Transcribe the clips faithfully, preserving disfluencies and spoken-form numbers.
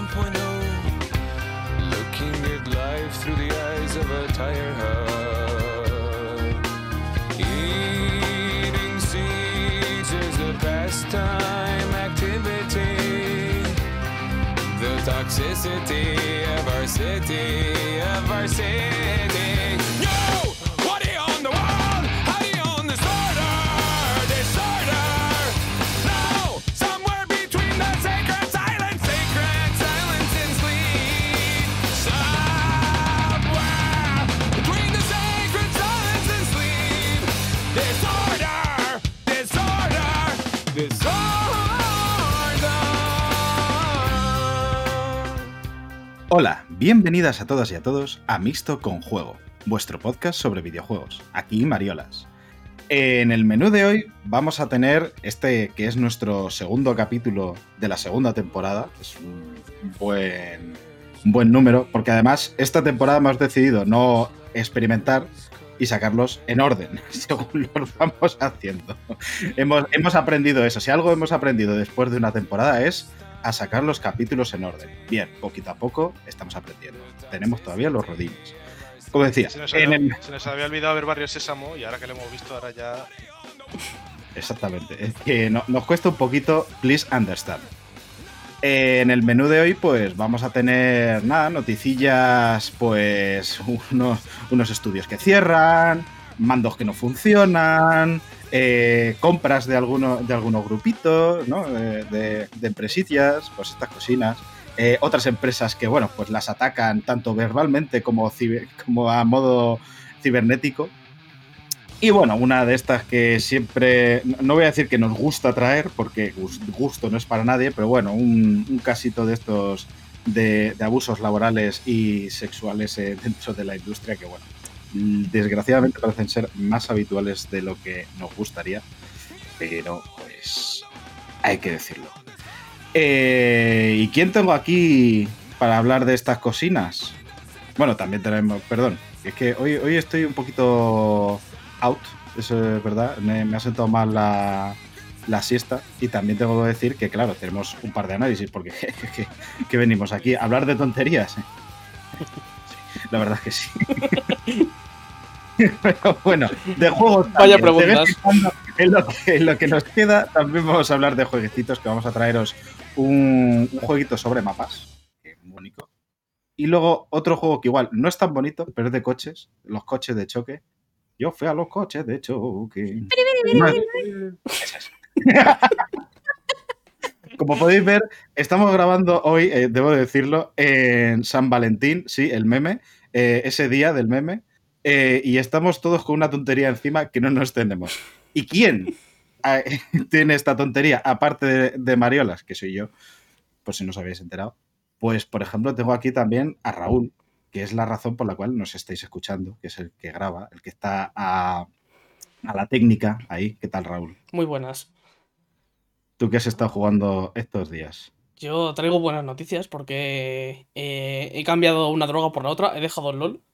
one point oh. Looking at life through the eyes of a tire hub. Eating seeds is a pastime activity. The toxicity of our city, of our city. Yo! What do you own the world? How do you own disorder? Disorder! No! Somewhere between the sacred silence, sacred silence and sleep. Somewhere between the sacred silence and sleep. Disorder! Disorder! Disorder! Hola, bienvenidas a todas y a todos a Mixto con Juego, vuestro podcast sobre videojuegos. Aquí Mariolas. En el menú de hoy vamos a tener este que es nuestro segundo capítulo de la segunda temporada. Es un buen, un buen número, porque además esta temporada hemos decidido no experimentar y sacarlos en orden, según los vamos haciendo. Hemos, hemos aprendido eso. Si algo hemos aprendido después de una temporada es a sacar los capítulos en orden. Bien, poquito a poco estamos aprendiendo. Tenemos todavía los rodillos. Como decía, Se nos, en había, el... se nos había olvidado ver Barrio Sésamo y ahora que lo hemos visto, ahora ya... Exactamente. Es que no, nos cuesta un poquito, please understand. Eh, en el menú de hoy, pues vamos a tener, nada, noticillas, pues unos, unos estudios que cierran, mandos que no funcionan, eh, compras de, alguno, de algunos grupitos, ¿no? De, de, de empresillas, pues estas cocinas. Eh, otras empresas que, bueno, pues las atacan tanto verbalmente como, ciber, como a modo cibernético. Y bueno, una de estas que siempre, no voy a decir que nos gusta traer, porque gusto no es para nadie, pero bueno, un, un casito de estos de, de abusos laborales y sexuales eh, dentro de la industria que, bueno, desgraciadamente parecen ser más habituales de lo que nos gustaría, pero pues hay que decirlo. Eh, ¿Y quién tengo aquí para hablar de estas cocinas? Bueno, también tenemos, perdón, es que hoy, hoy estoy un poquito out, eso es verdad, me, me ha sentado mal la, la siesta y también tengo que decir que, claro, tenemos un par de análisis porque que, que venimos aquí a hablar de tonterías. Sí, la verdad es que sí. Pero bueno, de juegos Vaya también. preguntas. En lo, que, en lo que nos queda también vamos a hablar de jueguecitos, que vamos a traeros un, un jueguito sobre mapas, que es muy bonito. Y luego otro juego que igual no es tan bonito, pero es de coches, los coches de choque. Yo fui a los coches de choque. No es... es eso. Como podéis ver, estamos grabando hoy, eh, debo decirlo, en San Valentín, sí, el meme, eh, ese día del meme, eh, y estamos todos con una tontería encima que no nos tenemos. ¿Y quién eh, tiene esta tontería? Aparte de, de Mariolas, que soy yo, por si no os habéis enterado. Pues, por ejemplo, tengo aquí también a Raúl, que es la razón por la cual nos estáis escuchando, que es el que graba, el que está a, a la técnica ahí. ¿Qué tal, Raúl? Muy buenas. ¿Tú qué has estado jugando estos días? Yo traigo buenas noticias porque eh, he cambiado una droga por la otra, he dejado el LOL.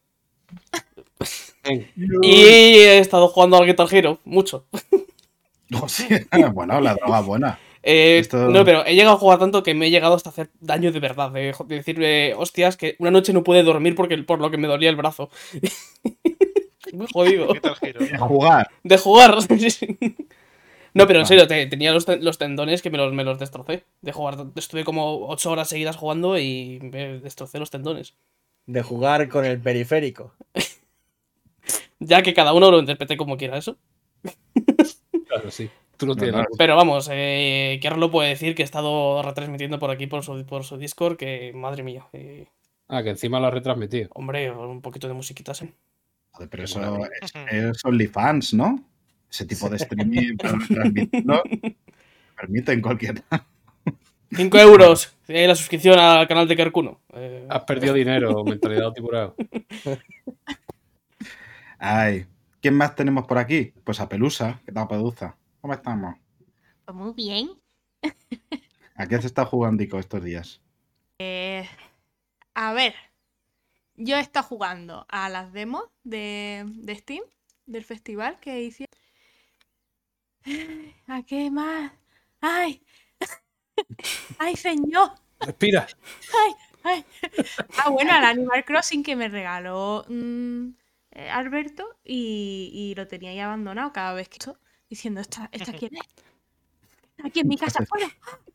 Y he estado jugando al Guitar Hero, mucho. No, sí. Bueno, la droga buena. Eh, Esto... No, pero he llegado a jugar tanto que me he llegado hasta hacer daño de verdad. De, de decirle, hostias, que una noche no pude dormir porque, por lo que me dolía el brazo. Muy jodido. ¿Qué tal giro? De jugar. De jugar. No, pero en serio, te, tenía los, ten, los tendones que me los, me los destrocé. De jugar. Estuve como ocho horas seguidas jugando y me destrocé los tendones. De jugar con el periférico. Ya que cada uno lo interprete como quiera eso. Claro, sí. Tú no tienes No, no. la culpa. Pero vamos, eh, Kerr lo puede decir que he estado retransmitiendo por aquí por su, por su Discord, que madre mía. Eh, Ah, que encima lo has retransmitido. hombre, un poquito de musiquitas, ¿eh? Joder, pero eso es, es OnlyFans, ¿no? Ese tipo de streaming para retransmitirlo permiten cualquier... cinco euros eh, la suscripción al canal de Kerkuno. Eh, Has perdido dinero, mentalidad tiburón. Ay, ¿quién más tenemos por aquí? Pues a Pelusa. ¿Qué tal, Pelusa? ¿Cómo estamos? Pues muy bien. ¿A qué se está jugando estos días? Eh, a ver, yo he estado jugando a las demos de, de Steam, del festival que hicieron. ¿A qué más? ¡Ay! ¡Ay, señor! Respira. Ay. Ah, bueno, al Animal Crossing que me regaló mm, eh, Alberto y, y lo tenía ahí abandonado cada vez que estoy diciendo, ¿esta, esta quién es? ¿Está aquí en mi casa afuera?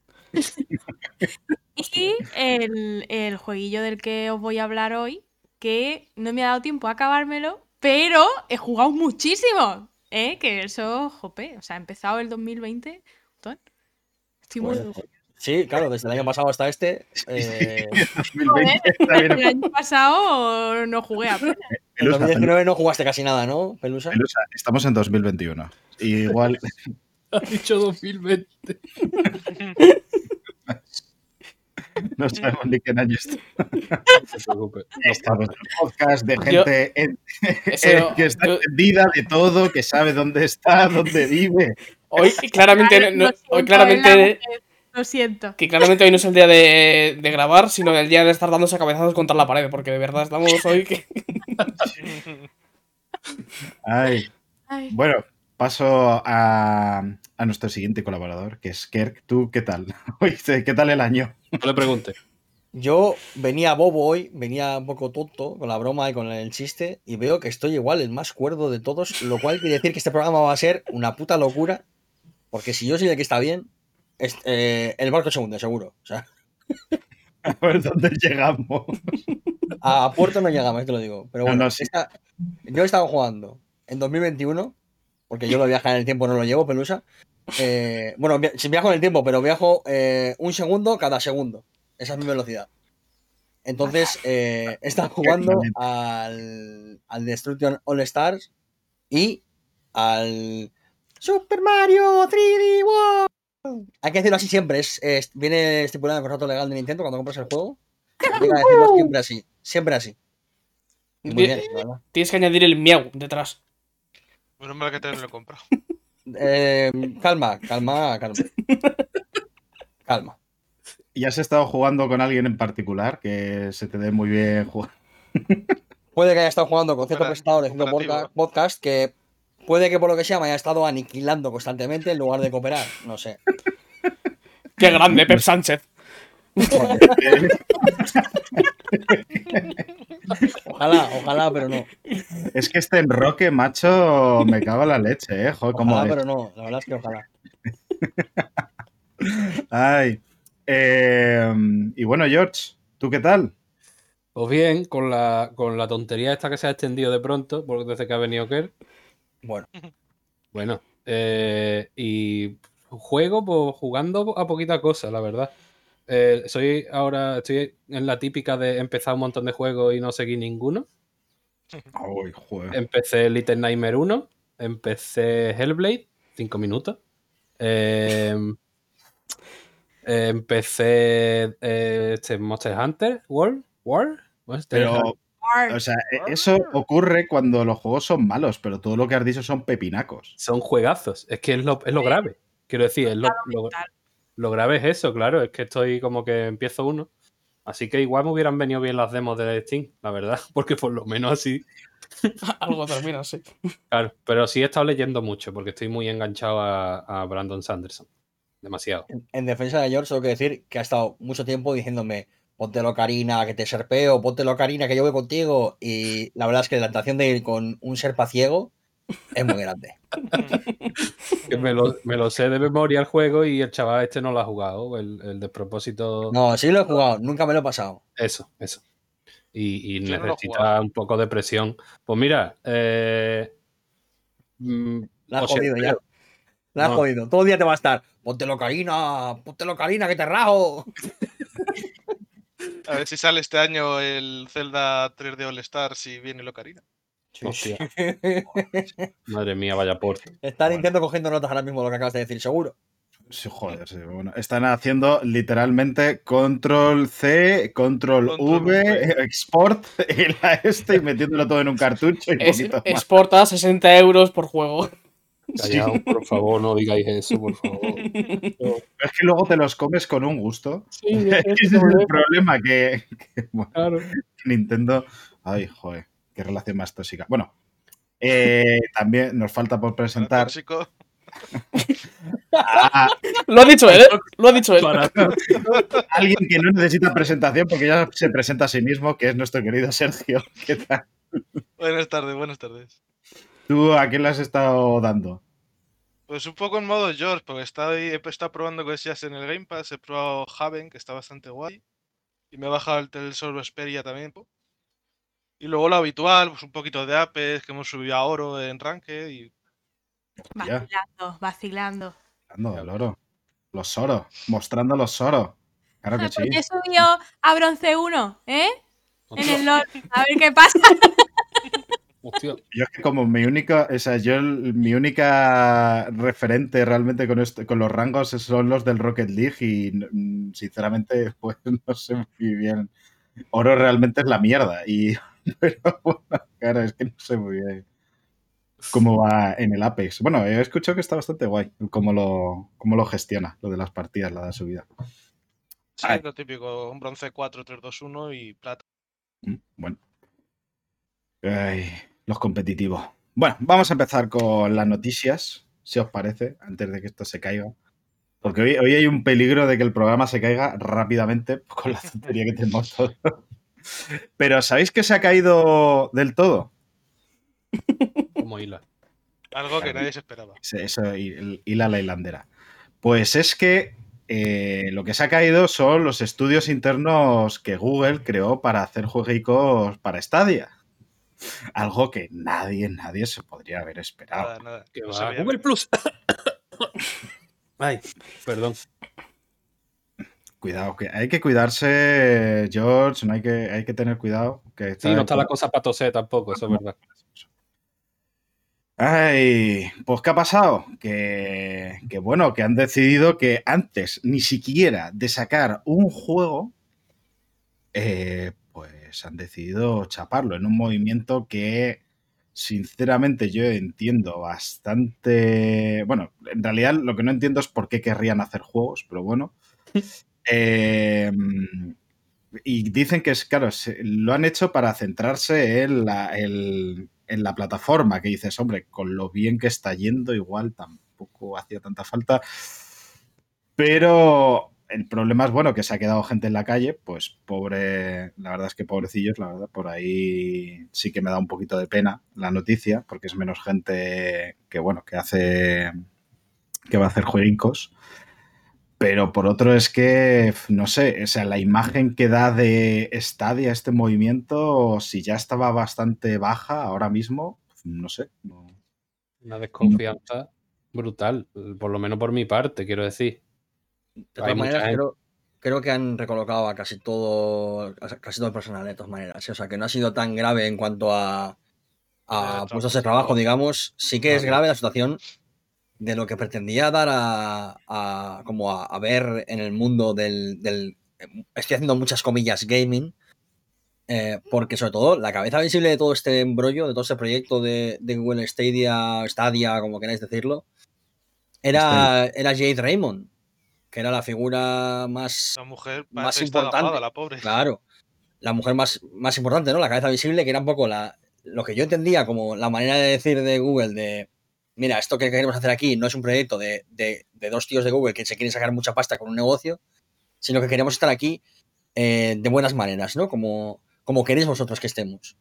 Y el, el jueguillo del que os voy a hablar hoy, que no me ha dado tiempo a acabármelo, pero he jugado muchísimo. ¿Eh? Que eso, jope, o sea, ha empezado el dos mil veinte. Estoy muy... Pues, sí, claro, desde el año pasado hasta este. Eh, dos mil veinte está bien. El año pasado no jugué apenas. en Pelusa, dos mil diecinueve no jugaste casi nada, ¿no, Pelusa? Pelusa, estamos en dos mil veintiuno. Igual. Ha dicho dos mil veinte. No sabemos ni qué año está. No se preocupe. Estamos en un podcast de Yo- gente en- Eso, eh, que está yo- entendida de todo, que sabe dónde está, dónde vive. Hoy claramente, Lo no- siento, hoy es la claramente, mujer, lo siento. que claramente hoy no es el día de, de grabar, sino el día de estar dándose cabezazos contra la pared, porque de verdad estamos hoy que... Ay. Ay. Bueno, paso a, a nuestro siguiente colaborador, que es Kerk. ¿Tú qué tal? Oye, ¿qué tal el año? No le pregunte. Yo venía bobo hoy, venía un poco tonto con la broma y con el chiste, y veo que estoy igual el más cuerdo de todos, lo cual quiere decir que este programa va a ser una puta locura, porque si yo soy el que está bien, es- eh, el barco segundo, seguro. O sea, A ver dónde llegamos. a puerto no llegamos, te lo digo. Pero No, bueno, no, sí. esta- yo he estado jugando en dos mil veintiuno, porque yo lo viajar en el tiempo no lo llevo, Pelusa. Eh, bueno, vi- si viajo en el tiempo, pero viajo eh, un segundo cada segundo. Esa es mi velocidad. Entonces, eh, he estado jugando al, al Destruction All Stars y al Super Mario tres D World. Hay que decirlo así siempre. Es, es- viene estipulado en el contrato legal de Nintendo cuando compras el juego. Hay que decirlo siempre así. Siempre así. Y muy bien, la verdad. Tienes que añadir el miau detrás. Menos mal que todavía no lo he comprado. Eh, calma, calma, calma. Calma. ¿Y has estado jugando con alguien en particular que se te dé muy bien jugar? Puede que haya estado jugando con cierto Para- presentador de cierto cooperativo. podca- podcast que puede que por lo que sea me haya estado aniquilando constantemente en lugar de cooperar. No sé. ¡Qué grande, Pep Sánchez! Ojalá, ojalá, pero no. Es que este enroque, macho, me cago en la leche, ¿eh? Joder, cómo Ojalá, es. pero no. La verdad es que ojalá. Ay. Eh, y bueno, George, ¿tú qué tal? Pues bien, con la, con la tontería esta que se ha extendido de pronto, porque desde que ha venido Kerr. Bueno, Bueno, eh, y juego pues jugando a poquita cosa, la verdad. Eh, soy ahora, estoy en la típica de empezar un montón de juegos y no seguir ninguno. Uy, joder. Empecé Little Nightmare uno, empecé Hellblade, cinco minutos. Eh, eh, empecé eh, este Monster Hunter World, World, Monster Pero, Hunter. o sea, eso ocurre cuando los juegos son malos, pero todo lo que has dicho son pepinacos. Son juegazos. Es que es lo, es lo grave. Quiero decir, es lo, lo, lo grave es eso, claro. Es que estoy como que empiezo uno. Así que igual me hubieran venido bien las demos de Steam, la verdad. Porque por lo menos así. Algo termina, sí. Claro, pero sí he estado leyendo mucho porque estoy muy enganchado a, a Brandon Sanderson. Demasiado. en, en defensa de George, tengo que decir que ha estado mucho tiempo diciéndome: póntelo, Karina, que te serpeo, póntelo, Karina, que yo voy contigo. Y la verdad es que la tentación de ir con un serpa ciego es muy grande. Que me, lo, me lo sé de memoria el juego y el chaval este no lo ha jugado. El, el despropósito. No, sí lo he jugado, nunca me lo he pasado. Eso, eso. Y, y Yo no lo he necesita jugado. un poco de presión. Pues mira, eh, mm, La has os jodido ya. espero. La has No. jodido. Todo el día te va a estar: póntelo, Karina, póntelo, Karina, que te rajo. A ver si sale este año el Zelda tres D All Stars y viene Locarina. Hostia, madre mía, vaya porte. Está Nintendo cogiendo notas ahora mismo de lo que acabas de decir, seguro. Sí, joder, sí, bueno. Están haciendo literalmente control C, control Control V, V. export y la este y metiéndolo todo en un cartucho y Es, poquito más. exporta sesenta euros por juego. Callaos, por favor, no digáis eso, por favor. Pero es que luego te los comes con un gusto. Sí, Ese es el problema, que, que, bueno, claro. Nintendo... Ay, joder, qué relación más tóxica. Bueno, eh, también nos falta por presentar... Tóxico. Ah, Lo ha dicho él, ¿eh? Lo ha dicho él. Para- alguien que no necesita presentación porque ya se presenta a sí mismo, que es nuestro querido Sergio. ¿Qué tal? Buenas tardes, buenas tardes. ¿Tú a quién le has estado dando? Pues un poco en modo George, porque estaba ahí- he estado probando cosillas en el Game Pass, he probado Haven, que está bastante guay, y me he bajado el Tales of Vesperia también. po. Y luego lo habitual, pues un poquito de Apex, que hemos subido a oro en Ranked, y Ya, Vacilando, vacilando. dando el oro. Los Soros, mostrando los Soros. Claro que sí. Pues yo he subido a bronce uno, ¿eh? En Hostia, el LOL. A ver qué pasa. hostia. Yo es que como mi única, o sea, yo el- mi única referente realmente con esto, con los rangos son los del Rocket League y mm, sinceramente pues no sé muy bien. Oro realmente es la mierda y pero bueno, claro, es que no sé muy bien cómo va en el Apex. Bueno, he escuchado que está bastante guay cómo lo, cómo lo gestiona, lo de las partidas, la de subida. sí, Ay. lo típico, un bronce cuatro, tres, dos, uno y plata. Mm, Bueno. Ay, los competitivos. Bueno, vamos a empezar con las noticias, si os parece, antes de que esto se caiga. Porque hoy, hoy hay un peligro de que el programa se caiga rápidamente con la tontería que tenemos todos. Pero ¿sabéis que se ha caído del todo? Como hila. Algo que nadie se esperaba. Sí, eso, y, el- y la Lailandera. Pues es que eh, lo que se ha caído son los estudios internos que Google creó para hacer jueguicos para Stadia. Algo que nadie, nadie se podría haber esperado. Nada, nada. Que no va se veía Google venir. Plus. Ay, perdón. Cuidado, que hay que cuidarse, George, no hay que, hay que tener cuidado. Que Sí, no está la cosa para toser tampoco, eso es verdad. Ay, pues ¿qué ha pasado? Que, que bueno, que han decidido que antes ni siquiera de sacar un juego, eh, pues han decidido chaparlo en un movimiento que sinceramente yo entiendo bastante. Bueno, en realidad lo que no entiendo es por qué querrían hacer juegos, pero bueno. Eh, y dicen que es, claro, se- lo han hecho para centrarse en la, el- en la plataforma, que dices, hombre, con lo bien que está yendo, igual tampoco hacía tanta falta. Pero el problema es, bueno, que se ha quedado gente en la calle, pues pobre, la verdad es que pobrecillos, la verdad, por ahí sí que me da un poquito de pena la noticia, porque es menos gente que, bueno, que hace, que va a hacer jueguicos. Pero por otro es que, f- no sé, o sea, la imagen que da de Stadia este movimiento, si ya estaba bastante baja ahora mismo, no sé. no- Una desconfianza brutal, por lo menos por mi parte, quiero decir. De Hay todas mucha maneras, gente- creo, creo que han recolocado a casi todo, a casi todo el personal, de todas maneras. ¿eh? O sea, que no ha sido tan grave en cuanto a, a Eh, puestos de sí, trabajo, trabajo. digamos. Sí que es Vale. grave la situación de lo que pretendía dar a, a- como a, a ver en el mundo del, del- estoy haciendo muchas comillas gaming, eh, porque sobre todo la cabeza visible de todo este embrollo, de todo este proyecto de, de Google Stadia, Stadia, como queráis decirlo, era, era Jade Raymond, que era la figura más, La mujer más parece que está agafada, importante. la pobre. Claro, la mujer más, más importante, ¿no? La cabeza visible, que era un poco la, lo que yo entendía como la manera de decir de Google de, mira, esto que queremos hacer aquí no es un proyecto de, de, de dos tíos de Google que se quieren sacar mucha pasta con un negocio, sino que queremos estar aquí eh, de buenas maneras, ¿no? Como, como queréis vosotros que estemos.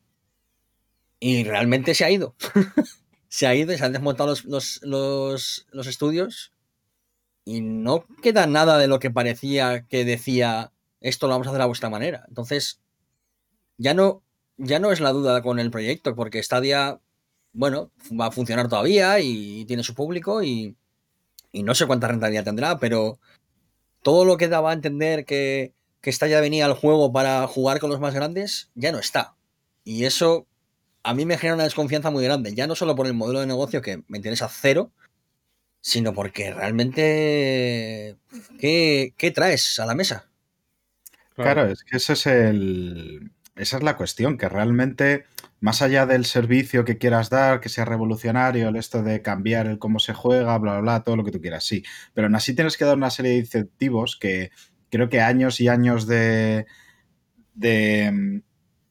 Y realmente se ha ido. se ha ido y se han desmontado los, los, los, los estudios y no queda nada de lo que parecía que decía esto lo vamos a hacer a vuestra manera. Entonces, ya no, ya no es la duda con el proyecto, porque Stadia, bueno, va a funcionar todavía y tiene su público y, y no sé cuánta rentabilidad tendrá, pero todo lo que daba a entender que, que Stadia venía al juego para jugar con los más grandes, ya no está. Y eso a mí me genera una desconfianza muy grande, ya no solo por el modelo de negocio que me interesa cero, sino porque realmente, ¿qué, qué traes a la mesa? Claro, es que ese es el, esa es la cuestión, que realmente, más allá del servicio que quieras dar, que sea revolucionario, el esto de cambiar el cómo se juega, bla, bla, bla, todo lo que tú quieras, sí. Pero aún así tienes que dar una serie de incentivos que creo que años y años de, de,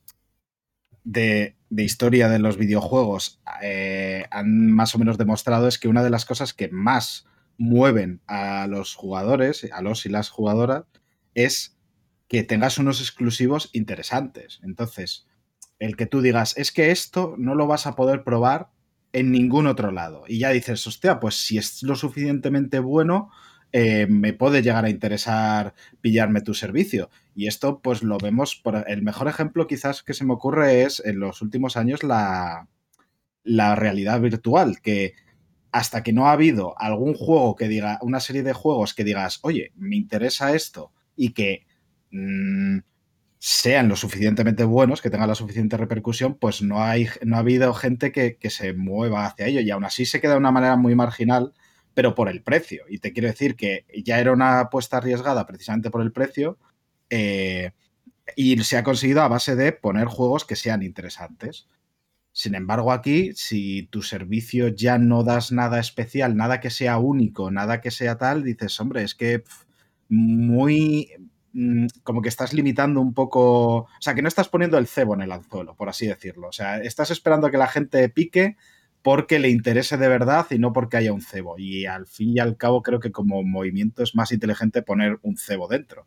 de, de historia de los videojuegos eh, han más o menos demostrado es que una de las cosas que más mueven a los jugadores, a los y las jugadoras, es que tengas unos exclusivos interesantes. Entonces, el que tú digas, es que esto no lo vas a poder probar en ningún otro lado. Y ya dices, hostia, pues si es lo suficientemente bueno, eh, me puede llegar a interesar pillarme tu servicio. Y esto, pues lo vemos, por el mejor ejemplo quizás que se me ocurre es en los últimos años la, la realidad virtual, que hasta que no ha habido algún juego que diga, una serie de juegos que digas, oye, me interesa esto y que mmm, sean lo suficientemente buenos, que tengan la suficiente repercusión, pues no, hay, no ha habido gente que, que se mueva hacia ello y aún así se queda de una manera muy marginal, pero por el precio. Y te quiero decir que ya era una apuesta arriesgada precisamente por el precio eh, y se ha conseguido a base de poner juegos que sean interesantes. Sin embargo, aquí, si tu servicio ya no das nada especial, nada que sea único, nada que sea tal, dices, hombre, es que pff, muy... como que estás limitando un poco, o sea, que no estás poniendo el cebo en el anzuelo, por así decirlo. O sea, estás esperando a que la gente pique porque le interese de verdad y no porque haya un cebo. Y al fin y al cabo creo que como movimiento es más inteligente poner un cebo dentro.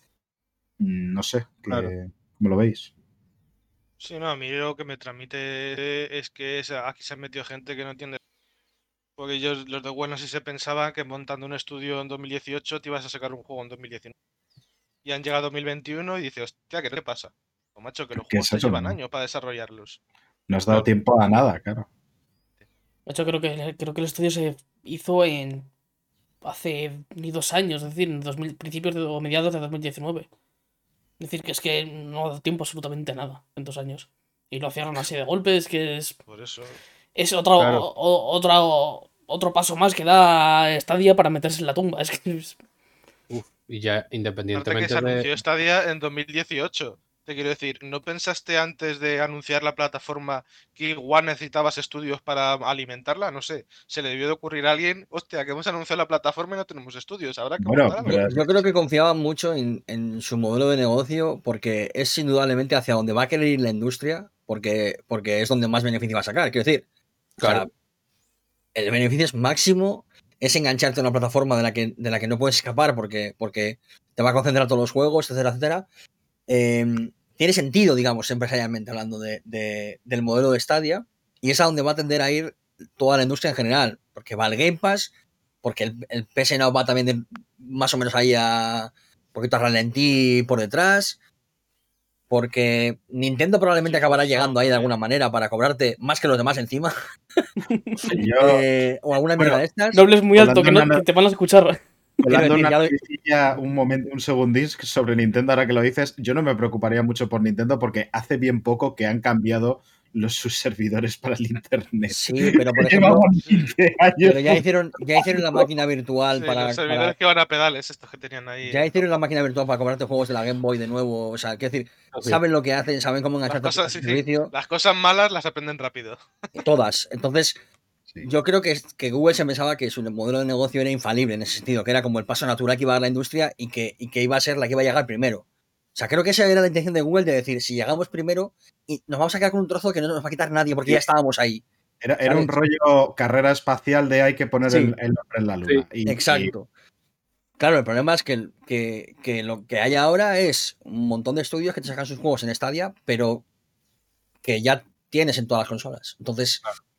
No sé, Claro. ¿cómo lo veis? Sí, no, a mí lo que me transmite es que es- aquí se han metido gente que no entiende. Porque ellos, los de Bueno, sí se pensaban que montando un estudio en dos mil dieciocho te ibas a sacar un juego en dos mil diecinueve. Y han llegado a dos mil veintiuno y dices, hostia, ¿qué te pasa? Pues macho, que los ¿Qué juegos es te eso? llevan No, años para desarrollarlos. no has dado Claro. tiempo a nada, claro. De hecho, creo que, creo que el estudio se hizo en hace ni dos años, es decir, en dos mil, principios de, o mediados de dos mil diecinueve. Es decir, que es que no ha dado tiempo absolutamente a nada en dos años. Y lo hicieron así de golpes, que es, Por eso. es otro, Claro. o- o- otro, otro paso más que da Stadia para meterse en la tumba. Es que es- Uf, y ya Aparte que independientemente se anunció de. Stadia en dos mil dieciocho. Te quiero decir, ¿no pensaste antes de anunciar la plataforma que igual necesitabas estudios para alimentarla? No sé, se le debió de ocurrir a alguien, hostia, que hemos anunciado la plataforma y no tenemos estudios, habrá que Bueno, montar algo. Yo, pero yo creo que confiaban mucho en, en su modelo de negocio porque es indudablemente hacia donde va a querer ir la industria, porque, porque es donde más beneficio va a sacar. Quiero decir, o sea, Claro. el beneficio es máximo, es engancharte a una plataforma de la que, de la que no puedes escapar porque, porque te va a concentrar todos los juegos, etcétera, etcétera. Eh, tiene sentido, digamos, empresarialmente hablando de, de- del modelo de Stadia, y es a donde va a tender a ir toda la industria en general, porque va el Game Pass, porque el, el P S Now va también de- más o menos ahí a un poquito a ralentí por detrás, porque Nintendo probablemente Sí, acabará pues, llegando no, ahí de también. alguna manera para cobrarte más que los demás encima, yo, eh, o alguna mierda bueno, de estas. no hables muy alto, que, no- Hablando- que te van a escuchar. Quiero Hablando decir, una ya lo- noticilla, un momento, un segundín sobre Nintendo, ahora que lo dices, yo no me preocuparía mucho por Nintendo porque hace bien poco que han cambiado los, sus servidores para el internet. Sí, pero por ejemplo, Llevamos quince años. pero ya hicieron, ya hicieron la máquina virtual Sí, para, los servidores para- que van a pedales, estos que tenían ahí. ya en hicieron la campo. máquina virtual para cobrarte juegos de la Game Boy de nuevo. O sea, quiero decir, Así. saben lo que hacen, saben cómo Las engancharte a su cosas, sí, sí, servicio. las cosas malas las aprenden rápido. Todas. Entonces, Sí. yo creo que, que Google se pensaba que su modelo de negocio era infalible en ese sentido, que era como el paso natural que iba a dar la industria y que, y que iba a ser la que iba a llegar primero. O sea, creo que esa era la intención de Google de decir, si llegamos primero, y nos vamos a quedar con un trozo que no nos va a quitar nadie, porque ya estábamos ahí. Era, era un rollo carrera espacial de hay que poner Sí. el, el hombre en la luna. Y- Exacto. Claro, el problema es que, que, que lo que hay ahora es un montón de estudios que te sacan sus juegos en Stadia, pero que ya tienes en todas las consolas. Entonces,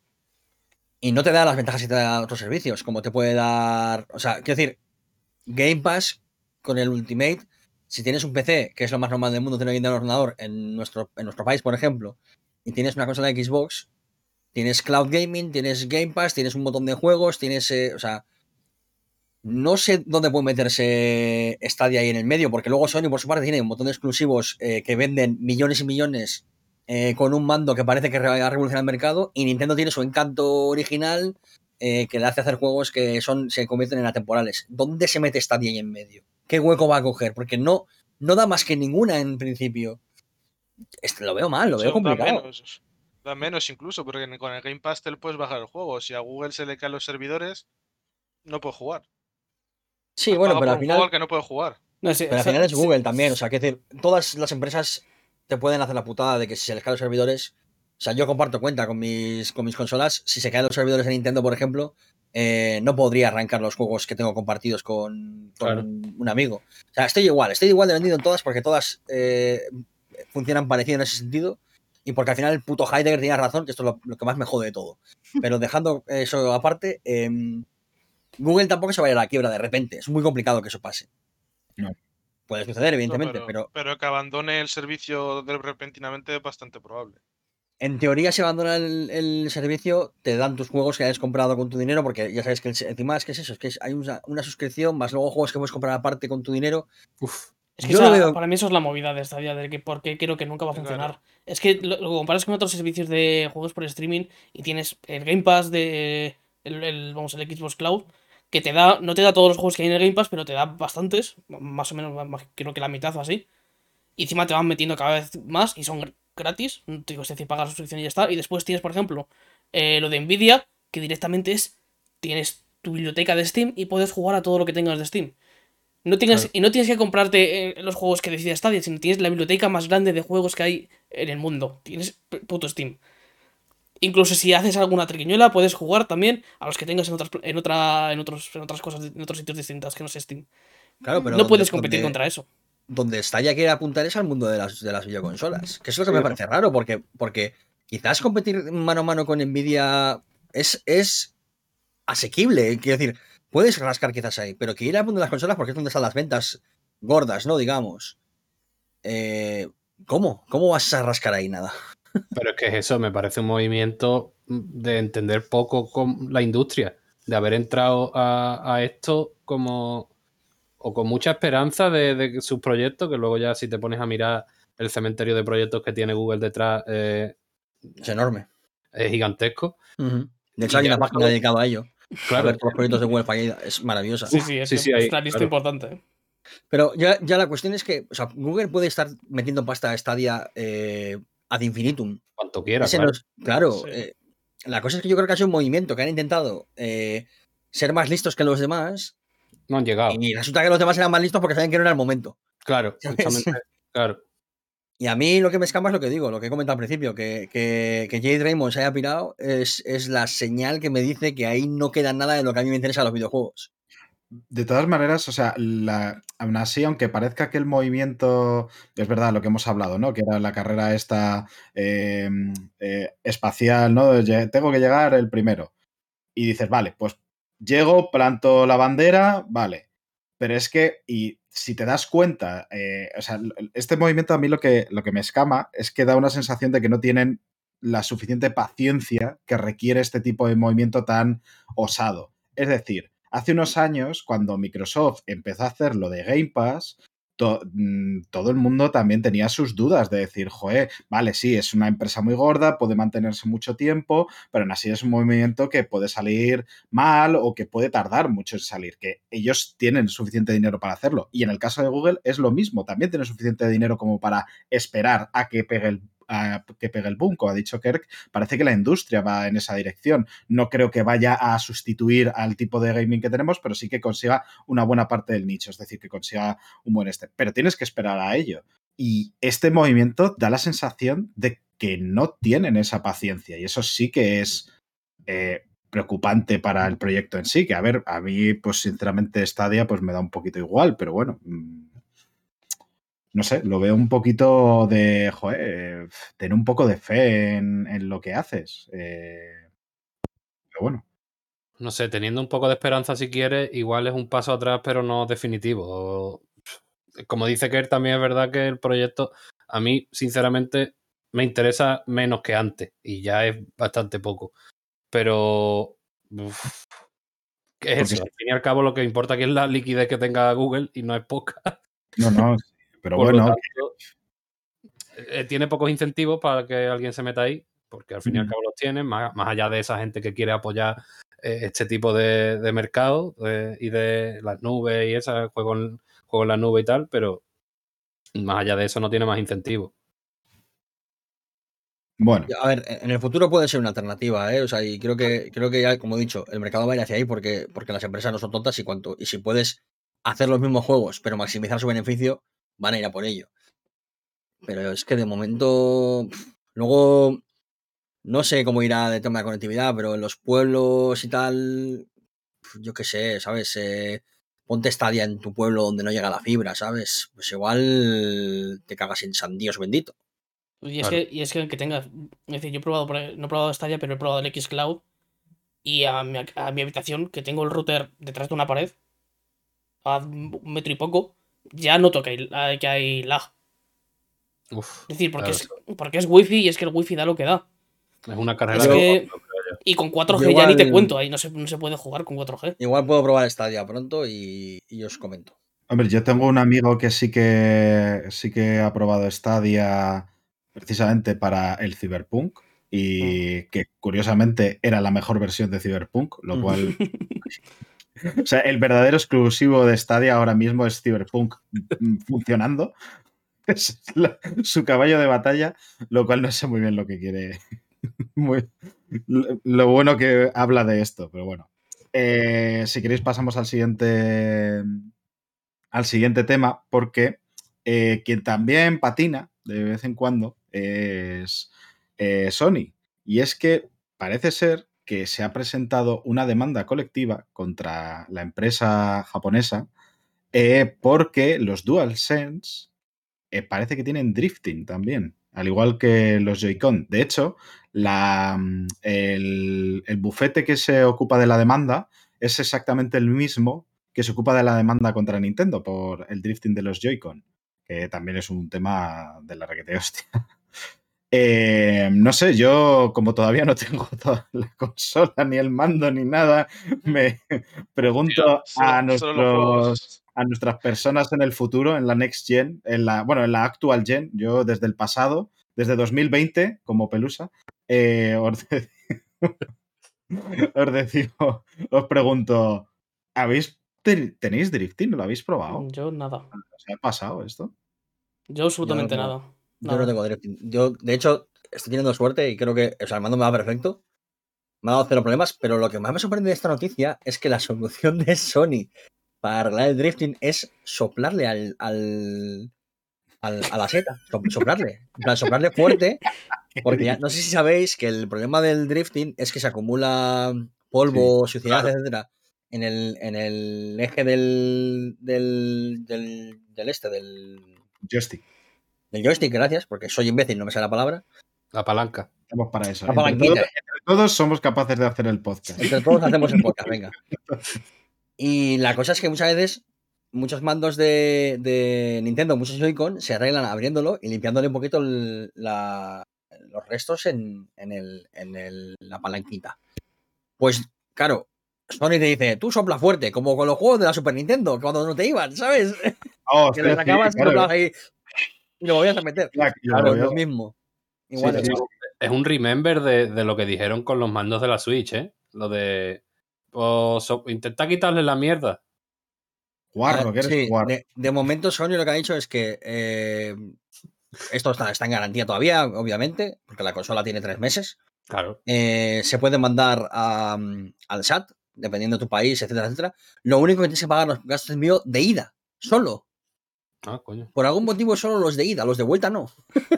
y no te da las ventajas que te da otros servicios, como te puede dar. O sea, quiero decir, Game Pass con el Ultimate, si tienes un P C, que es lo más normal del mundo tener un ordenador en nuestro, en nuestro país, por ejemplo, y tienes una consola de Xbox, tienes Cloud Gaming, tienes Game Pass, tienes un montón de juegos, tienes. Eh, o sea. No sé dónde puede meterse Stadia ahí en el medio, porque luego Sony, por su parte, tiene un montón de exclusivos eh, que venden millones y millones eh, con un mando que parece que va a revolucionar el mercado, y Nintendo tiene su encanto original eh, que le hace hacer juegos que son se convierten en atemporales. ¿Dónde se mete Stadia ahí en medio? ¿Qué hueco va a coger? Porque no, no da más que ninguna en principio. Este, lo veo mal, lo veo Son- da complicado. menos. Da menos incluso, porque con el Game Pass te lo puedes bajar el juego. Si a Google se le caen los servidores, no puede jugar. Sí, Has bueno, pagado pero por al un final. juego al que no puede jugar. No sé, Pero al o sea, final es sí- Google también, o sea, que decir, todas las empresas te pueden hacer la putada de que si se les caen los servidores, o sea, yo comparto cuenta con mis, con mis consolas, si se caen los servidores de Nintendo, por ejemplo, eh, no podría arrancar los juegos que tengo compartidos con, con Claro. un amigo. O sea, estoy igual, estoy igual de vendido en todas porque todas eh, funcionan parecido en ese sentido y porque al final el puto Heidegger tenía razón, que esto es lo, lo que más me jode de todo. Pero dejando eso aparte, eh, Google tampoco se vaya a la quiebra de repente. Es muy complicado que eso pase. No. Puede suceder, No, evidentemente, pero, pero pero que abandone el servicio de repentinamente es bastante probable. en teoría, si abandona el, el servicio, te dan tus juegos que hayas comprado con tu dinero, porque ya sabes que el- encima es que es eso, es que es- hay una, una suscripción, más luego juegos que puedes comprar aparte con tu dinero. Uf, Es que Yo esa- lo veo. para mí eso es la movida de esta día, de que porque creo que nunca va a Claro. funcionar. Es que lo, lo comparas con otros servicios de juegos por streaming y tienes el Game Pass de el, el- vamos, el Xbox Cloud, que te da, no te da todos los juegos que hay en el Game Pass, pero te da bastantes, más o menos, más- creo que la mitad o así. Y encima te van metiendo cada vez más y son gr- gratis, no te digo, es decir, pagas la suscripción y ya está. Y después tienes, por ejemplo, eh, lo de Nvidia, que directamente es, tienes tu biblioteca de Steam y puedes jugar a todo lo que tengas de Steam. No tienes, Claro. Y no tienes que comprarte eh, los juegos que decide Stadia, sino tienes la biblioteca más grande de juegos que hay en el mundo. Tienes p- puto Steam. Incluso si haces alguna triquiñuela, puedes jugar también a los que tengas en otras, pl- en otra, en otros, en otras cosas, en otros sitios distintos que no sea Steam. Claro, pero No donde, puedes competir donde, contra eso. donde Stadia quiere apuntar es al mundo de las, de las videoconsolas. Que es lo que Sí, me ¿no? parece raro, porque, porque quizás competir mano a mano con Nvidia es, es asequible. Quiero decir, puedes rascar quizás ahí, pero que ir al mundo de las consolas porque es donde están las ventas gordas, ¿no? Digamos. Eh, ¿Cómo? ¿Cómo vas a rascar ahí nada? pero es que es eso, me parece un movimiento de entender poco con la industria, de haber entrado a, a esto como o con mucha esperanza de, de sus proyectos, que luego ya si te pones a mirar el cementerio de proyectos que tiene Google detrás eh, Es enorme. es gigantesco. Uh-huh. De hecho, Y hay ya una no página solo- dedicada a ello. Claro, A ver todos los proyectos de Google fallida. Es maravillosa. Sí, sí, es, sí, que sí, es ahí, una lista claro. importante. ¿eh? Pero ya, ya la cuestión es que, o sea, Google puede estar metiendo pasta a Stadia eh, ad infinitum. cuanto quiera, Ese claro. no es- claro, Sí. eh, la cosa es que yo creo que ha sido un movimiento que han intentado eh, ser más listos que los demás No han llegado. y resulta que los demás eran más listos porque sabían que no era el momento. Claro, ¿Sabes? justamente, claro. Y a mí lo que me escama es lo que digo, lo que he comentado al principio, que, que, que Jade Raymond se haya pirado es, es la señal que me dice que ahí no queda nada de lo que a mí me interesa de los videojuegos. De todas maneras, o sea, la, aún así, aunque parezca que el movimiento, es verdad lo que hemos hablado, ¿no? Que era la carrera esta eh, eh, espacial, ¿no? Lle- Tengo que llegar el primero. Y dices, vale, pues llego, planto la bandera, vale. Pero es que, y si te das cuenta, eh, o sea, este movimiento a mí lo que, lo que me escama es que da una sensación de que no tienen la suficiente paciencia que requiere este tipo de movimiento tan osado. Es decir, hace unos años, cuando Microsoft empezó a hacer lo de Game Pass, to- mm, todo el mundo también tenía sus dudas de decir, joder, vale, sí, es una empresa muy gorda, puede mantenerse mucho tiempo, pero aún así es un movimiento que puede salir mal o que puede tardar mucho en salir, que ellos tienen suficiente dinero para hacerlo. Y en el caso de Google es lo mismo, también tienen suficiente dinero como para esperar a que pegue el a que pegue el boom, como ha dicho Kirk, parece que la industria va en esa dirección. No creo que vaya a sustituir al tipo de gaming que tenemos, pero sí que consiga una buena parte del nicho, es decir, que consiga un buen este. Pero tienes que esperar a ello. Y este movimiento da la sensación de que no tienen esa paciencia, y eso sí que es eh, preocupante para el proyecto en sí, que a ver, a mí, pues sinceramente Stadia pues me da un poquito igual, pero bueno, no sé, lo veo un poquito de, joder, tener un poco de fe en, en lo que haces. Eh, pero bueno. No sé, teniendo un poco de esperanza si quieres, igual es un paso atrás, pero no definitivo. Como dice Kerr, también es verdad que el proyecto a mí, sinceramente, me interesa menos que antes y ya es bastante poco. Pero uf, ¿qué es Porque eso? Al fin y al cabo lo que importa aquí es la liquidez que tenga Google y no es poca. no, no, pero Por bueno. lo tanto, eh, tiene pocos incentivos para que alguien se meta ahí, porque al fin y al Mm. cabo los tiene, más, más allá de esa gente que quiere apoyar eh, este tipo de, de mercado eh, y de las nubes y esas, juego en, juego en la nube y tal, pero más allá de eso no tiene más incentivos. Bueno, A ver, en el futuro puede ser una alternativa, ¿eh? O sea, y creo que, creo que ya, como he dicho, el mercado va a ir hacia ahí porque, porque las empresas no son tontas y cuanto, y si puedes hacer los mismos juegos, pero maximizar su beneficio, van a ir a por ello. Pero es que de momento, pff, luego, no sé cómo irá el tema de conectividad, pero en los pueblos y tal, yo qué sé, ¿sabes? Eh, ponte Stadia en tu pueblo donde no llega la fibra, ¿sabes? Pues igual te cagas en San Dios bendito. Y es, Claro. que, y es que el que tengas. Es decir, yo he probado, por- no he probado Stadia, pero he probado el xCloud. Y a mi, a mi habitación, que tengo el router detrás de una pared, a un metro y poco, ya noto que hay, hay- que hay lag. Uf, Es decir, porque, claro, es, porque es wifi y es que el wifi da lo que da. es una carrera Es de que. fondo, creo yo. Y con cuatro G Yo ya ni te igual- cuento, ahí no se, no se puede jugar con cuatro G. Igual puedo probar Stadia pronto y, y os comento. Hombre, yo tengo un amigo que sí que sí que ha probado Stadia precisamente para el Cyberpunk y que curiosamente era la mejor versión de Cyberpunk, lo cual, o sea, el verdadero exclusivo de Stadia ahora mismo es Cyberpunk mm, funcionando. Es la- su caballo de batalla, lo cual no sé muy bien lo que quiere. Muy, lo, lo bueno que habla de esto, pero bueno. Eh, si queréis pasamos al siguiente al siguiente tema, porque eh, quien también patina de vez en cuando es eh, Sony. Y es que parece ser que se ha presentado una demanda colectiva contra la empresa japonesa eh, porque los DualSense eh, parece que tienen drifting también, al igual que los Joy-Con. De hecho, la, el, el bufete que se ocupa de la demanda es exactamente el mismo que se ocupa de la demanda contra Nintendo por el drifting de los Joy-Con, que también es un tema de la requete hostia. Eh, no sé, yo como todavía no tengo toda la consola, ni el mando, ni nada, me pregunto Solo- a solo los nuestros juegos. a nuestras personas en el futuro, en la next gen, en la, bueno, en la actual gen, yo desde el pasado, desde dos mil veinte, como Pelusa, eh, os, de- os decido, os pregunto, ¿habéis te- ¿tenéis drifting? ¿Lo habéis probado? Yo nada. ¿Os ha pasado esto? Yo absolutamente Yo- nada. Yo Nada. no tengo drifting. Yo, de hecho, estoy teniendo suerte y creo que, o sea, el mando me va perfecto. Me ha dado cero problemas, pero lo que más me sorprende de esta noticia es que la solución de Sony para arreglar el drifting es soplarle al, al, al- a la seta. So- Soplarle. En plan, soplarle fuerte. Porque ya, no sé si sabéis que el problema del drifting es que se acumula polvo, suciedad, claro. etcétera, en el, en el eje del, del, del, del este, del, Joystick, del joystick, gracias, porque soy imbécil, no me sale la palabra. La palanca. estamos para eso. La Entre palanquita. todos, entre todos somos capaces de hacer el podcast. Entre todos hacemos el podcast, venga. Y la cosa es que muchas veces, muchos mandos de, de Nintendo, muchos Joy-Con, se arreglan abriéndolo y limpiándole un poquito el- la- los restos en, en, el, en el- la palanquita. Pues, claro, Sony te dice, tú sopla fuerte, como con los juegos de la Super Nintendo, cuando no te iban, ¿sabes? Oh, Que sí, le sí, sacabas y claro. soplabas ahí y lo volvías a meter. Ya, y lo Claro, volvías lo a- mismo. Igual Sí, de sí. guay. Es un remember de, de lo que dijeron con los mandos de la Switch, ¿eh? Lo de. O so- intenta quitarle la mierda. Guarro, que Ah, eres sí, guarro. de, de momento Sony lo que ha dicho es que eh, esto está, está en garantía todavía, obviamente, porque la consola tiene tres meses. Claro. Eh, se puede mandar a, al S A T, dependiendo de tu país, etcétera, etcétera. Lo único que tienes que pagar los gastos de envío de ida, solo. Ah, coño. Por algún motivo solo los de ida, los de vuelta no.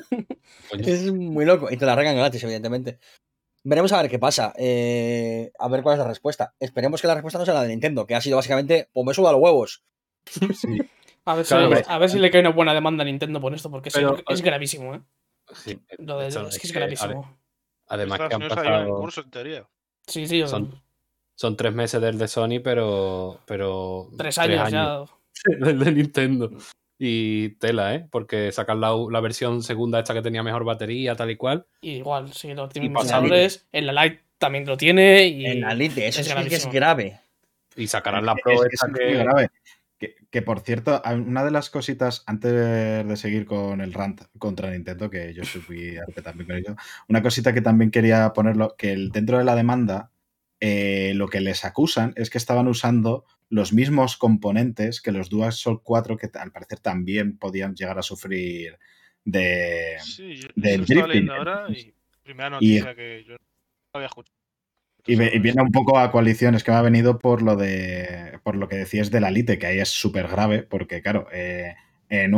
coño. Es muy loco. Y te la arreglan gratis, evidentemente. Veremos a ver qué pasa. Eh, a ver cuál es la respuesta. Esperemos que la respuesta no sea la de Nintendo, que ha sido básicamente, pues me subo a los huevos. Sí. A ver, si, Claro, le- pero- a ver si le cae una buena demanda a Nintendo por esto, porque es- Pero- es, gravísimo, ¿eh? Sí, Lo de- esto es que es que, gravísimo. ade- Además Estados que han Unidos hay un pasado. curso en teoría. Sí, sí, Son, son tres meses del de Sony, pero. pero tres años, ya. del de Nintendo. Y tela, ¿eh? Porque sacar la, la versión segunda esta que tenía mejor batería, tal y cual. Y igual, sí, lo tienen Y mis pasarlo. jugadores. En la Lite también lo tiene. Y En la Lite, eso es sí que es gravísimo. grave. Y sacarán la Es- Pro es, esta es que. muy grave. Que, que, por cierto, una de las cositas, antes de seguir con el rant contra Nintendo, que yo soy muy arte también con ello, una cosita que también quería ponerlo, que el, dentro de la demanda, eh, lo que les acusan es que estaban usando los mismos componentes que los DualShock cuatro, que al parecer también podían llegar a sufrir de, Sí, yo, yo del lo estaba drifting. leyendo ahora y primera Y- noticia que yo no había escuchado. Y, ve- y Sobre viene un poco a coaliciones que me ha venido por lo de por lo que decías de la Lite, que ahí es súper grave, porque claro, eh, en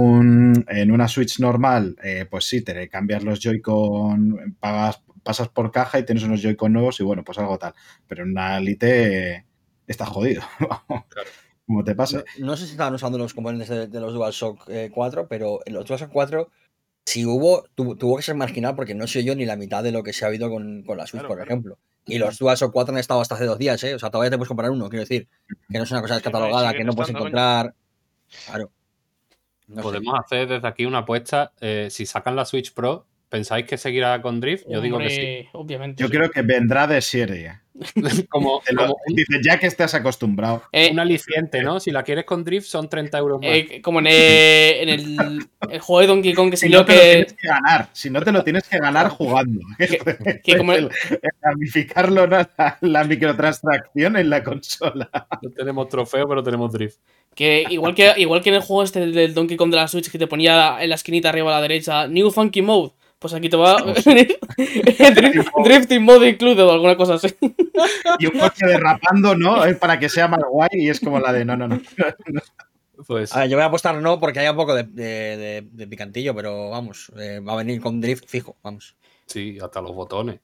un en una Switch normal, eh, pues sí, te cambias los Joy-Con, pagas, pasas por caja y tienes unos Joy-Con nuevos y bueno, pues algo tal. Pero en una Lite, eh, estás jodido. Como te pase. No, no sé si estaban usando los componentes de, de los DualShock eh, cuatro, pero en los DualShock cuatro, si hubo, tuvo, tuvo que ser marginal porque no sé yo ni la mitad de lo que se ha habido con, con la Switch, Claro, por claro. ejemplo. Y los DualShock cuatro han estado hasta hace dos días, ¿eh? O sea, todavía te puedes comprar uno, quiero decir. Que no es una cosa Sí, no, y descatalogada, siguen que no puedes estando, coño. encontrar. Claro. No sé. Podemos hacer desde aquí una apuesta. Eh, si sacan la Switch Pro, ¿pensáis que seguirá con Drift? Yo digo que sí. Hombre, obviamente. Yo sí. creo que vendrá de serie. Como, Te lo- como un, Dice, ya que estás acostumbrado. Eh, un aliciente, ¿no? Si la quieres con Drift son treinta euros más. eh, como en, eh, en el, el juego de Donkey Kong que Si salió no te lo que, tienes que ganar, si no te lo tienes que ganar jugando. que, que como, el, el ramificarlo, ¿no? la, la microtransacción en la consola. No tenemos trofeo, pero tenemos Drift. que igual que igual que en el juego este del Donkey Kong de la Switch que te ponía en la esquinita arriba a la derecha New Funky Mode, pues aquí te va a venir Drift- Drifting Mode incluido o alguna cosa así. Y un coche derrapando, ¿no? Es para que sea más guay y es como la de no, no, no. Pues A ver, yo voy a apostar no porque hay un poco de, de, de, de picantillo, pero vamos, eh, va a venir con Drift fijo, vamos. sí, hasta los botones.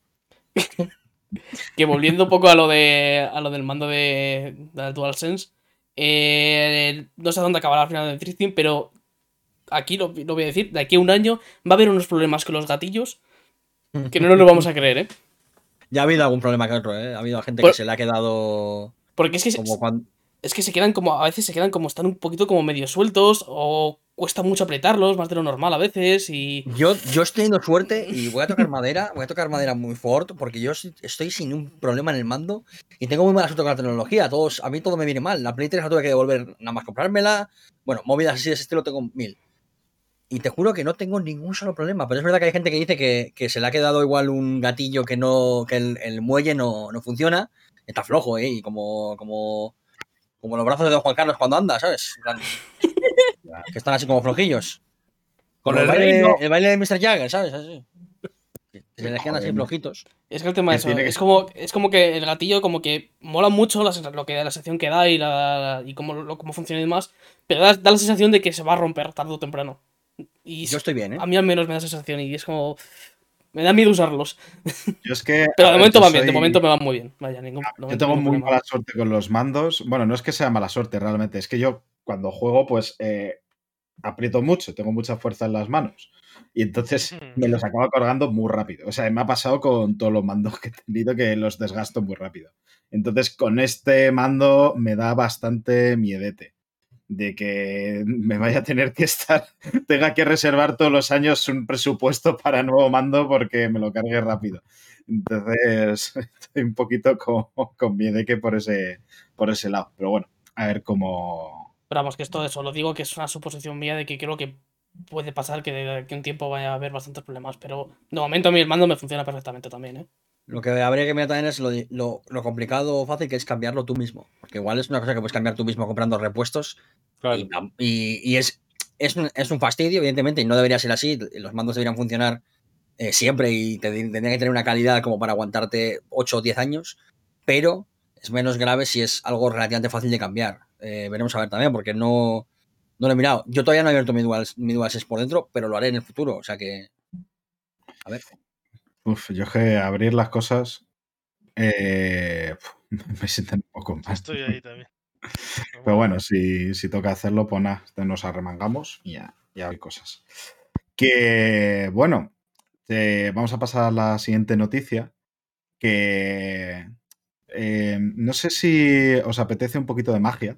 Que volviendo un poco a lo de a lo del mando de, de DualSense, eh, no sé dónde acabará al final del drifting, pero aquí lo, lo voy a decir, de aquí a un año va a haber unos problemas con los gatillos que no nos lo vamos a creer, ¿eh? Ya ha habido algún problema que otro, ¿eh? Ha habido gente Por- que se le ha quedado Porque es que, como cuando... es que se quedan como, a veces se quedan como, están un poquito como medio sueltos o cuesta mucho apretarlos, más de lo normal a veces y... Yo, yo estoy teniendo suerte y voy a tocar madera, voy a tocar madera muy fuerte porque yo sí- estoy sin un problema en el mando y tengo muy mala suerte con la tecnología. Todos, a mí todo me viene mal. La Play tres la tuve que devolver nada más comprármela. Bueno, movidas así de ese estilo tengo mil. Y te juro que no tengo ningún solo problema. Pero es verdad que hay gente que dice que, que se le ha quedado igual un gatillo que no, que el, el muelle no, no funciona. Está flojo, ¿eh? Y como, como, como los brazos de Don Juan Carlos cuando anda, ¿sabes? En plan, que están así como flojillos. Con Como el el baile, reino. el baile de mister Jagger, ¿sabes? Así. Que se le quedan así Joder. flojitos. Es que el tema de Que eso, tiene que es ser- como, es como que el gatillo como que mola mucho la, sens- lo que, la sensación que da y, la, y cómo, lo, cómo funciona y demás, pero da, da la sensación de que se va a romper tarde o temprano. Y Yo estoy bien, ¿eh? a mí al menos me da esa sensación y es como... Me da miedo usarlos. Yo es que. Pero a de ver, momento yo van bien, de soy- momento me van muy bien. Vaya, ningún, de Yo momento tengo ningún muy problema. mala suerte con los mandos. Bueno, no es que sea mala suerte realmente, es que yo cuando juego, pues eh, aprieto mucho, tengo mucha fuerza en las manos. Y entonces me los acabo cargando muy rápido. O sea, me ha pasado con todos los mandos que he tenido que los desgasto muy rápido. Entonces, con este mando me da bastante miedete de que me vaya a tener que estar, tenga que reservar todos los años un presupuesto para nuevo mando porque me lo cargue rápido. Entonces, estoy un poquito con, con miedeque por ese, por ese lado. Pero bueno, a ver cómo. Pero vamos, que esto eso, lo digo que es una suposición mía de que creo que puede pasar que de aquí a un tiempo vaya a haber bastantes problemas. Pero de momento a mí el mando me funciona perfectamente también, ¿eh? Lo que habría que mirar también es lo, lo, lo complicado o fácil que es cambiarlo tú mismo. Porque igual es una cosa que puedes cambiar tú mismo comprando repuestos. Claro. Y, y- y es, es, un, es un fastidio, evidentemente, y no debería ser así. Los mandos deberían funcionar eh, siempre y te- tendrían que tener una calidad como para aguantarte ocho o diez años. Pero es menos grave si es algo relativamente fácil de cambiar. Eh, veremos a ver también, porque no, no lo he mirado. Yo todavía no he abierto mi, Dual, mi DualSense por dentro, pero lo haré en el futuro. O sea que. A ver. Uf, yo es que abrir las cosas eh, me sienten un poco mal. Estoy ahí también. Pero bueno, si, si toca hacerlo, pues nada, nos arremangamos y ya, ya hay cosas. Que bueno, eh, vamos a pasar a la siguiente noticia. Que eh, no sé si os apetece un poquito de magia.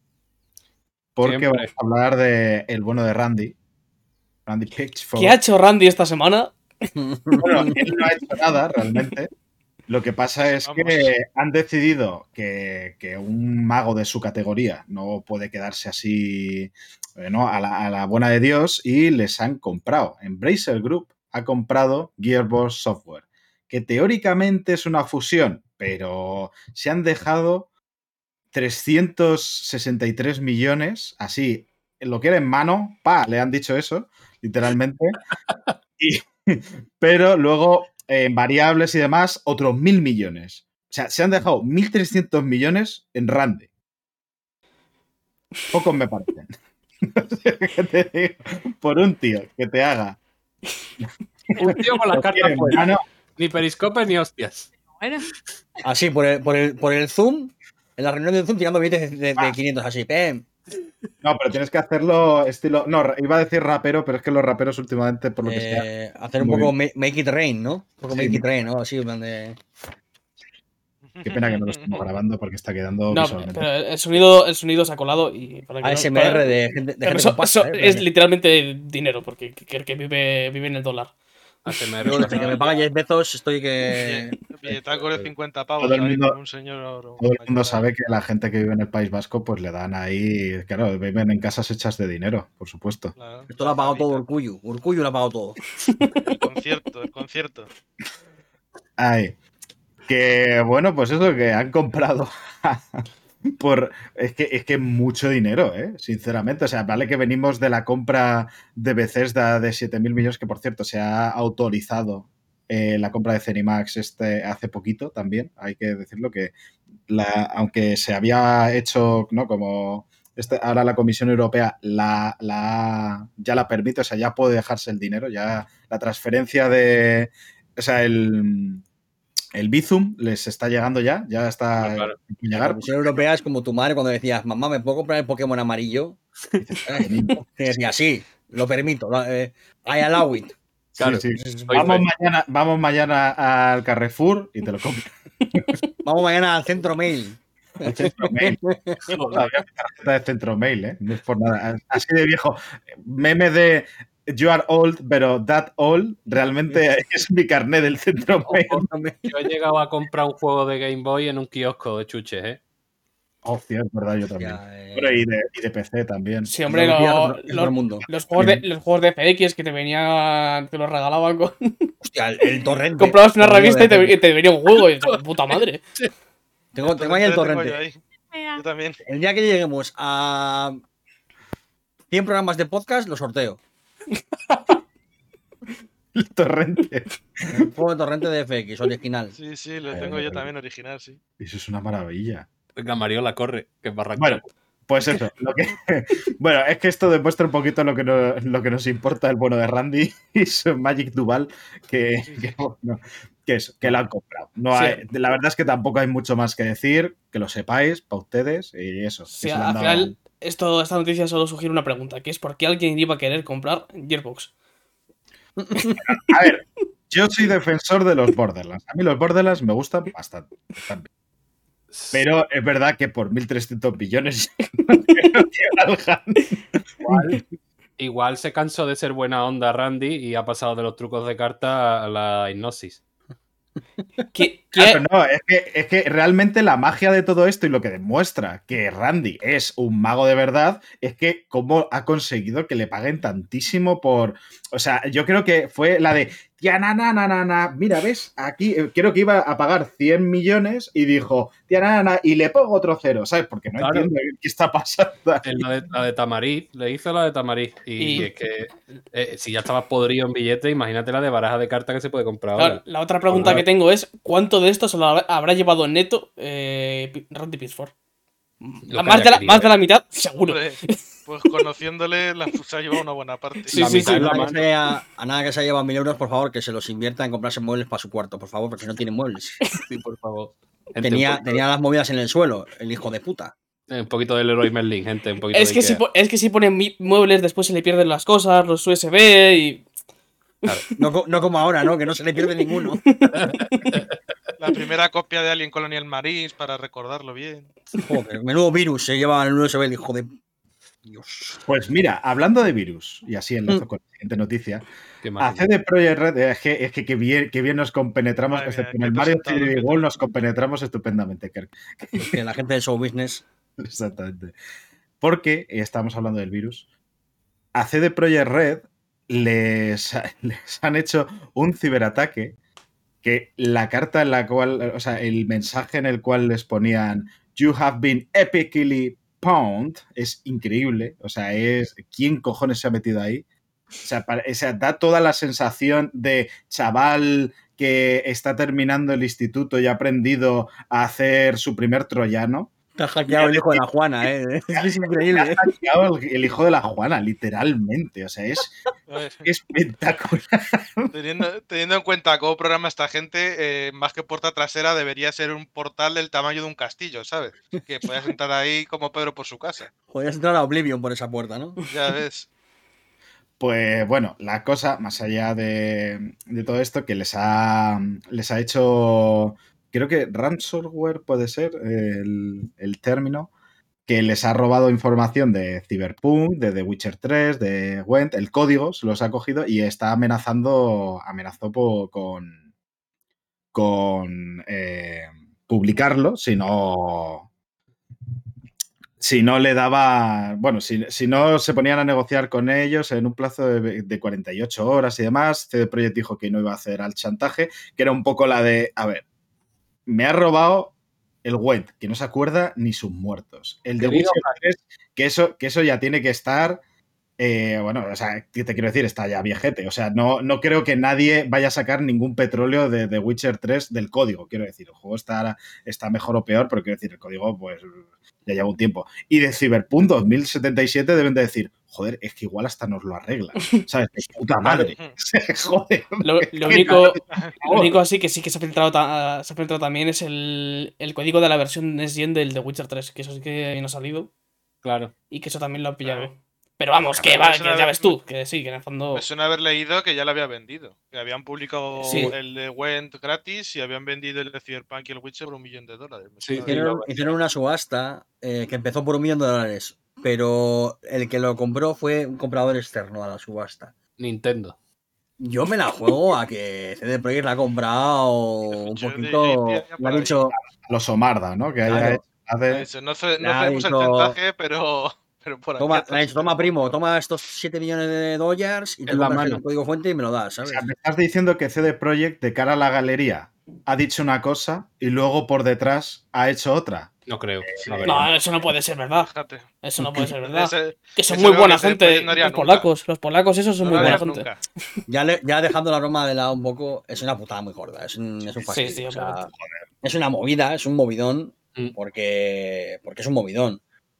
Porque Siempre. vamos a hablar de el bueno de Randy. Randy Pitchford. ¿Qué ha hecho Randy esta semana? Bueno, él no ha hecho nada realmente. Lo que pasa es Vamos. que han decidido que, que un mago de su categoría no puede quedarse así eh, ¿no? a, la, a la buena de Dios y les han comprado. Embracer Group ha comprado Gearbox Software, que teóricamente es una fusión, pero se han dejado trescientos sesenta y tres millones, así, lo que era en mano, pa, le han dicho eso, literalmente. Y, pero luego, eh, en variables y demás, otros mil millones. O sea, se han dejado mil trescientos millones en Randy. Pocos me parecen. No sé qué te digo. Por un tío que te haga. Un tío con las lo cartas quiere en fuera. mano, Ni periscopes ni hostias. Bueno, Así, por el, por el, por el Zoom, En la reunión de Zoom tirando billetes de, de, de quinientos así. ¡Pem! No, pero tienes que hacerlo estilo. No, iba a decir rapero, pero es que los raperos últimamente, por lo que sea. Eh, hacer un poco make, make it rain, ¿no? Un poco Sí, make it ¿no? rain, ¿no? Así, en plan de. Qué pena que no lo estemos grabando porque está quedando No, visualmente. pero el sonido, el sonido se ha colado y para que A no- S M R para- de gente, de pero gente eso, con pasta, eso ¿eh? es literalmente dinero, porque que, que vive, vive en el dólar. A S M R. Yo, desde que me paga Jeff Bezos, estoy que. Bille- Billetacos de cincuenta pavos Todo el ahí mundo- con un señor. Todo el mundo mayor sabe ahí. que la gente que vive en el País Vasco, pues le dan ahí. Claro, viven en casas hechas de dinero, por supuesto. Claro, Esto lo ha pagado todo Javita. Urcuyu. Urcuyu lo ha pagado todo. El concierto, el concierto. Ay. Que bueno, pues eso que han comprado. Por, es que es que mucho dinero, ¿eh? Sinceramente. O sea, vale que venimos de la compra de Bethesda de siete mil millones, que por cierto se ha autorizado eh, la compra de Zenimax este, hace poquito también. Hay que decirlo que la, aunque se había hecho, ¿no? Como este, ahora la Comisión Europea la, la, ya la permite, o sea, ya puede dejarse el dinero, ya la transferencia de. O sea, el. El Bizum les está llegando ya, ya está Ah, claro. por La llegar. Comisión Europea es como tu madre cuando decías, mamá, ¿me puedo comprar el Pokémon amarillo? Y dices, "Eh", y decía, sí, lo permito. lo- eh, I allow it. Claro. Sí, sí. Soy Vamos, fe. mañana, vamos mañana al Carrefour y te lo compro. Vamos mañana al centro mail. El Centro Mail. Todavía mi tarjeta de Centro Mail, ¿eh? No es por nada. Así de viejo. Meme de You are old, pero that old realmente es mi carnet del Centro Mail. Yo he llegado a comprar un juego de Game Boy en un kiosco de chuches, ¿eh? Hostia, es verdad, yo también. Ya, eh, Bueno, y, de, y de P C también. Sí, hombre, Tecnología lo- hace- hace todo los, el mundo. los juegos de, los juegos de F X que te venían, te los regalaban con. Hostia, el, el torrente. Comprabas una Lo digo revista y de- te, y te venía un juego y dices, puta madre. Tengo, tengo ahí el Lo tengo torrente. yo ahí. Venga. Yo también. El día que lleguemos a cien programas de podcast, lo sorteo. El torrente. El juego de torrente de F X, original. Sí, sí, lo Ay, tengo ay, yo ay. también original, sí. Eso es una maravilla. Venga, Mariola, corre, que es barranco. Bueno, pues eso. Lo que, bueno, es que esto demuestra un poquito lo que, no- lo que nos importa el bueno de Randy y su Magic Duval, que, que, bueno, que, es, que lo han comprado. No Sí. hay- la verdad es que tampoco hay mucho más que decir, que lo sepáis para ustedes y eso. que Sí, se lo han al dado- final, esto, esta noticia solo sugiere una pregunta, que es ¿por qué alguien iba a querer comprar Gearbox? A ver, yo soy defensor de los Borderlands. A mí los Borderlands me gustan bastante. están bien. Pero es verdad que por mil trescientos billones no creo que valgan. Igual, igual se cansó de ser buena onda Randy y ha pasado de los trucos de carta a la hipnosis. ¿Qué, qué- Claro, no, es que, es que realmente la magia de todo esto y lo que demuestra que Randy es un mago de verdad es que cómo ha conseguido que le paguen tantísimo por... O sea, yo creo que fue la de... Tía, na, na, na, na, na, mira, ¿ves? Aquí eh, creo que iba a pagar cien millones y dijo, tía, na, na, na, y le pongo otro cero, ¿sabes? Porque no Claro. entiendo qué está pasando. En la, de, la de Tamariz, le hizo la de Tamariz. Y, Y- es que eh, si ya estaba podrido en billete, imagínate la de baraja de carta que se puede comprar Claro, ahora. la otra pregunta Claro. que tengo es ¿cuánto de esto se lo habrá- habrá llevado neto eh, Pi- Randy Pitchford? Lo que Más haya de, la, querido, más de eh. la mitad, seguro. Hombre, pues conociéndole, la, se ha llevado una buena parte. Sí, La sí, mitad sí. en la A nada, mano. que se haya, a nada que se haya llevado mil euros, por favor, que se los invierta en comprarse muebles para su cuarto, por favor, porque si no tiene muebles. Sí, por favor. Gente, Tenía, un, poquito, tenía las movidas en el suelo, el hijo de puta. un poquito del Leroy Merlin, gente. Un poquito Es de que, si, Ikea. po- es que si ponen mi- muebles después se le pierden las cosas, los U S B y... No, co- no como ahora, ¿no? Que no se le pierde ninguno. La primera copia de Alien Colonial Marines para recordarlo bien. Joder, menudo virus se lleva en el U S B, el hijo de. Dios. Pues mira, hablando de virus, y así enlazo con la siguiente noticia, Qué a máquina. C D Projekt Red, eh, es que, es que, que bien, que bien nos compenetramos, Madre excepto mía, en el qué Mario presentador, tres D qué World tal. nos compenetramos estupendamente, Kirk. Que la gente del show business. Exactamente. Porque eh, estamos hablando del virus. A C D Projekt Red les, les han hecho un ciberataque que la carta en la cual, o sea, el mensaje en el cual les ponían You have been epically pwned es increíble. O sea, es ¿quién cojones se ha metido ahí? O sea, para- o sea, da toda la sensación de chaval que está terminando el instituto y ha aprendido a hacer su primer troyano. Te ha hackeado el hijo de la Juana, ¿eh? Es que es increíble. Ha hackeado el, el hijo de la Juana, literalmente. O sea, es A ver, espectacular. Teniendo, teniendo en cuenta cómo programa esta gente, eh, más que puerta trasera debería ser un portal del tamaño de un castillo, ¿sabes? Que puedas entrar ahí como Pedro por su casa. Podrías entrar a Oblivion por esa puerta, ¿no? Ya ves. Pues bueno, la cosa, más allá de, de todo esto, que les ha, les ha hecho, creo que ransomware puede ser el, el término, que les ha robado información de Cyberpunk, de The Witcher tres, de Gwent, el código se los ha cogido y está amenazando, amenazó po- con, con eh, publicarlo si no, si no le daba, bueno, si, si no se ponían a negociar con ellos en un plazo de, de cuarenta y ocho horas y demás. C D Projekt dijo que no iba a hacer al chantaje, que era un poco la de, a ver, me ha robado el Gwent, que no se acuerda ni sus muertos. El de Querido Witcher tres, que eso, que eso ya tiene que estar, eh, bueno, o sea, ¿qué te quiero decir? Está ya viejete. O sea, no, no creo que nadie vaya a sacar ningún petróleo de The Witcher tres del código. Quiero decir, el juego está, está mejor o peor, pero quiero decir, el código, pues, ya lleva un tiempo. Y de Cyberpunk dos mil setenta y siete deben de decir, joder, es que igual hasta nos lo arreglan. ¿Sabes? De puta madre. Joder. Lo, lo único, lo único así que sí que se ha filtrado, ta- se ha filtrado también es el, el código de la versión Next Gen del The Witcher tres, que eso sí que no ha salido Claro. y que eso también lo han pillado. Claro. Pero vamos, que, Me va, que suena ya haber- ves tú, que sí, que en el fondo... Me suena haber leído que ya lo había vendido. Que habían publicado Sí. el de Went gratis y habían vendido el de Cyberpunk y el Witcher por un millón de dólares. Me Sí, suena sí, haber- Hicieron, hicieron una subasta eh, que empezó por un millón de dólares, pero el que lo compró fue un comprador externo a la subasta. Nintendo. Yo me la juego a que C D Projekt la ha comprado un Yo de poquito. J P Le por ha ahí. dicho, Los Omarda, ¿no? Que haya Claro. hecho- hace- Eso, no, ce- Le no ha cedemos el dicho- chantaje, pero, pero por aquí. toma, atrás le ha dicho, sí toma tenemos primo, algo". toma estos siete millones de dólares y En te la compras mano. el código fuente y me lo das, O ¿sabes? sea, me estás diciendo que C D Projekt, de cara a la galería, ha dicho una cosa y luego por detrás ha hecho otra. No creo. No, No, verdad. eso no puede ser verdad. Fíjate. Eso no puede ser verdad. Ese- Que son eso muy es algo buena que C D gente, Projekt no haría los nunca. polacos. Los polacos, esos son No muy lo buena harían gente. nunca. Ya, le- ya dejando la broma de lado un poco, es una putada muy gorda, es un, es un Sí, fastidio. sí, o sea, obviamente. es una movida, es un movidón, Mm. porque, porque es un movidón.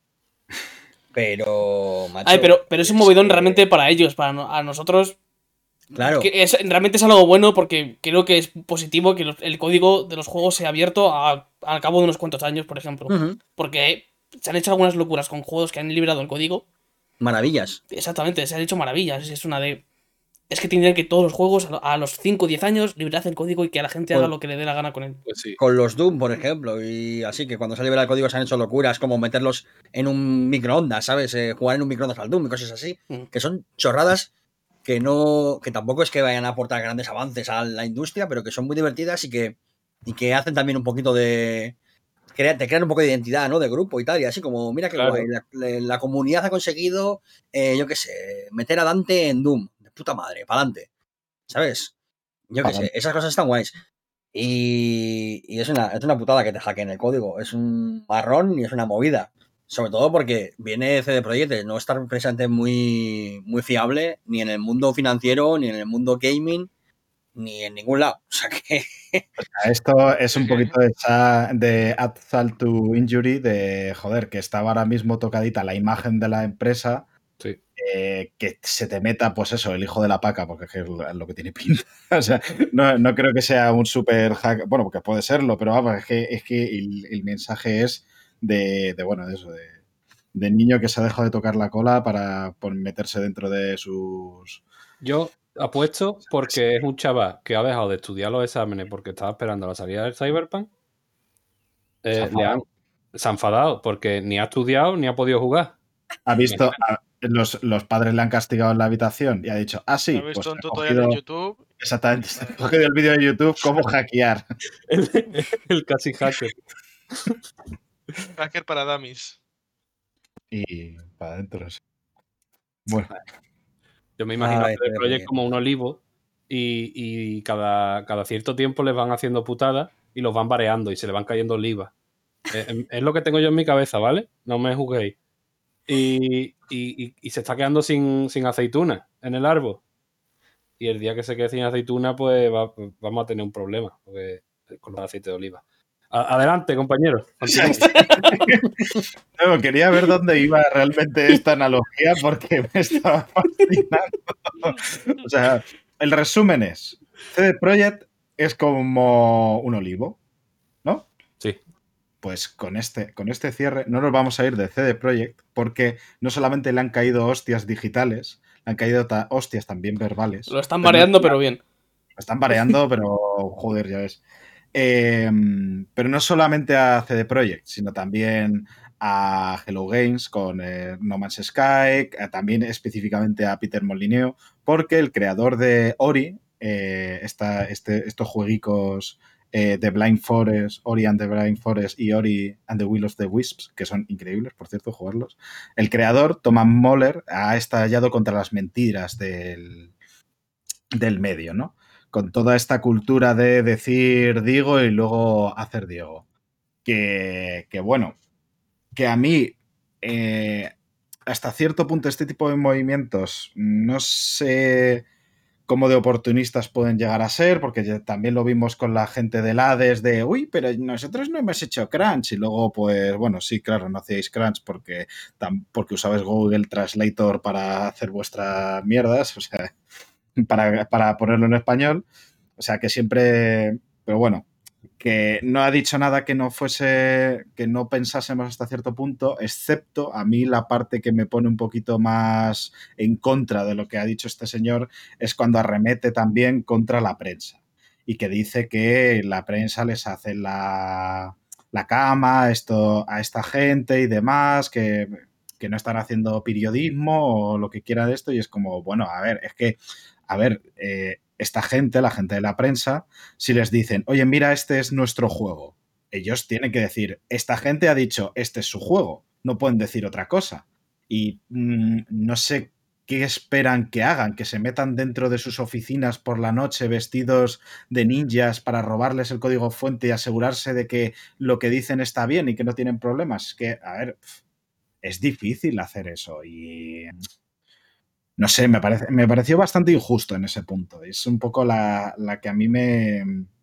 Pero, macho, Ay, pero, pero es un es movidón que- realmente para ellos, para no- a nosotros. Claro, Que es, realmente es algo bueno porque creo que es positivo que los- el código de los juegos sea abierto a- al cabo de unos cuantos años, por ejemplo. ujú, Porque se han hecho algunas locuras con juegos que han liberado el código. maravillas. Exactamente, se han hecho maravillas. Es una de. Es que tendrían que todos los juegos a lo- a los cinco o diez años liberar el código y que la gente haga Pues- lo que le dé la gana con él. Pues sí. Con los Doom, por ejemplo, y así que cuando se libera el código se han hecho locuras como meterlos en un microondas, ¿sabes? Eh, jugar en un microondas al Doom y cosas así, Mm. que son chorradas que no, que tampoco es que vayan a aportar grandes avances a la industria, pero que son muy divertidas y que, y que hacen también un poquito de, crea- te crean un poco de identidad, ¿no? De grupo y tal, y así como, mira qué Claro. guay, la, la- la comunidad ha conseguido, eh, yo qué sé, meter a Dante en Doom, de puta madre, pa'lante, ¿sabes? Yo qué sé, Pa'lante. esas cosas están guays. Y, y es, una, es una putada que te hackeen el código. Es un marrón y es una movida. Sobre todo porque viene C D Projekt de no estar precisamente muy, muy fiable ni en el mundo financiero, ni en el mundo gaming, ni en ningún lado. O sea que. Esto es un Sí. poquito de, esa- de Assault to Injury, de joder, que estaba ahora mismo tocadita la imagen de la empresa, Sí. eh, que se te meta, pues eso, el hijo de la paca, porque es que es lo que tiene pinta. O sea, no, no creo que sea un super hack, bueno, porque puede serlo, pero vamos, es que, es que el, el mensaje es de, de, bueno, de eso, de, de niño que se ha dejado de tocar la cola para por meterse dentro de sus... Yo apuesto porque es un chaval que ha dejado de estudiar los exámenes porque estaba esperando la salida del Cyberpunk. Eh, Se ha le enfadado. han, se ha enfadado porque ni ha estudiado ni ha podido jugar. Ha visto, a- los, los padres le han castigado en la habitación y ha dicho, ah, sí, He pues visto un he tutorial cogido- en YouTube. exactamente, he cogido el vídeo de YouTube, cómo hackear. El, el casi hacker. Hacker para dummies. Y para adentro. sí. Bueno, Yo me imagino Ay, hacer el qué proyecto bien. como un olivo y, y cada, cada cierto tiempo les van haciendo putadas y los van bareando y se le van cayendo olivas. Es, es lo que tengo yo en mi cabeza, ¿vale? No me juzguéis. Y, y, y- y se está quedando sin, sin aceituna en el árbol. Y el día que se quede sin aceituna, pues va- vamos a tener un problema porque- con el aceite de oliva. A- Adelante, compañero. Continúe. No, quería ver dónde iba realmente esta analogía porque me estaba fascinando. O sea, el resumen es, C D Projekt es como un olivo, ¿no? Sí. Pues con este, con este cierre no nos vamos a ir de C D Projekt porque no solamente le han caído hostias digitales, le han caído ta- hostias también verbales. Lo están Pero no- mareando, pero bien. Lo están variando, pero joder, ya ves. Eh, pero no solamente a C D Projekt, sino también a Hello Games con eh, No Man's Sky, a- también específicamente a Peter Molineux, porque el creador de Ori, eh, esta- este- estos jueguicos eh, de Blind Forest, Ori and the Blind Forest y Ori and the Will of the Wisps, que son increíbles, por cierto, jugarlos. El creador, Thomas Moller, ha estallado contra las mentiras del, del medio, ¿no? Con toda esta cultura de decir digo y luego hacer Diego. Que, que bueno, que a mí, eh, hasta cierto punto, este tipo de movimientos, no sé cómo de oportunistas pueden llegar a ser, porque ya también lo vimos con la gente del Hades de, uy, pero nosotros no hemos hecho crunch, y luego, pues, bueno, sí, claro, no hacíais crunch porque, tam- porque usabais Google Translator para hacer vuestras mierdas, o sea, para, para ponerlo en español. O sea, que siempre... Pero bueno, que no ha dicho nada que no fuese, que no pensásemos hasta cierto punto, excepto a mí la parte que me pone un poquito más en contra de lo que ha dicho este señor es cuando arremete también contra la prensa y que dice que la prensa les hace la, la cama esto, a esta gente y demás, que, que no están haciendo periodismo o lo que quiera de esto y es como, bueno, a ver, es que, a ver, eh, esta gente, la gente de la prensa, si les dicen, oye, mira, este es nuestro juego, ellos tienen que decir, esta gente ha dicho, este es su juego, no pueden decir otra cosa. Y mmm, no sé qué esperan que hagan, que se metan dentro de sus oficinas por la noche vestidos de ninjas para robarles el código fuente y asegurarse de que lo que dicen está bien y que no tienen problemas. Es que, a ver, es difícil hacer eso y... No sé, me, parece, me pareció bastante injusto en ese punto. Es un poco la, la que a mí me,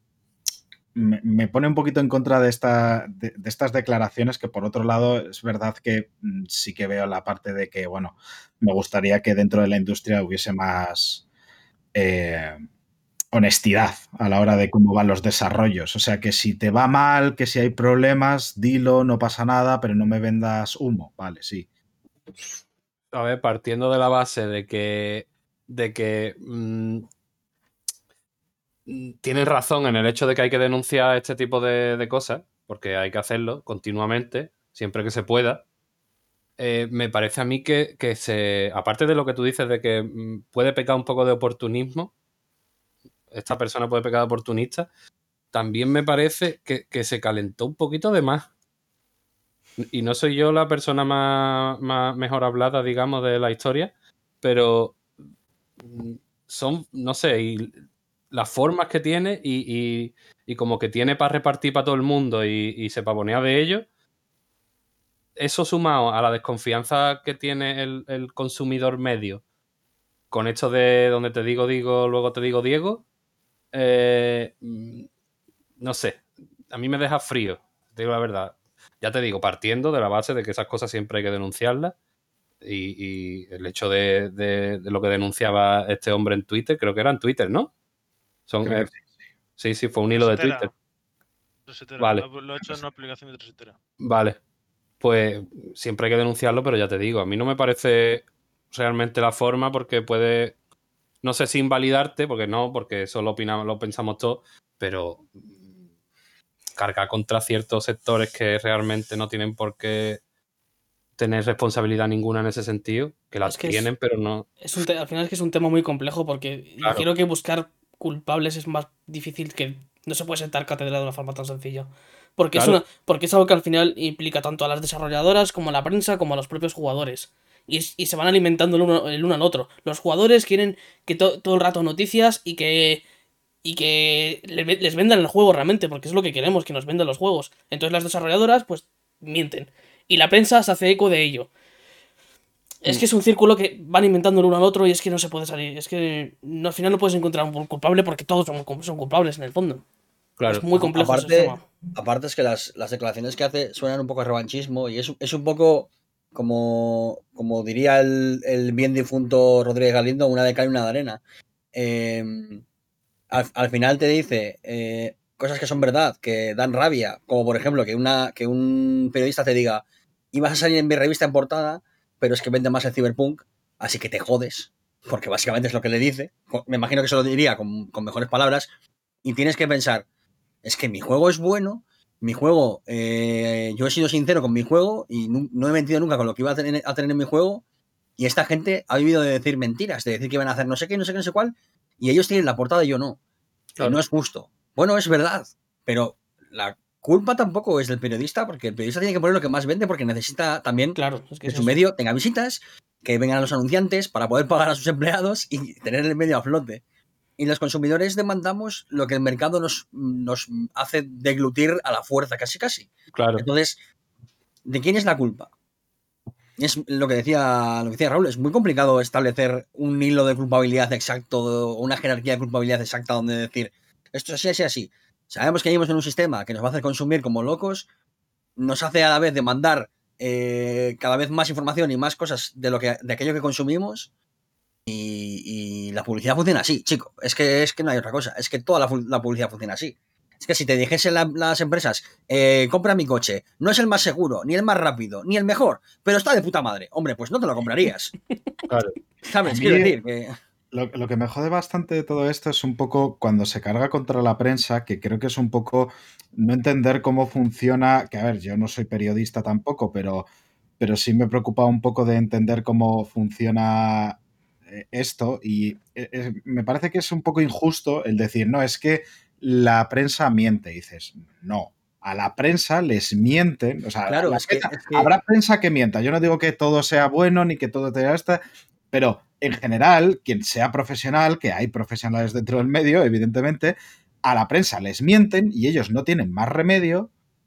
me, me pone un poquito en contra de, esta, de, de estas declaraciones que, por otro lado, es verdad que mm, sí que veo la parte de que, bueno, me gustaría que dentro de la industria hubiese más eh, honestidad a la hora de cómo van los desarrollos. O sea, que si te va mal, que si hay problemas, dilo, no pasa nada, pero no me vendas humo. Vale, sí. A ver, partiendo de la base de que, de que mmm, tienen razón en el hecho de que hay que denunciar este tipo de, de cosas, porque hay que hacerlo continuamente, siempre que se pueda, eh, me parece a mí que, que se, aparte de lo que tú dices de que mmm, puede pecar un poco de oportunismo, esta persona puede pecar de oportunista, también me parece que, que se calentó un poquito de más. Y no soy yo la persona más, más mejor hablada, digamos, de la historia, pero son, no sé, y las formas que tiene y, y, y como que tiene para repartir para todo el mundo y, y se pavonea de ello, eso sumado a la desconfianza que tiene el, el consumidor medio, con esto de donde te digo, digo, luego te digo Diego, eh, no sé, a mí me deja frío, te digo la verdad. Ya te digo, partiendo de la base de que esas cosas siempre hay que denunciarlas y, y el hecho de, de, de lo que denunciaba este hombre en Twitter, creo que era en Twitter, ¿no? Son, Creo eh, que sí. sí, sí, fue un hilo de Resetera. Twitter. Resetera. Vale. Lo, lo he hecho en una aplicación de Resetera. Vale. Pues siempre hay que denunciarlo, pero ya te digo, a mí no me parece realmente la forma porque puede, no sé si invalidarte, porque no, porque eso lo opinamos, lo pensamos todos, pero cargar contra ciertos sectores que realmente no tienen por qué tener responsabilidad ninguna en ese sentido, que la Es que tienen, es, pero no. es un te- al final es que es un tema muy complejo porque Claro. creo que buscar culpables es más difícil, que no se puede sentar cátedra de una forma tan sencilla. Porque, Claro. es una, porque es algo que al final implica tanto a las desarrolladoras como a la prensa como a los propios jugadores. Y, es- y se van alimentando el uno, el uno al otro. Los jugadores quieren que to- todo el rato noticias y que y que le- les vendan el juego realmente, porque es lo que queremos, que nos vendan los juegos. Entonces las desarrolladoras, pues, mienten. Y la prensa se hace eco de ello. Es que es un círculo que van inventando el uno al otro y es que no se puede salir. Es que no, al final no puedes encontrar un culpable porque todos son, son culpables en el fondo. Claro. Es muy complejo ese Aparte, tema. aparte es que las, las declaraciones que hace suenan un poco a revanchismo y es, es un poco como, como diría el, el bien difunto Rodríguez Galindo, una de cal y una de arena. Eh, al, al final te dice eh, cosas que son verdad, que dan rabia, como por ejemplo que, una, que un periodista te diga, ibas a salir en mi revista en portada, pero es que vende más el Cyberpunk, así que te jodes, porque básicamente es lo que le dice. Me imagino que se lo diría con, con mejores palabras, y tienes que pensar, es que mi juego es bueno, mi juego, eh, yo he sido sincero con mi juego y no, no he mentido nunca con lo que iba a tener, a tener en mi juego, y esta gente ha vivido de decir mentiras, de decir que iban a hacer no sé qué, no sé qué, no sé cuál, y ellos tienen la portada y yo no. Claro. Y no es justo. Bueno, es verdad, pero la culpa tampoco es del periodista, porque el periodista tiene que poner lo que más vende porque necesita también Claro, es que que es su eso. medio tenga visitas, que vengan los anunciantes para poder pagar a sus empleados y tener el medio a flote. Y los consumidores demandamos lo que el mercado nos, nos hace deglutir a la fuerza, casi casi. Claro. Entonces, ¿de quién es la culpa? Es lo que decía, lo que decía Raúl, es muy complicado establecer un hilo de culpabilidad exacto, una jerarquía de culpabilidad exacta donde decir, esto es así, así, así. Sabemos que vivimos en un sistema que nos va a hacer consumir como locos, nos hace a la vez demandar eh, cada vez más información y más cosas de, lo que, de aquello que consumimos. Y, y la publicidad funciona así, chico. Es que, es que no hay otra cosa. Es que toda la, la publicidad funciona así. Es que si te dijesen la, las empresas, eh, compra mi coche, no es el más seguro, ni el más rápido, ni el mejor, pero está de puta madre. Hombre, pues no te lo comprarías. Claro. ¿Sabes? A Quiero mí, decir que... Lo, lo que me jode bastante de todo esto es un poco cuando se carga contra la prensa, que creo que es un poco no entender cómo funciona, que a ver, yo no soy periodista tampoco, pero, pero sí me preocupa un poco de entender cómo funciona eh, esto y eh, me parece que es un poco injusto el decir, no, es que la prensa miente, y dices, no. A la prensa les mienten, o sea, Claro, la es que, prensa, es que... habrá prensa que mienta. Yo no digo que todo sea bueno ni que todo tenga esta, pero en general, quien sea profesional, que hay profesionales dentro del medio, evidentemente, a la prensa les mienten y ellos no tienen más remedio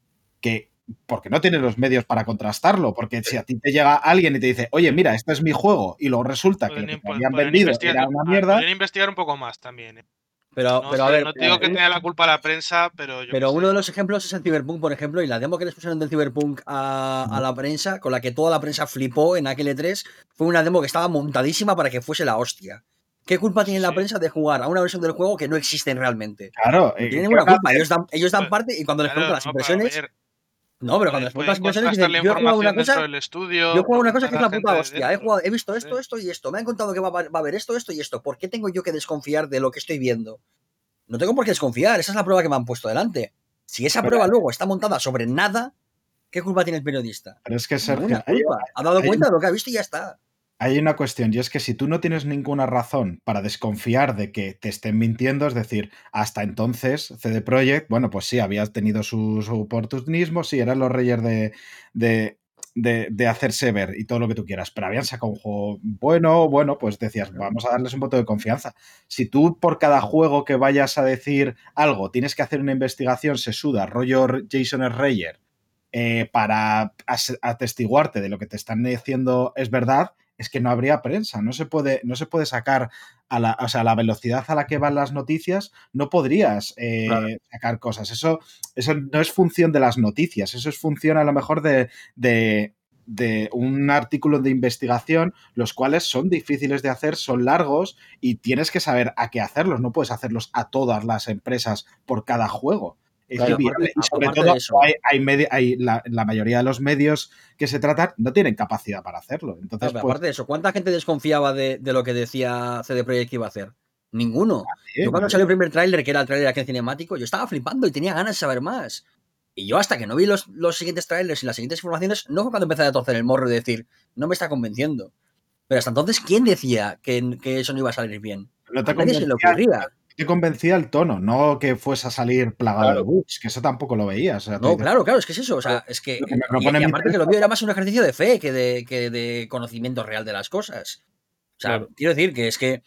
que porque no tienen los medios para contrastarlo, porque si a ti te llega alguien y te dice, oye, mira, este es mi juego, y luego resulta que lo que te habían vendido era una mierda... Podrían investigar un poco más también, ¿eh? Pero, no, pero a te, ver, no te digo que tenga la culpa la prensa, pero yo Pero uno de los ejemplos es el Cyberpunk, por ejemplo, y la demo que les pusieron del Cyberpunk a, a la prensa, con la que toda la prensa flipó en aquel E tres, fue una demo que estaba montadísima para que fuese la hostia. ¿Qué culpa tiene sí. la prensa de jugar a una versión del juego que no existe realmente? Claro. No tienen ninguna culpa, ellos dan, ellos dan parte y cuando les preguntan las impresiones... No, pero cuando les preguntan las impresiones dicen, yo he jugado una cosa, estudio, yo he jugado una cosa que es la puta hostia, he, jugado, he visto sí. esto, esto y esto, me han contado que va, va a haber esto, esto y esto, ¿por qué tengo yo que desconfiar de lo que estoy viendo? No tengo por qué desconfiar, esa es la prueba que me han puesto delante. Si esa pero, prueba luego está montada sobre nada, ¿qué culpa tiene el periodista? Pero es que Sergio, ninguna culpa. Hay, ha dado hay, cuenta de lo que ha visto y ya está. Hay una cuestión, y es que si tú no tienes ninguna razón para desconfiar de que te estén mintiendo, es decir, hasta entonces C D Projekt, bueno, pues sí, había tenido su, su oportunismo, sí, eran los reyes de, de, de, de hacerse ver y todo lo que tú quieras, pero habían sacado un juego bueno, bueno, pues decías, vamos a darles un voto de confianza. Si tú por cada juego que vayas a decir algo tienes que hacer una investigación sesuda, rollo Jason Schreier, eh, para atestiguarte de lo que te están diciendo es verdad, es que no habría prensa, no se puede, no se puede sacar a la, o sea, a la velocidad a la que van las noticias, no podrías eh, claro. sacar cosas. Eso, eso no es función de las noticias, eso es función a lo mejor de, de, de un artículo de investigación, los cuales son difíciles de hacer, son largos y tienes que saber a qué hacerlos, no puedes hacerlos a todas las empresas por cada juego. Es claro, inviable. Y sobre todo, hay, hay media, hay la, la mayoría de los medios que se tratan no tienen capacidad para hacerlo. Entonces, claro, pues, aparte de eso, ¿cuánta gente desconfiaba de, de lo que decía C D Projekt que iba a hacer? Ninguno. Nadie, yo cuando nadie. salió el primer tráiler, que era el tráiler aquel cinemático, yo estaba flipando y tenía ganas de saber más. Y yo hasta que no vi los, los siguientes trailers y las siguientes informaciones, no fue cuando empecé a torcer el morro y decir, no me está convenciendo. Pero hasta entonces, ¿quién decía que, que eso no iba a salir bien? No te a nadie se le ocurría. Te convencía el tono, no que fuese a salir plagado claro. de bugs, que eso tampoco lo veías. O sea, no, dices, claro, claro, es que es eso. O sea, es que. que y, y aparte que lo vio era más un ejercicio de fe que de, que de conocimiento real de las cosas. O sea, claro. quiero decir que es que.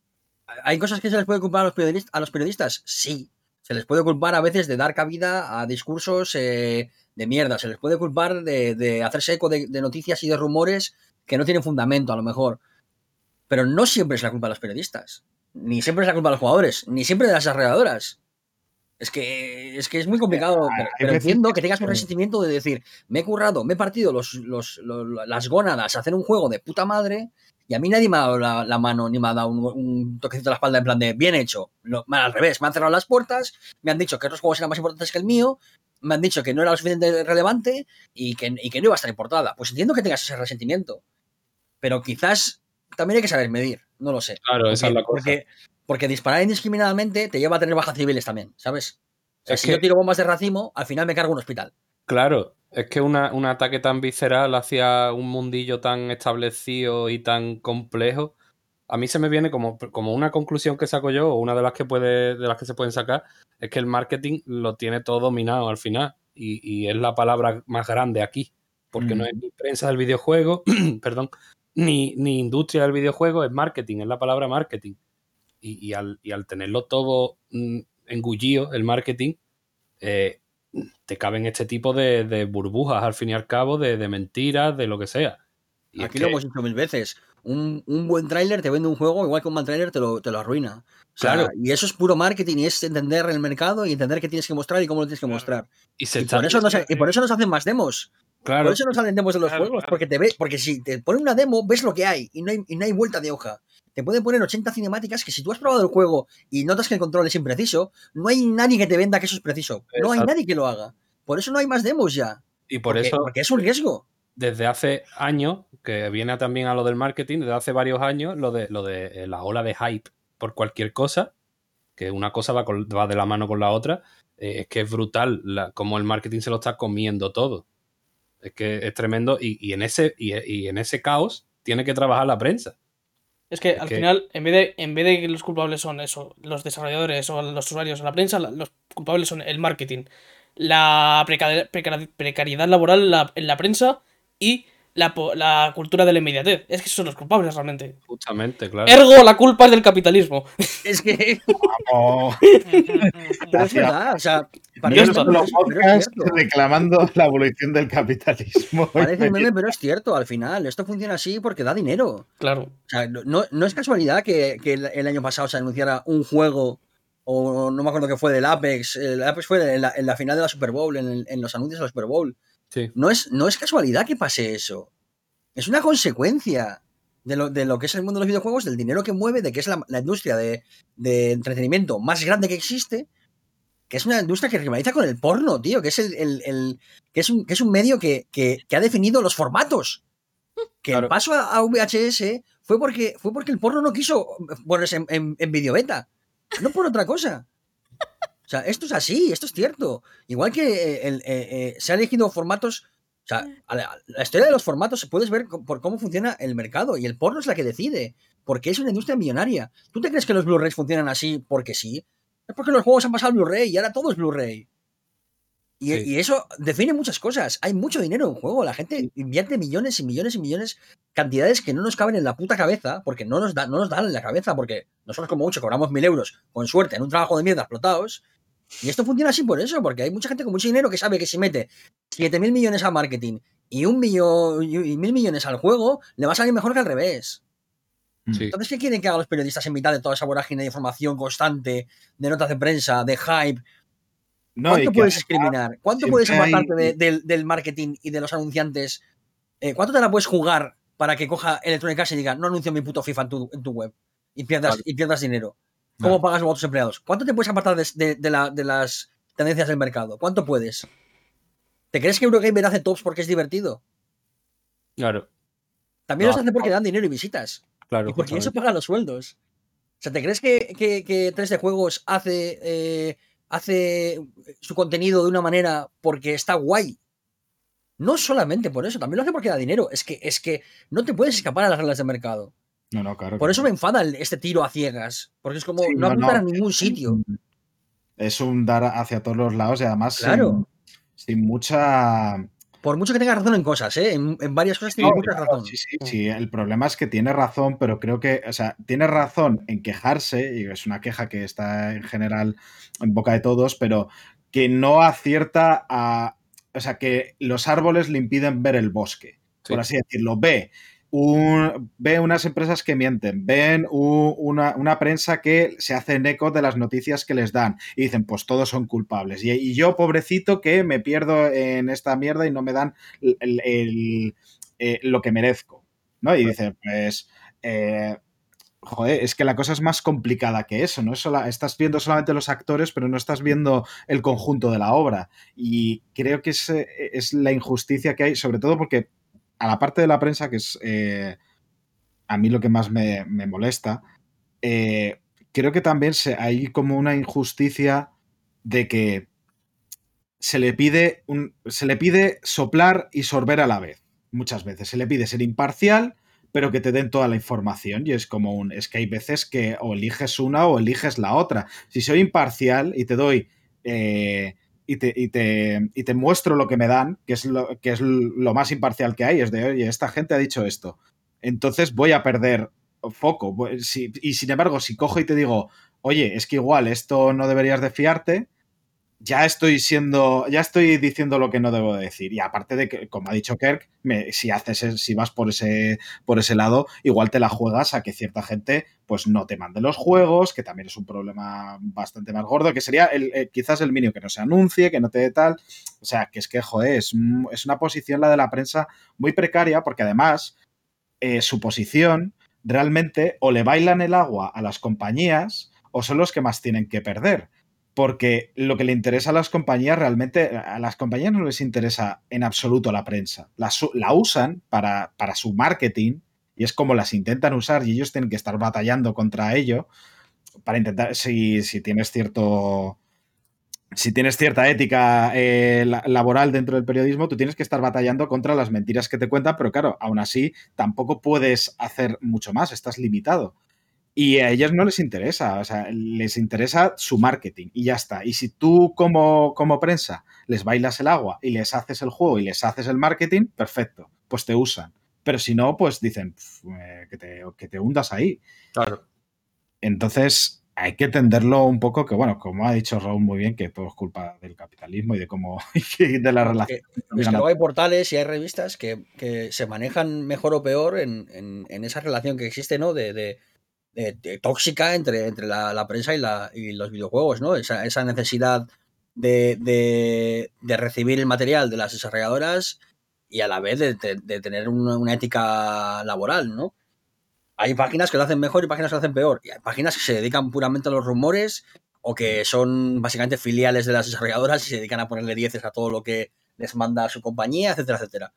¿Hay cosas que se les puede culpar a los periodistas? A los periodistas? Sí. Se les puede culpar a veces de dar cabida a discursos eh, de mierda. Se les puede culpar de, de hacerse eco de, de noticias y de rumores que no tienen fundamento, a lo mejor. Pero no siempre es la culpa de los periodistas. Ni siempre es la culpa de los jugadores, ni siempre de las desarrolladoras. Es que, es que es muy complicado, Hay pero, pero veces entiendo que- que tengas un resentimiento de decir, me he currado, me he partido los, los, los- las gónadas a hacer un juego de puta madre y a mí nadie me ha dado la, la mano ni me ha dado un, un toquecito a la espalda en plan de bien hecho. No, al revés, me han cerrado las puertas, me han dicho que otros juegos eran más importantes que el mío, me han dicho que no era lo suficientemente relevante y que, y que no iba a estar importada. Pues entiendo que tengas ese resentimiento, pero quizás también hay que saber medir, no lo sé. Claro, Porque, esa es la cosa. Porque, porque disparar indiscriminadamente te lleva a tener bajas civiles también, ¿sabes? O sea, Es si que- yo tiro bombas de racimo, al final me cargo un hospital. Claro, es que una- un ataque tan visceral hacia un mundillo tan establecido y tan complejo, a mí se me viene como, como una conclusión que saco yo, o una de las que puede, de las que se pueden sacar, es que el marketing lo tiene todo dominado al final. Y, y es la palabra más grande aquí. Porque no es ni prensa del videojuego, perdón, ni, ni industria del videojuego, es marketing, es la palabra marketing. Y, y al, y al tenerlo todo mm, engullido, el marketing, eh, te caben este tipo de, de burbujas, al fin y al cabo, de, de mentiras, de lo que sea. Y Aquí es lo que, hemos dicho mil veces. Un, un buen tráiler te vende un juego, igual que un mal tráiler te lo, te lo arruina. O sea, Claro. y eso es puro marketing y es entender el mercado y entender qué tienes que mostrar y cómo lo tienes que Claro. mostrar. y se Y está, por, eso sí, nos, sí, y por eso nos hacen más demos. claro, Por eso no salen demos de los Claro, juegos, claro. porque te ve, porque si te ponen una demo, ves lo que hay y no hay, y no hay vuelta de hoja. Te pueden poner ochenta cinemáticas que si tú has probado el juego y notas que el control es impreciso, no hay nadie que te venda que eso es preciso. No hay Exacto. nadie que lo haga. Por eso no hay más demos ya. y por Porque, eso, porque es un riesgo. desde hace años, que viene también a lo del marketing, desde hace varios años, lo de, lo de eh, la ola de hype por cualquier cosa, que una cosa va, con- va de la mano con la otra, eh, es que es brutal la, como el marketing se lo está comiendo todo. Es que es tremendo y, y en ese, y, y en ese caos tiene que trabajar la prensa. Es que Es al que- final, en vez, de, en vez de que los culpables son eso, los desarrolladores o los usuarios o la prensa, la- los culpables son el marketing, la preca- preca- precariedad laboral en la, en la prensa y la, po- la cultura de la inmediatez. Es que esos son los culpables realmente. Justamente, claro. Ergo, la culpa es del capitalismo. Es que. Vamos. Pero es Hacia- verdad, o sea. Yo Parece esto, meme, solo pero es- pero es podcast cierto. reclamando la evolución del capitalismo. Parece meme, pero es cierto. Al final, esto funciona así porque da dinero. Claro. O sea, no, no- no es casualidad que, que el, el año pasado se anunciara un juego, o no me acuerdo qué fue, del Apex. El Apex fue en la, en la final de la Super Bowl, en, el- en los anuncios de la Super Bowl. Sí. No es, no es casualidad que pase eso. Es una consecuencia de lo, de lo que es el mundo de los videojuegos, del dinero que mueve, de que es la, la industria de, de entretenimiento más grande que existe, que es una industria que rivaliza con el porno, tío, que es, el, el- el- que es, un, que es un medio que, que- que ha definido los formatos. Que Claro. el paso a, a V H S fue porque, fue porque el porno no quiso ponerse en, en, en videobeta, no por otra cosa. O sea, esto es así, esto es cierto. Igual que eh, el- eh, eh, se han elegido formatos. O sea, a la, la historia de los formatos se puedes ver co- por cómo funciona el mercado y el porno es la que decide, porque es una industria millonaria. ¿Tú te crees que los Blu-rays funcionan así porque sí? Es porque los juegos han pasado al Blu-ray y ahora todo es Blu-ray. Y, Sí. y eso define muchas cosas. Hay mucho dinero en juego. La gente invierte millones y millones y millones, cantidades que no nos caben en la puta cabeza, porque no nos, da, no nos dan en la cabeza, porque nosotros como mucho cobramos mil euros, con suerte, en un trabajo de mierda explotados. Y esto funciona así por eso, porque hay mucha gente con mucho dinero que sabe que si mete siete mil millones a marketing y un millón y mil millones al juego, le va a salir mejor que al revés. Sí. Entonces, ¿qué quieren que hagan los periodistas en mitad de toda esa vorágine de información constante, de notas de prensa, de hype? No, ¿Cuánto y que puedes discriminar? ¿Cuánto siempre puedes hay- apartarte de- del, del marketing y de los anunciantes? Eh, ¿Cuánto te la puedes jugar para que coja Electronic Arts y diga no anuncio mi puto FIFA en tu, en tu web y pierdas, Claro. y pierdas dinero? ¿Cómo Claro. pagas luego a tus empleados? ¿Cuánto te puedes apartar de, de- de la- de las tendencias del mercado? ¿Cuánto puedes? ¿Te crees que Eurogamer hace tops porque es divertido? Claro, También No, los hace porque dan dinero y visitas. claro. Y porque eso justamente. paga los sueldos. O sea, ¿te crees que, que, que tres D Juegos hace, eh, hace su contenido de una manera porque está guay? No solamente por eso, también lo hace porque da dinero. Es que, es que no te puedes escapar a las reglas del mercado. No, no, claro. Por que eso no. me enfada el- este tiro a ciegas. Porque es como Sí, no no, apuntar no, a ningún sitio. Es un dar hacia todos los lados y además sin- Claro. sin, mucha. Por mucho que tengas razón en cosas, ¿eh? En, en varias cosas tienes No, mucha claro, razón. sí, sí, sí. El problema es que tiene razón, pero creo que, o sea, tiene razón en quejarse, y es una queja que está en general en boca de todos, pero que no acierta a. O sea, que los árboles le impiden ver el bosque, Sí. por así decirlo. Ve un, ve unas empresas que mienten, ven un, una, una prensa que se hacen eco de las noticias que les dan y dicen, pues todos son culpables. Y, y yo, pobrecito, que me pierdo en esta mierda y no me dan el, el, el, eh, lo que merezco, ¿no? Y dicen, pues... Eh, joder, es que la cosa es más complicada que eso, ¿no? Eso la, estás viendo solamente los actores, pero no estás viendo el conjunto de la obra. Y creo que es, es la injusticia que hay, sobre todo porque a la parte de la prensa, que es eh, a mí lo que más me, me molesta, eh, creo que también se, hay como una injusticia de que se le pide un, se le pide soplar y sorber a la vez. Muchas veces se le pide ser imparcial, pero que te den toda la información. Y es como un... Es que hay veces que o eliges una o eliges la otra. Si soy imparcial y te doy... Eh, y, te, y, te, y te muestro lo que me dan, que es lo, que es lo más imparcial que hay, es de, oye, esta gente ha dicho esto. Entonces voy a perder foco. Si, y sin embargo, si cojo y te digo, oye, es que igual esto no deberías de fiarte, ya estoy siendo, ya estoy diciendo lo que no debo decir. Y aparte de que, como ha dicho Kirk, me, si haces, si vas por ese, por ese lado, igual te la juegas a que cierta gente pues no te mande los juegos, que también es un problema bastante más gordo, que sería el, el, quizás el mínimo, que no se anuncie, que no te dé tal. O sea, que es que, joder, es, es una posición la de la prensa muy precaria, porque además eh, su posición realmente o le bailan el agua a las compañías o son los que más tienen que perder. Porque lo que le interesa a las compañías realmente, a las compañías no les interesa en absoluto la prensa. La, la usan para, para su marketing y es como las intentan usar y ellos tienen que estar batallando contra ello para intentar, si, si tienes cierto... Si tienes cierta ética eh, laboral dentro del periodismo, tú tienes que estar batallando contra las mentiras que te cuentan, pero claro, aún así tampoco puedes hacer mucho más, estás limitado. Y a ellos no les interesa, o sea, les interesa su marketing y ya está. Y si tú como, como prensa les bailas el agua y les haces el juego y les haces el marketing, perfecto, pues te usan. Pero si no, pues dicen eh, que, te, que te hundas ahí. Claro. Entonces hay que entenderlo un poco, que bueno, como ha dicho Raúl muy bien, que todo es culpa del capitalismo y de cómo de la relación. Es que, es que luego hay portales y hay revistas que, que se manejan mejor o peor en, en, en esa relación que existe, ¿no? De... de... De, de tóxica entre, entre la, la prensa y, la, y los videojuegos, ¿no? Esa, esa necesidad de, de, de recibir el material de las desarrolladoras y a la vez de, de, de tener una, una ética laboral, ¿no? Hay páginas que lo hacen mejor y páginas que lo hacen peor. Y hay páginas que se dedican puramente a los rumores o que son básicamente filiales de las desarrolladoras y se dedican a ponerle dieces a todo lo que les manda su compañía, etcétera, etcétera.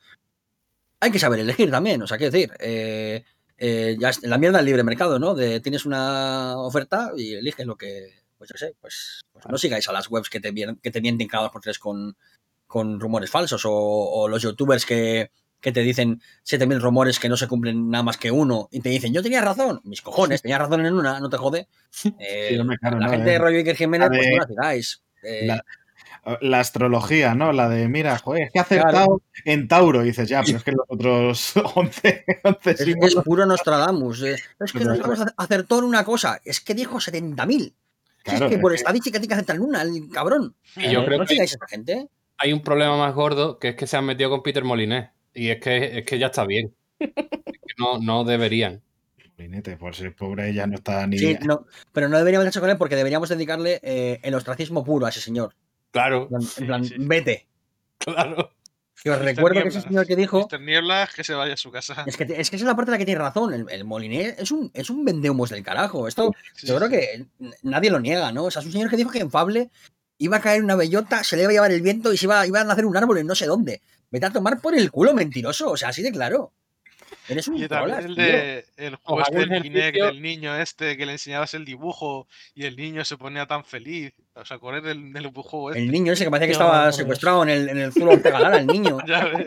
Hay que saber elegir también, o sea, qué decir... Eh, Eh, ya la mierda del libre mercado, ¿no? De, tienes una oferta y eliges lo que, pues yo sé, pues, pues no sigáis a las webs que te, que te mienten cada dos por tres con, con rumores falsos o, o los youtubers que, que te dicen siete mil rumores que no se cumplen nada más que uno y te dicen, yo tenía razón, mis cojones, tenías razón en una, no te jode. Eh, sí, no me claro, la no, gente eh. de rollo Iker Jiménez, de... pues no la sigáis. Eh, la... La astrología, ¿no? La de, mira, joder, es que ha acertado claro. en Tauro. Y dices, ya, pero es que los otros once, once es, es puro Nostradamus. Eh. Es que Nostradamus acertó en una cosa. Es que dijo setenta mil. Claro, es que por estadística tiene que acertar en una, el cabrón. Y yo eh, creo ¿No que sigáis a esa gente? Hay un problema más gordo, que es que se han metido con Peter Molyneux. Y es que, es que ya está bien. Es que no, no deberían. Molinete, por ser pobre ya no está ni... Sí, no, pero no deberíamos hecho con él porque deberíamos dedicarle eh, el ostracismo puro a ese señor. Claro. En plan, sí, sí. vete. Claro. Que os recuerdo Nieblas. Que ese señor que dijo... mister Nieblas, que se vaya a su casa. Es que, es que esa es la parte en la que tiene razón. El, el Molyneux es un, es un vendehumos del carajo. Esto sí, yo sí, creo sí. que nadie lo niega, ¿no? O sea, es un señor que dijo que en Fable iba a caer una bellota, se le iba a llevar el viento y se iba, iba a nacer un árbol en no sé dónde. Vete a tomar por el culo, mentiroso. O sea, así de claro. Eres un y también el, de, el juego este del Kinect del niño este que le enseñabas el dibujo y el niño se ponía tan feliz. O sea, ¿cuál es el, el juego este? El niño ese que parecía que estaba no, secuestrado en el, en el Zulo Ortega Lara, el niño. Ya ves.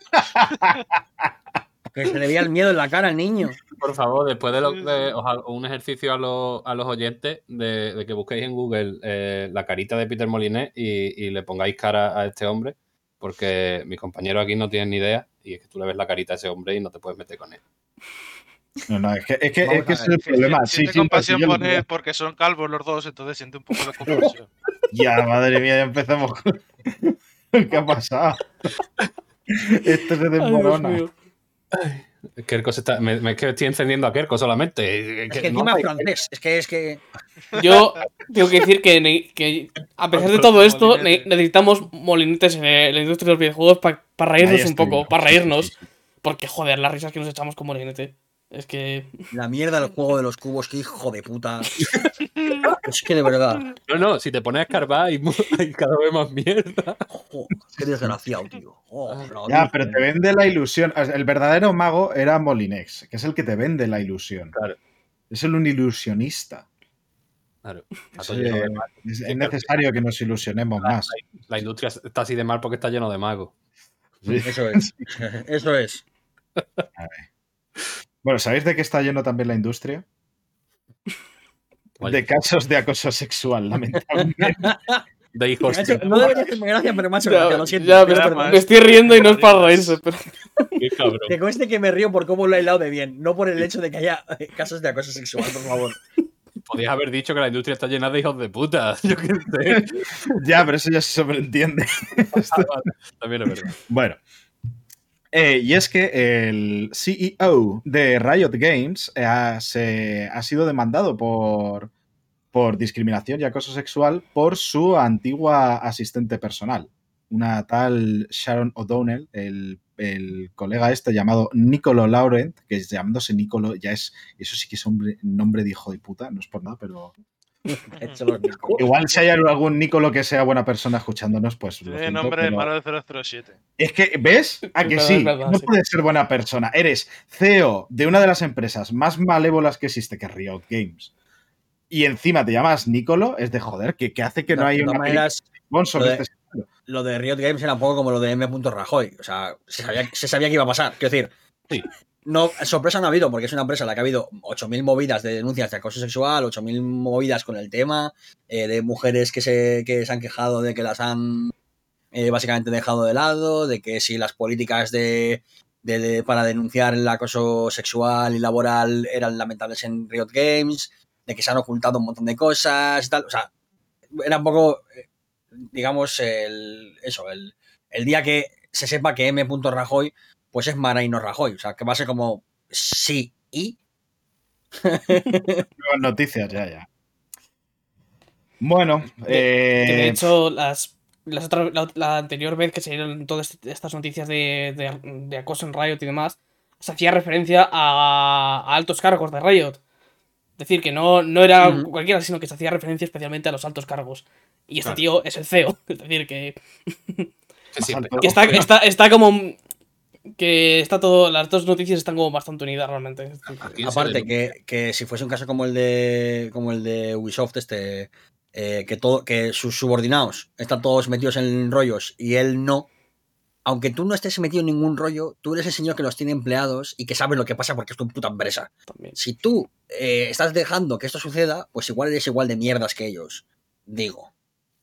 Que se le veía el miedo en la cara al niño. Por favor, después de, lo, de un ejercicio a, lo, a los oyentes de, de que busquéis en Google eh, la carita de Peter Molyneux y, y le pongáis cara a este hombre, porque mis compañeros aquí no tienen ni idea y es que tú le ves la carita a ese hombre y no te puedes meter con él. No, no, es que, es que, es que es el problema. Si, si, sí, sí, compasión sí, por él porque son calvos los dos, entonces siente un poco de compasión. Ya, madre mía, ya empezamos con... ¿Qué ha pasado? Esto se desmorona. Kerko se está. Me, me- es que estoy encendiendo a Kerko solamente. Es que encima es francés. Es que es que. Yo tengo que decir que, ne- que a pesar de todo esto, ne- necesitamos molinetes en eh, la industria de los videojuegos para reírnos Ahí un estoy poco, yo. para Sí, sí, reírnos. sí, sí. Porque, joder, las risas que nos echamos con molinete. Es que. La mierda del juego de los cubos, que hijo de puta. Es que de verdad. No, no, si te pones a escarbar hay, mu- hay cada vez más mierda. Jo, qué desgraciado, tío. Oh, la Ya, Virgen. pero te vende la ilusión. O sea, el verdadero mago era Molinex, que es el que te vende la ilusión. Claro. Es el un ilusionista. Claro. Está Es, todo lleno de eh, magos. es- Sí, es que necesario que nos ilusionemos más. La industria está así de mal porque está lleno de magos. Sí. Eso es. Eso es. Bueno, ¿sabéis de qué está lleno también la industria? Vaya. De casos de acoso sexual, lamentablemente. De hijos. Me ha hecho- no debería hacerme gracia, pero me ha hecho Ya, gracia, lo siento. ya, Es me, verdad. me estoy riendo y no es para reírse, pero. Qué cabrón. Que conste que me río por cómo lo he hilado de bien, no por el hecho de que haya eh, casos de acoso sexual, por favor. Podías haber dicho que la industria está llena de hijos de puta. Yo qué sé. Ya, pero eso ya se sobreentiende. También es verdad. Bueno. Eh, y es que el C E O de Riot Games eh, ha, se, ha sido demandado por, por discriminación y acoso sexual por su antigua asistente personal. Una tal Sharon O'Donnell, el, el colega este llamado Nicolo Laurent, que es llamándose Nicolo, ya es, eso sí que es hombre, nombre de hijo de puta, no es por nada, pero He hecho los Nico. igual si hay algún Nicolo que sea buena persona escuchándonos, pues lo Tiene siento, nombre de pero- malo de cero cero siete. Es que, ¿ves? A Es que verdad, sí, es verdad, no sí. puedes ser buena persona. Eres C E O de una de las empresas más malévolas que existe, que es Riot Games. Y encima te llamas Nicolo, es de joder, que, que hace que no De hay todas una maneras, película sobre lo de- este estilo. Lo de Riot Games era un poco como lo de M. Rajoy. O sea, se sabía, se sabía que iba a pasar. Quiero decir, Sí. no, sorpresa no ha habido, porque es una empresa en la que ha habido ocho mil movidas de denuncias de acoso sexual, ocho mil movidas con el tema, eh, de mujeres que se, que se han quejado de que las han eh, básicamente dejado de lado, de que si las políticas de, de- de- para denunciar el acoso sexual y laboral eran lamentables en Riot Games, de que se han ocultado un montón de cosas y tal. O sea, era un poco, eh, digamos, el, eso, el, el día que se sepa que M. Rajoy pues es Mara y no Rajoy. O sea, que va a ser como sí y. Nuevas noticias, ya, ya. Bueno, De- eh, que de hecho, las, las otras- la, la anterior vez que se dieron todas estas noticias de, de- de acoso en Riot y demás, se hacía referencia a, a altos cargos de Riot. Es decir, que no, no era Ujú. cualquiera, sino que se hacía referencia especialmente a los altos cargos. Y este Claro. tío es el C E O. Es decir, que, Que siempre. alto. que está, está, está como. Que está todo. Las dos noticias están como bastante unidas realmente. Aquí se Aparte, denuncia. que, que si fuese un caso como el de como el de Ubisoft, este, eh, que todo, que sus subordinados están todos metidos en rollos y él no. Aunque tú no estés metido en ningún rollo, tú eres el señor que los tiene empleados y que sabes lo que pasa porque es tu puta empresa. También. Si tú eh, estás dejando que esto suceda, pues igual eres igual de mierdas que ellos. Digo.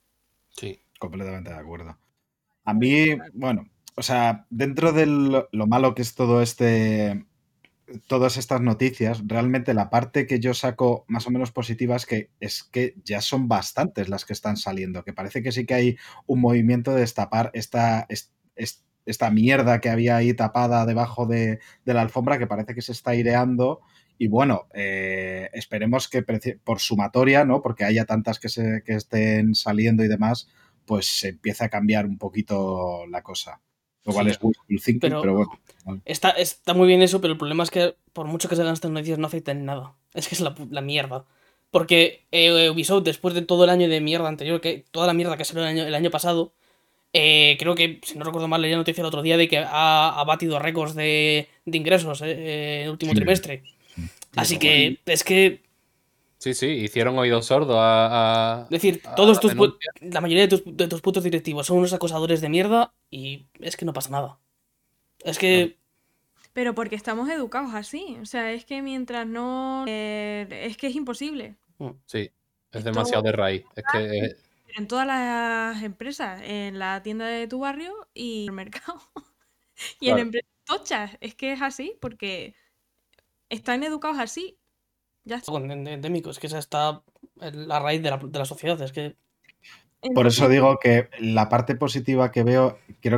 Sí. completamente de acuerdo. A mí, bueno, o sea, dentro de lo, lo malo que es todo este, todas estas noticias, realmente la parte que yo saco más o menos positiva es que, es que ya son bastantes las que están saliendo, que parece que sí que hay un movimiento de destapar esta, es- es- esta mierda que había ahí tapada debajo de, de la alfombra, que parece que se está aireando. Y bueno, eh, esperemos que preci- por sumatoria, ¿no? Porque haya tantas que, se, que estén saliendo y demás, pues se empieza a cambiar un poquito la cosa. Lo cual Sí, es wishful thinking, pero- pero bueno. Está, está muy bien eso, pero el problema es que por mucho que salgan estas noticias no afecta en nada. Es que es la, pu- la mierda. Porque eh, Ubisoft, después de todo el año de mierda anterior, que toda la mierda que salió el año, el año pasado, eh, creo que, si no recuerdo mal, leí la noticia el otro día de que ha, ha batido récords de, de ingresos eh, eh, el último Sí. trimestre. Sí. Así Sí, que es que, Sí, sí, hicieron oídos sordos a. a- es decir, a todos la tus, pu- denuncia. la mayoría de tus, de tus putos directivos son unos acosadores de mierda y es que no pasa nada. Es que... Pero porque estamos educados así. O sea, es que mientras no. eh, es que es imposible. Sí, es Esto- demasiado de raíz. Es que. eh, En todas las empresas, en la tienda de tu barrio y en el mercado. y Claro. en empresas tochas. Es que es así porque están educados así. Ya está. Con endémico, es que esa está en la raíz de la, de la sociedad. Es que Por eso digo que la parte positiva que veo, creo que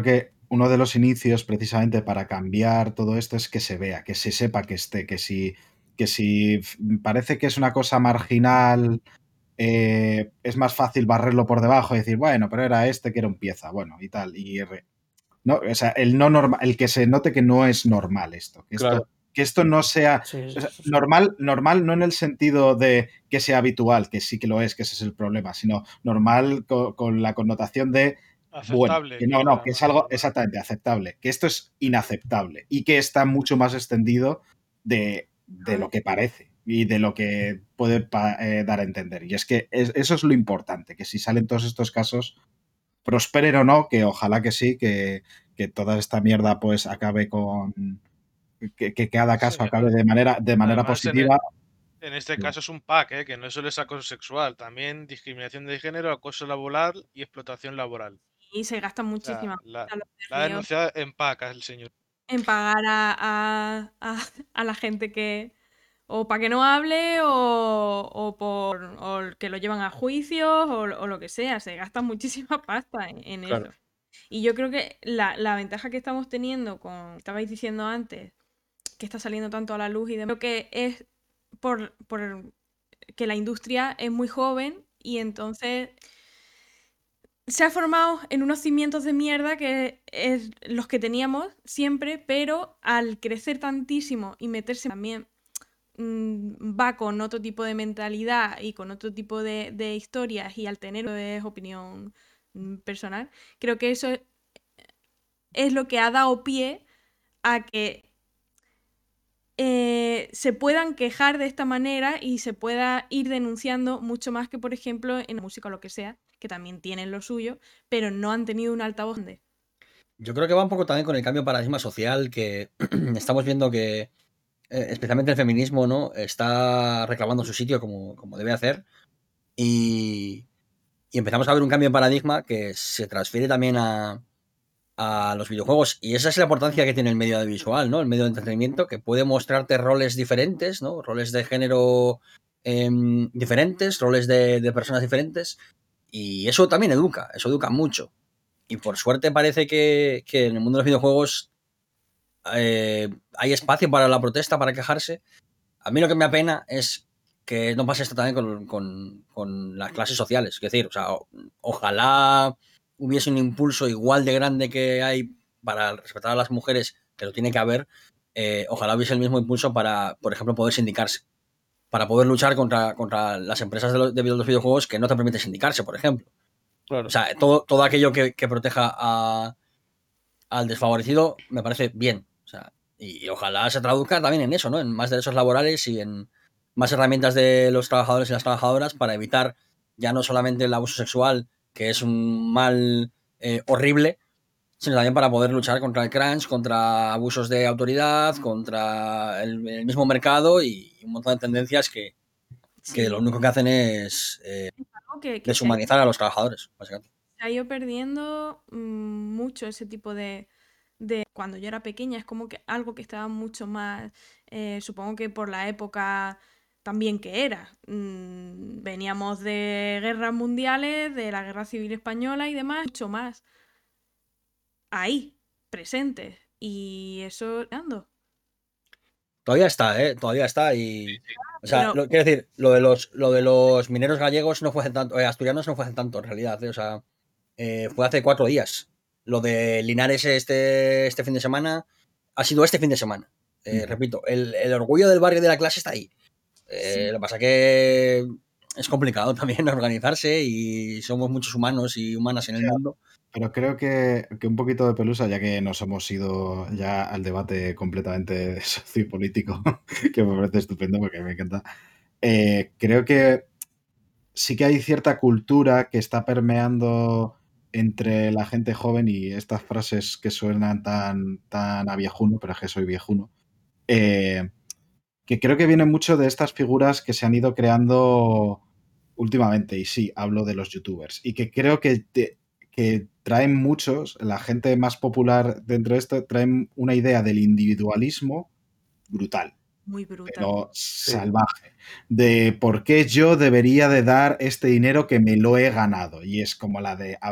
uno de los inicios precisamente para cambiar todo esto es que se vea, que se sepa que esté, que si, que si parece que es una cosa marginal, eh, es más fácil barrerlo por debajo y decir, bueno, pero era este que era un pieza, bueno, y tal. Y no, o sea, el no normal, el que se note que no es normal esto, que esto, Claro. que esto no sea Sí, o sea, normal, normal no en el sentido de que sea habitual, que sí que lo es, que ese es el problema, sino normal con, con la connotación de bueno, Aceptable. que no, no, quizá, que es más algo normal. exactamente aceptable, que esto es inaceptable y que está mucho más extendido de, de lo que parece y de lo que puede pa- eh, dar a entender. Y es que es- eso es lo importante, que si salen todos estos casos, prosperen o no, que ojalá que sí, que, que toda esta mierda pues acabe con... Que, que cada caso Sí, acabe de manera, de manera Además, en, positiva. e- en este Sí. caso es un pack, ¿eh? Que no solo es acoso sexual, también discriminación de género, acoso laboral y explotación laboral. Y se gastan O sea, muchísimas la, cosas los de la ha Riot denunciado en pack el señor. en pagar a, a- a- a la gente que o para que no hable o, o por o que lo llevan a juicios o, o lo que sea. Se gastan muchísima pasta en, en Claro. eso. Y yo creo que la, la ventaja que estamos teniendo con, estabais diciendo antes, que está saliendo tanto a la luz y demás, creo que es por, por que la industria es muy joven y entonces se ha formado en unos cimientos de mierda que es los que teníamos siempre, pero al crecer tantísimo y meterse también mm, va con otro tipo de mentalidad y con otro tipo de, de historias y al tener es opinión mm, personal, creo que eso es, es lo que ha dado pie a que eh, se puedan quejar de esta manera y se pueda ir denunciando mucho más que, por ejemplo, en la música o lo que sea, que también tienen lo suyo, pero no han tenido un altavoz grande. Yo creo que va un poco también con el cambio de paradigma social que estamos viendo que, eh, especialmente el feminismo, ¿no? Está reclamando su sitio como, como debe hacer. Y, y empezamos a ver un cambio de paradigma que se transfiere también a, a los videojuegos. Y esa es la importancia que tiene el medio audiovisual, ¿no? El medio de entretenimiento, que puede mostrarte roles diferentes, ¿no? Roles de género em, diferentes, roles de, de personas diferentes. Y eso también educa, eso educa mucho. Y por suerte parece que, que en el mundo de los videojuegos eh, hay espacio para la protesta, para quejarse. A mí lo que me apena es que no pase esto también con, con, con las clases sociales. Es decir, o sea, o- ojalá hubiese un impulso igual de grande que hay para respetar a las mujeres, que lo tiene que haber. eh, ojalá hubiese el mismo impulso para, por ejemplo, poder sindicarse. Para poder luchar contra, contra las empresas de los, de los videojuegos que no te permiten sindicarse, por ejemplo. Claro. O sea, todo, todo aquello que, que proteja a, al desfavorecido me parece bien. O sea, y, y ojalá se traduzca también en eso, ¿no? En más derechos laborales y en más herramientas de los trabajadores y las trabajadoras para evitar ya no solamente el abuso sexual, que es un mal eh, horrible, sino también para poder luchar contra el crunch, contra abusos de autoridad, contra el, el mismo mercado y un montón de tendencias que, que Sí, lo único que hacen es eh, algo que, que se, ha, deshumanizar a los trabajadores, básicamente. se ha ido perdiendo mm, mucho ese tipo de, de... Cuando yo era pequeña es como que algo que estaba mucho más... eh, supongo que por la época también que era. Mm, veníamos de guerras mundiales, de la Guerra Civil Española y demás, mucho más ahí, presentes. Y eso... ando. Todavía está, ¿eh? Todavía está y... O sea, Pero lo, quiero decir, lo de los, lo de los mineros gallegos no fue hace tanto, eh, asturianos no fue hace tanto en realidad, ¿eh? O sea, eh, fue hace cuatro días. Lo de Linares este, este fin de semana ha sido este fin de semana. Eh, Ujú. Repito, el, el orgullo del barrio de la clase está ahí. Eh, sí, Lo que pasa que es complicado también organizarse y somos muchos humanos y humanas en el Ya, mundo. pero creo que, que un poquito de pelusa, ya que nos hemos ido ya al debate completamente sociopolítico, que me parece estupendo porque me encanta. Eh, creo que sí que hay cierta cultura que está permeando entre la gente joven y estas frases que suenan tan, tan a viejuno, pero es que soy viejuno, eh, que creo que viene mucho de estas figuras que se han ido creando últimamente, y sí, hablo de los youtubers, y que creo que, te- que traen muchos, la gente más popular dentro de esto, traen una idea del individualismo brutal, muy brutal. pero salvaje, de por qué yo debería de dar este dinero que me lo he ganado. Y es como la de, a ver,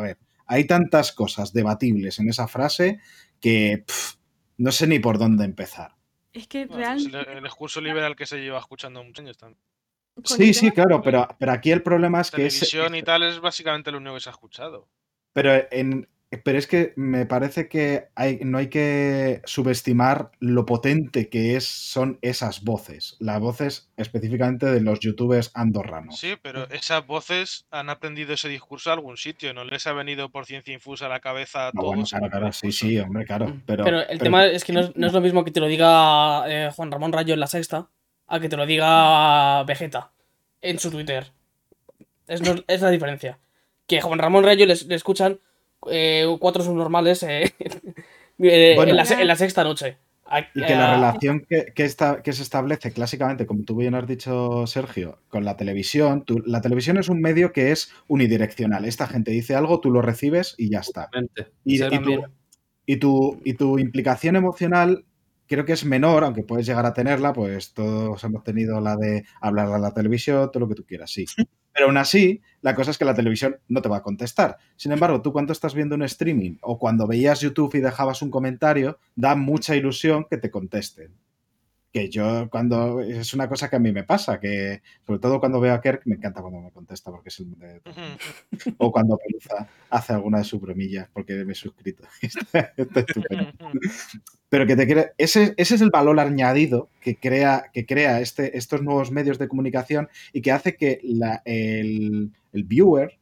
hay tantas cosas debatibles en esa frase que pff, no sé ni por dónde empezar. Es que Bueno, pues el, realmente. el discurso liberal que se lleva escuchando muchos años también. con Sí, el sí, tema- claro, pero, pero aquí el problema es que es... Televisión y tal es básicamente lo único que se ha escuchado. Pero, en, pero es que me parece que hay, no hay que subestimar lo potente que es, son esas voces. Las voces específicamente de los youtubers andorranos. Sí, pero esas voces han aprendido ese discurso a algún sitio. No les ha venido por ciencia infusa a la cabeza No, todo bueno, ese claro, mismo claro, sí, discurso. sí, hombre, claro. Pero, Pero el pero- tema es que no es, no es lo mismo que te lo diga eh, Juan Ramón Rayo en La Sexta a que te lo diga Vegeta en su Twitter. Es, no- es la diferencia. Que a Juan Ramón Rayo le, le escuchan eh, cuatro subnormales eh, eh, Bueno. en, la, se- en la sexta noche. A- Y que la a- relación que, que, esta- que se establece clásicamente, como tú bien has dicho, Sergio, con la televisión, tú- la televisión es un medio que es unidireccional. Esta gente dice algo, tú lo recibes y ya está. Totalmente. Y, Sí, y tu, también. y, tu, y tu implicación emocional creo que es menor, aunque puedes llegar a tenerla, pues todos hemos tenido la de hablar a la televisión, todo lo que tú quieras, sí. Pero aún así, la cosa es que la televisión no te va a contestar. Sin embargo, tú cuando estás viendo un streaming o cuando veías YouTube y dejabas un comentario, da mucha ilusión que te contesten. Que yo cuando... Es una cosa que a mí me pasa, que sobre todo cuando veo a Kirk, me encanta cuando me contesta porque es el... de- Ujú. o cuando Peluza hace alguna de sus bromillas porque me he suscrito. Está, está estupendo. Pero que te quiere, ese, ese es el valor añadido que crea, que crea este, estos nuevos medios de comunicación y que hace que la- el, el viewer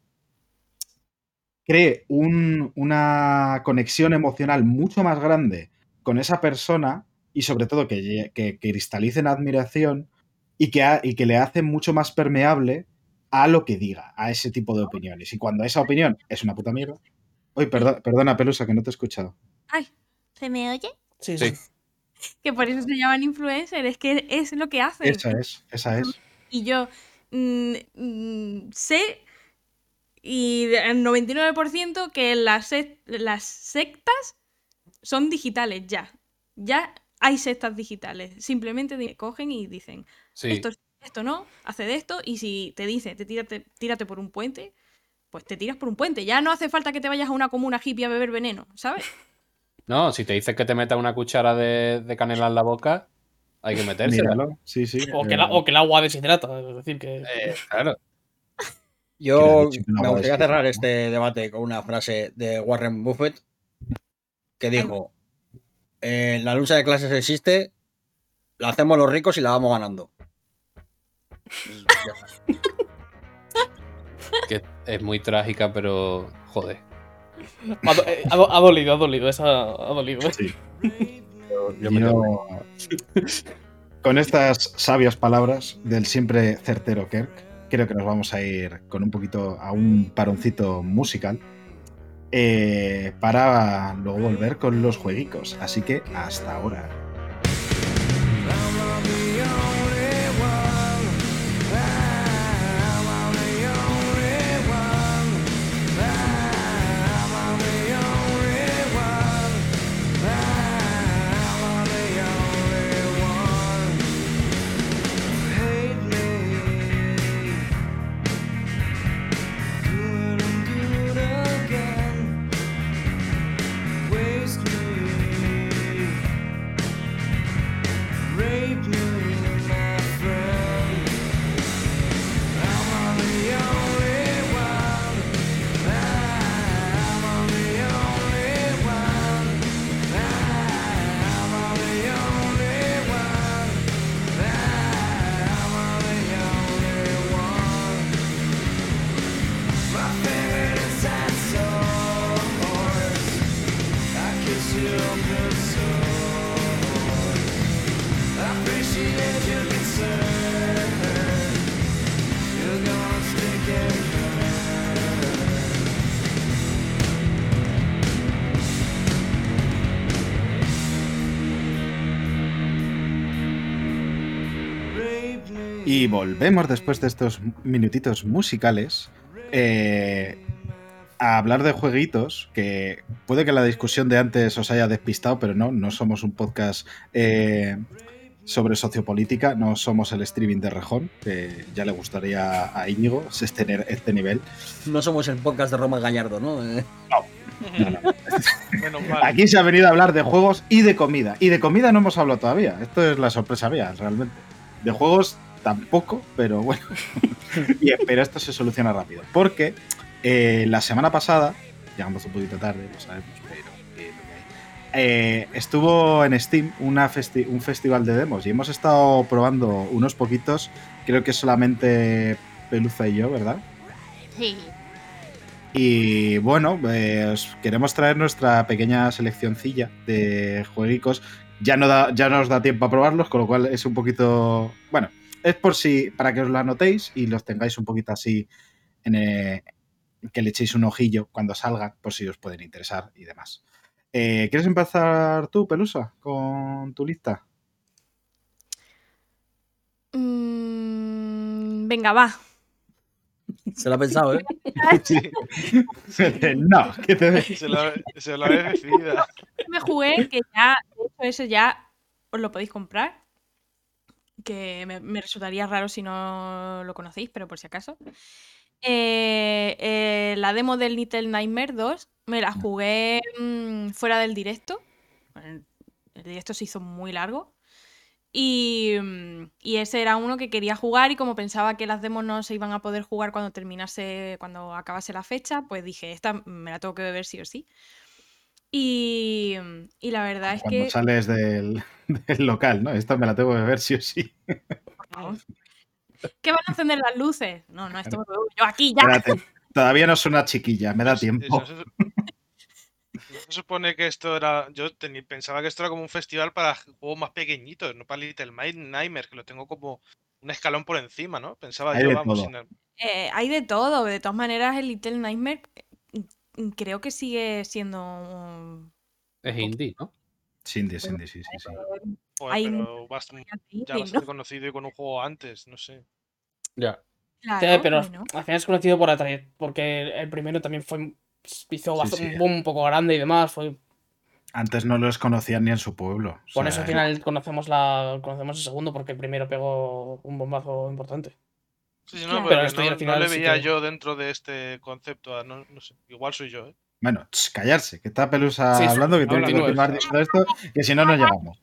cree un- una conexión emocional mucho más grande con esa persona y sobre todo que, lle- que, que cristalice en admiración y que, ha- y que le hace mucho más permeable a lo que diga, a ese tipo de opiniones. Y cuando esa opinión es una puta mierda... Uy, perdona, perdona, Pelusa, que no te he escuchado. Ay, ¿se me oye? Sí, Sí. sí. Que por eso se llaman influencers, es que es lo que hacen. Esa es, esa es. Y yo mm, mm, sé, y el noventa y nueve por ciento que las, sec- las sectas son digitales ya. Ya hay sectas digitales. Simplemente di- cogen y dicen, Sí. esto, esto no, hace de esto, y si te dice, te tírate, tírate por un puente, pues te tiras por un puente. Ya no hace falta que te vayas a una comuna hippie a beber veneno, ¿sabes? No, si te dices que te metas una cuchara de, de canela en la boca, hay que metérsela. Míralo, sí, sí. O que, eh, la- o que el agua deshidrata. Es decir, que. Eh, claro. ¿Quién ha Yo dicho que no me va a gustaría decir, cerrar no? este debate con una frase de Warren Buffett que dijo: eh, la lucha de clases existe, la hacemos los ricos y la vamos ganando. Que es muy trágica, pero joder. Ha, do- eh, ha do- ha dolido, ha dolido. Esa ha dolido. ¿eh? Sí. Yo me Yo, con estas sabias palabras del siempre certero Kirk, creo que nos vamos a ir con un poquito a un paroncito musical eh, para luego volver con los jueguicos. Así que hasta ahora. Y volvemos después de estos minutitos musicales eh, a hablar de jueguitos, que puede que la discusión de antes os haya despistado, pero no, no somos un podcast eh, sobre sociopolítica. No somos el streaming de Rejón, que ya le gustaría a Íñigo este, este nivel. No somos el podcast de Roma Gallardo, ¿no? Eh, No, no. Menos mal. Aquí se ha venido a hablar de juegos y de comida. Y de comida no hemos hablado todavía. Esto es la sorpresa mía, realmente. De juegos tampoco, pero bueno. Y espero esto se soluciona rápido. Porque eh, la semana pasada, llegamos un poquito tarde, lo sabemos, pero eh, lo que hay. Eh, estuvo en Steam una festi- un festival de demos y hemos estado probando unos poquitos. Creo que solamente Peluza y yo, ¿verdad? Sí. Y bueno, eh, os queremos traer nuestra pequeña seleccioncilla de jueguicos. Ya no, da, ya no os da tiempo a probarlos, con lo cual es un poquito... Bueno, es por si para que os lo anotéis y los tengáis un poquito así, en, eh, que le echéis un ojillo cuando salgan, por si os pueden interesar y demás. Eh, ¿Quieres empezar tú, Pelusa, con tu lista? Mm, venga, va. Se lo ha pensado, ¿eh? Sí. No, que te... Se lo, se lo habéis decidido. Me jugué que ya, de hecho, ese ya os lo podéis comprar. Que me, me resultaría raro si no lo conocéis, pero por si acaso. Eh, eh, la demo del Little Nightmare dos me la jugué mmm, fuera del directo. El, el directo se hizo muy largo. Y, y ese era uno que quería jugar y como pensaba que las demos no se iban a poder jugar cuando terminase, cuando acabase la fecha, pues dije, esta me la tengo que beber sí o sí. Y, y la verdad es Cuando que... sales del, del local, ¿no? Esta me la tengo que ver sí o sí. Por favor. ¿Qué van a encender las luces? No, no, esto me lo bebo yo aquí ya. Espérate, todavía no es una chiquilla, me da Pues, tiempo. eso se- ¿No se supone que esto era... Yo teni- pensaba que esto era como un festival para juegos más pequeñitos, no para Little Nightmares, que lo tengo como un escalón por encima, ¿no? Pensaba Hay yo, de vamos, todo. sin el- Eh, hay de todo. De todas maneras, el Little Nightmare mm, creo que sigue siendo... um, Es indie, ¿no? Cindy, Cindy, sí, sí, sí. Joder, hay pero bast- indie, ya ¿no? bastante conocido y con un juego antes, no sé. Ya. Claro, Sí, pero bueno. al final es conocido por atraer, porque el primero también fue hizo Sí, bastante- sí. un boom un poco grande y demás. Fue, Antes no los conocían ni en su pueblo. O por sea, eso al final conocemos la conocemos el segundo, porque el primero pegó un bombazo importante. Sí, sí, no, Claro. porque Pero el no, estudio al no final le sí veía que- yo dentro de este concepto, a- no, no sé, igual soy yo, ¿eh? Bueno, tss, callarse, que está Pelusa Sí, sí, hablando, que tiene que continúe. continuar diciendo esto, que si no, no llegamos.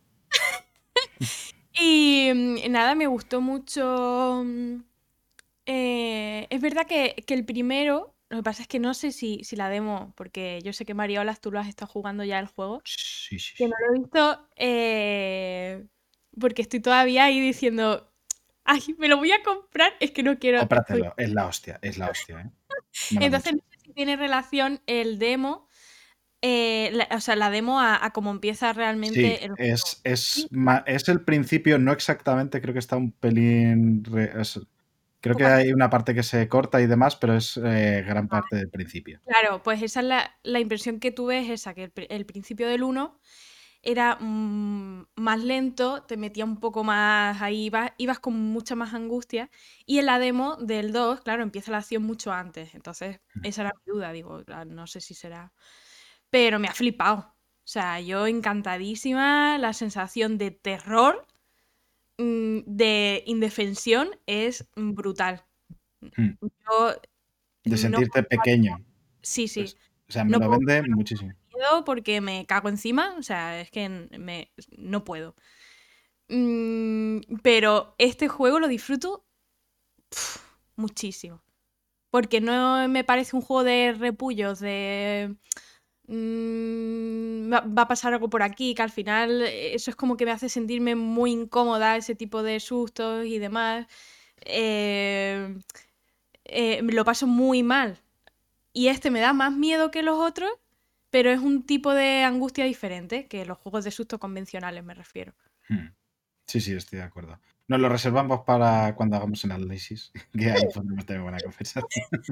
Y mm, nada, me gustó mucho. mm, eh, es verdad que, que el primero, lo que pasa es que no sé si, si la demo, porque yo sé que Mariolas, tú lo has estado jugando ya el juego, Sí, sí, que sí. no lo he visto eh, porque estoy todavía ahí diciendo, ay, me lo voy a comprar, es que no quiero. estoy- Cómpratelo, es la hostia, es la hostia, ¿eh? Mola Entonces mucho. no sé si tiene relación el demo, eh, la- o sea, la demo a, a cómo empieza Sí, realmente el juego. es, es, ma- es el principio, no exactamente, creo que está un pelín... re- es- creo que Poco- hay una parte que se corta y demás, pero es eh, gran parte del principio. Claro, pues esa es la, la impresión que tuve, es esa, que el, pri- el principio del uno era mm, más lento, te metía un poco más ahí, ibas, ibas con mucha más angustia. Y en la demo del dos, claro, empieza la acción mucho antes. Entonces, esa era mi duda, digo, ah, no sé si será. Pero me ha flipado. O sea, yo encantadísima, la sensación de terror, mm, de indefensión es brutal. Mm. Yo De no sentirte pequeño. Sí, sí. Pues, o sea, me No lo puedo vende muchísimo. puedo porque me cago encima, o sea, es que n- me, no puedo. Mm, pero este juego lo disfruto pf, muchísimo. Porque no me parece un juego de repullos, de... mm, va, va a pasar algo por aquí, que al final eh, eso es como que me hace sentirme muy incómoda, ese tipo de sustos y demás. Eh, eh, me lo paso muy mal. Y este me da más miedo que los otros, pero es un tipo de angustia diferente que los juegos de susto convencionales, me refiero. Mm. Sí, sí, estoy de acuerdo. Nos lo reservamos para cuando hagamos un análisis, que ahí podemos tener buena conversación.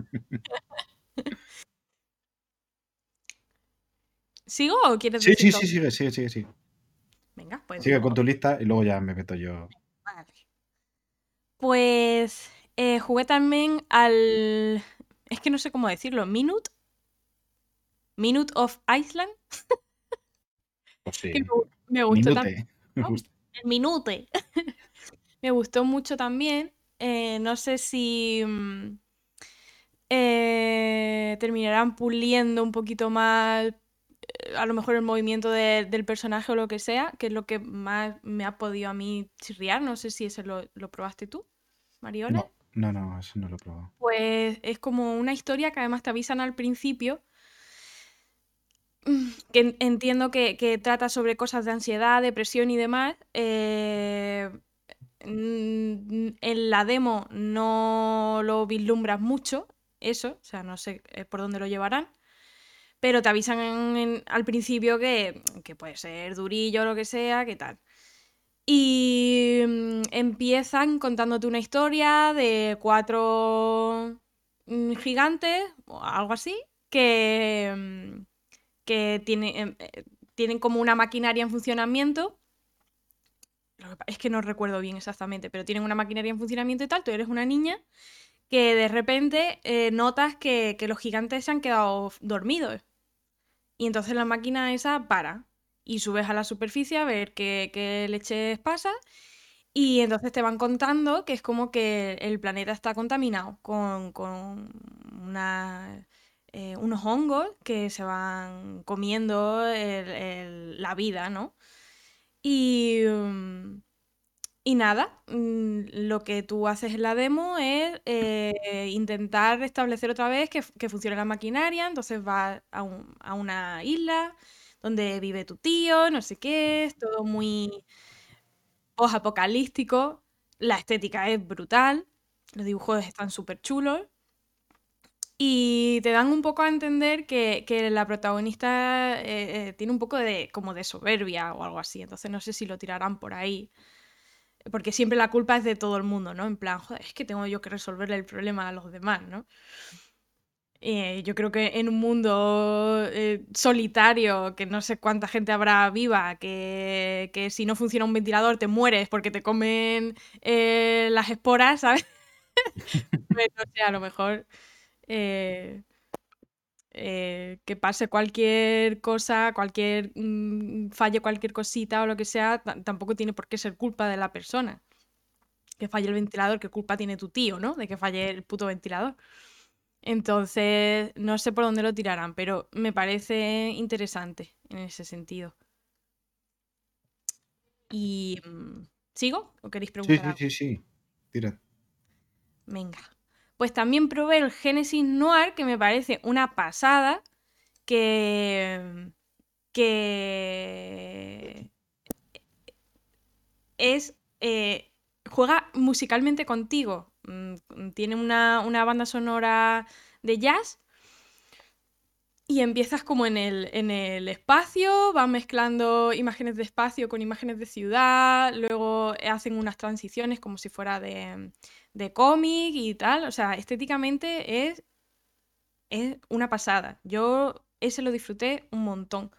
¿Sigo o quieres Sí, decir sí, todo? sí, sigue, sigue, sigue, sigue. Venga, pues. Sigue digo, con tu lista y luego ya me meto yo. vale. Pues eh, jugué también al. Es que no sé cómo decirlo. Minute. Minute of Iceland. Pues sí. Que me, gu- me gustó también. Minute. Me gusta. El Minute. me gustó mucho también. Eh, no sé si mm, eh, terminarán puliendo un poquito más, eh, a lo mejor el movimiento de- del personaje o lo que sea, que es lo que más me ha podido a mí chirriar. No sé si ese lo, lo probaste tú, Mariones. No, no, no, eso no lo he probado. Pues es como una historia que además te avisan al principio, mm, que en- entiendo que, que trata sobre cosas de ansiedad, depresión y demás. Eh, mm, en la demo no lo vislumbras mucho, eso, o sea, no sé eh, por dónde lo llevarán, pero te avisan en- en- al principio que, que puede ser durillo o lo que sea, que tal. Y mm, empiezan contándote una historia de cuatro mm, gigantes, o algo así, que, mm, que tiene- em, eh, tienen como una maquinaria en funcionamiento. Lo que pa- Es que no recuerdo bien exactamente, pero tienen una maquinaria en funcionamiento y tal. Tú eres una niña que de repente eh, notas que, que los gigantes se han quedado f- dormidos. Y entonces la máquina esa para. Y subes a la superficie a ver qué, qué leches pasa. Y entonces te van contando que es como que el planeta está contaminado con, con una- eh, unos hongos que se van comiendo el- el- la vida, ¿no? Y, mm, y nada, mm, lo que tú haces en la demo es eh, intentar restablecer otra vez que, f- que funcione la maquinaria. Entonces vas a, un- a una isla donde vive tu tío, no sé qué, es todo muy post-apocalíptico. La estética es brutal, los dibujos están súper chulos. Y te dan un poco a entender que, que la protagonista eh, eh, tiene un poco de como de soberbia o algo así. Entonces no sé si lo tirarán por ahí. Porque siempre la culpa es de todo el mundo, ¿no? En plan, joder, es que tengo yo que resolverle el problema a los demás, ¿no? Eh, yo creo que en un mundo eh, solitario, que no sé cuánta gente habrá viva, que, que si no funciona un ventilador te mueres porque te comen eh, las esporas, ¿sabes? Pues no sé, a lo mejor eh, eh, que pase cualquier cosa, cualquier mm, falle cualquier cosita o lo que sea, ta- tampoco tiene por qué ser culpa de la persona. Que falle el ventilador, ¿qué culpa tiene tu tío, ¿no? De que falle el puto ventilador. Entonces, no sé por dónde lo tirarán, pero me parece interesante en ese sentido. Y mm, ¿sigo? ¿O queréis Sí, preguntar sí, algo? sí, sí. Tira. Venga. Pues también probé el Genesis Noir, que me parece una pasada, que, que es... eh, juega musicalmente contigo. Mm, Tiene una, una banda sonora de jazz y empiezas como en el, en el espacio, van mezclando imágenes de espacio con imágenes de ciudad, luego hacen unas transiciones como si fuera de, de cómic y tal. O sea, estéticamente es, es una pasada. Yo ese lo disfruté un montón.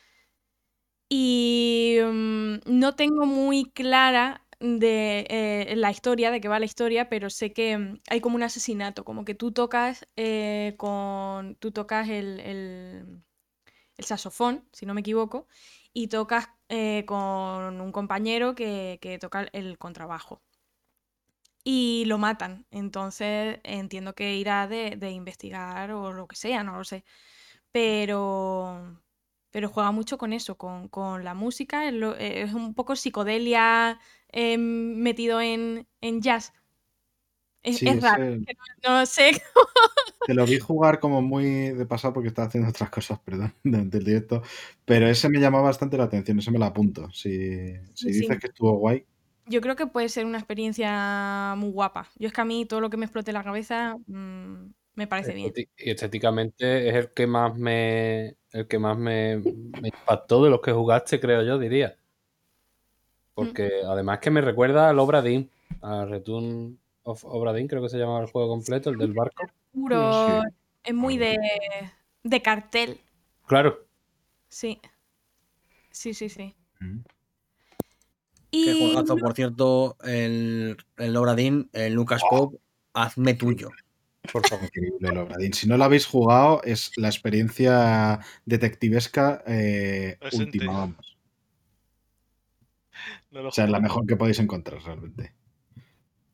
Y mm, no tengo muy clara de eh, la historia, de qué va la historia, pero sé que mm, hay como un asesinato, como que tú tocas eh, con. Tú tocas el, el- el saxofón, si no me equivoco, y tocas eh, con un compañero que, que toca el el contrabajo. Y lo matan. Entonces entiendo que irá de, de investigar o lo que sea, no lo sé. Pero, pero juega mucho con eso, con, con la música. Es, lo- eh, es un poco psicodelia eh, metido en, en jazz. Es, Sí, es raro, ese que no, no sé. te lo vi jugar como muy de pasado porque estaba haciendo otras cosas, perdón, durante el directo. Pero ese me llamó bastante la atención, ese me lo apunto. Si, si Sí, sí. dices que estuvo guay, Yo creo que puede ser una experiencia muy guapa. Yo es que a mí todo lo que me explote la cabeza mm, me parece bien. Esteti- y estéticamente es el que más me el que más me, me impactó de los que jugaste, creo yo, diría. Porque además que me recuerda al Obra Dinn, a Return of Obra Dinn, creo que se llama el juego completo, el del barco. Puro, sí. es muy algo. de, de cartel. Claro, Sí, sí, sí, sí. Mm. Qué Y juegazo, por cierto, el, el Obradín, el Lucas Pope, hazme tuyo. por favor. Increíble el Obradín. Si no lo habéis jugado, es la experiencia detectivesca eh, Presente. última, vamos. No lo O sea, es la juego. mejor que podéis encontrar realmente.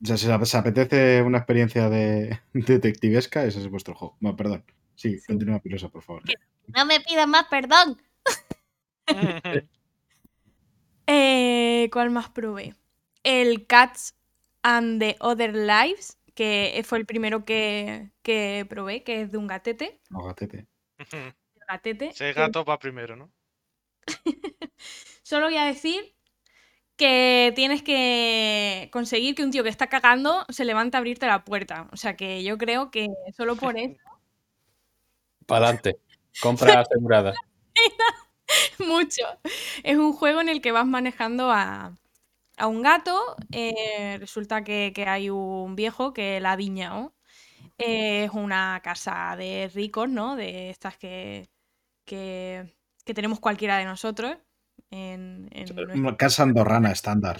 O sea, si os apetece una experiencia de detectivesca, ese es vuestro juego. Bueno, perdón. Sí, Sí. continúa, Pilosa, por favor. No me pidas más perdón. Eh, ¿cuál más probé? El Cats and the Other Lives, que fue el primero que, que probé, que es de un gatete. No, gatete. gatete Ese que- gato va primero, ¿no? Solo voy a decir que tienes que conseguir que un tío que está cagando se levante a abrirte la puerta. O sea que yo creo que solo por eso Para adelante. Compra asegurada. mucho. Es un juego en el que vas manejando a, a un gato. eh, resulta que, que hay un viejo que la ha diñado. Eh, es una casa de ricos, ¿no? De estas que, que, que tenemos cualquiera de nosotros. En, en nuestra- Una casa andorrana estándar.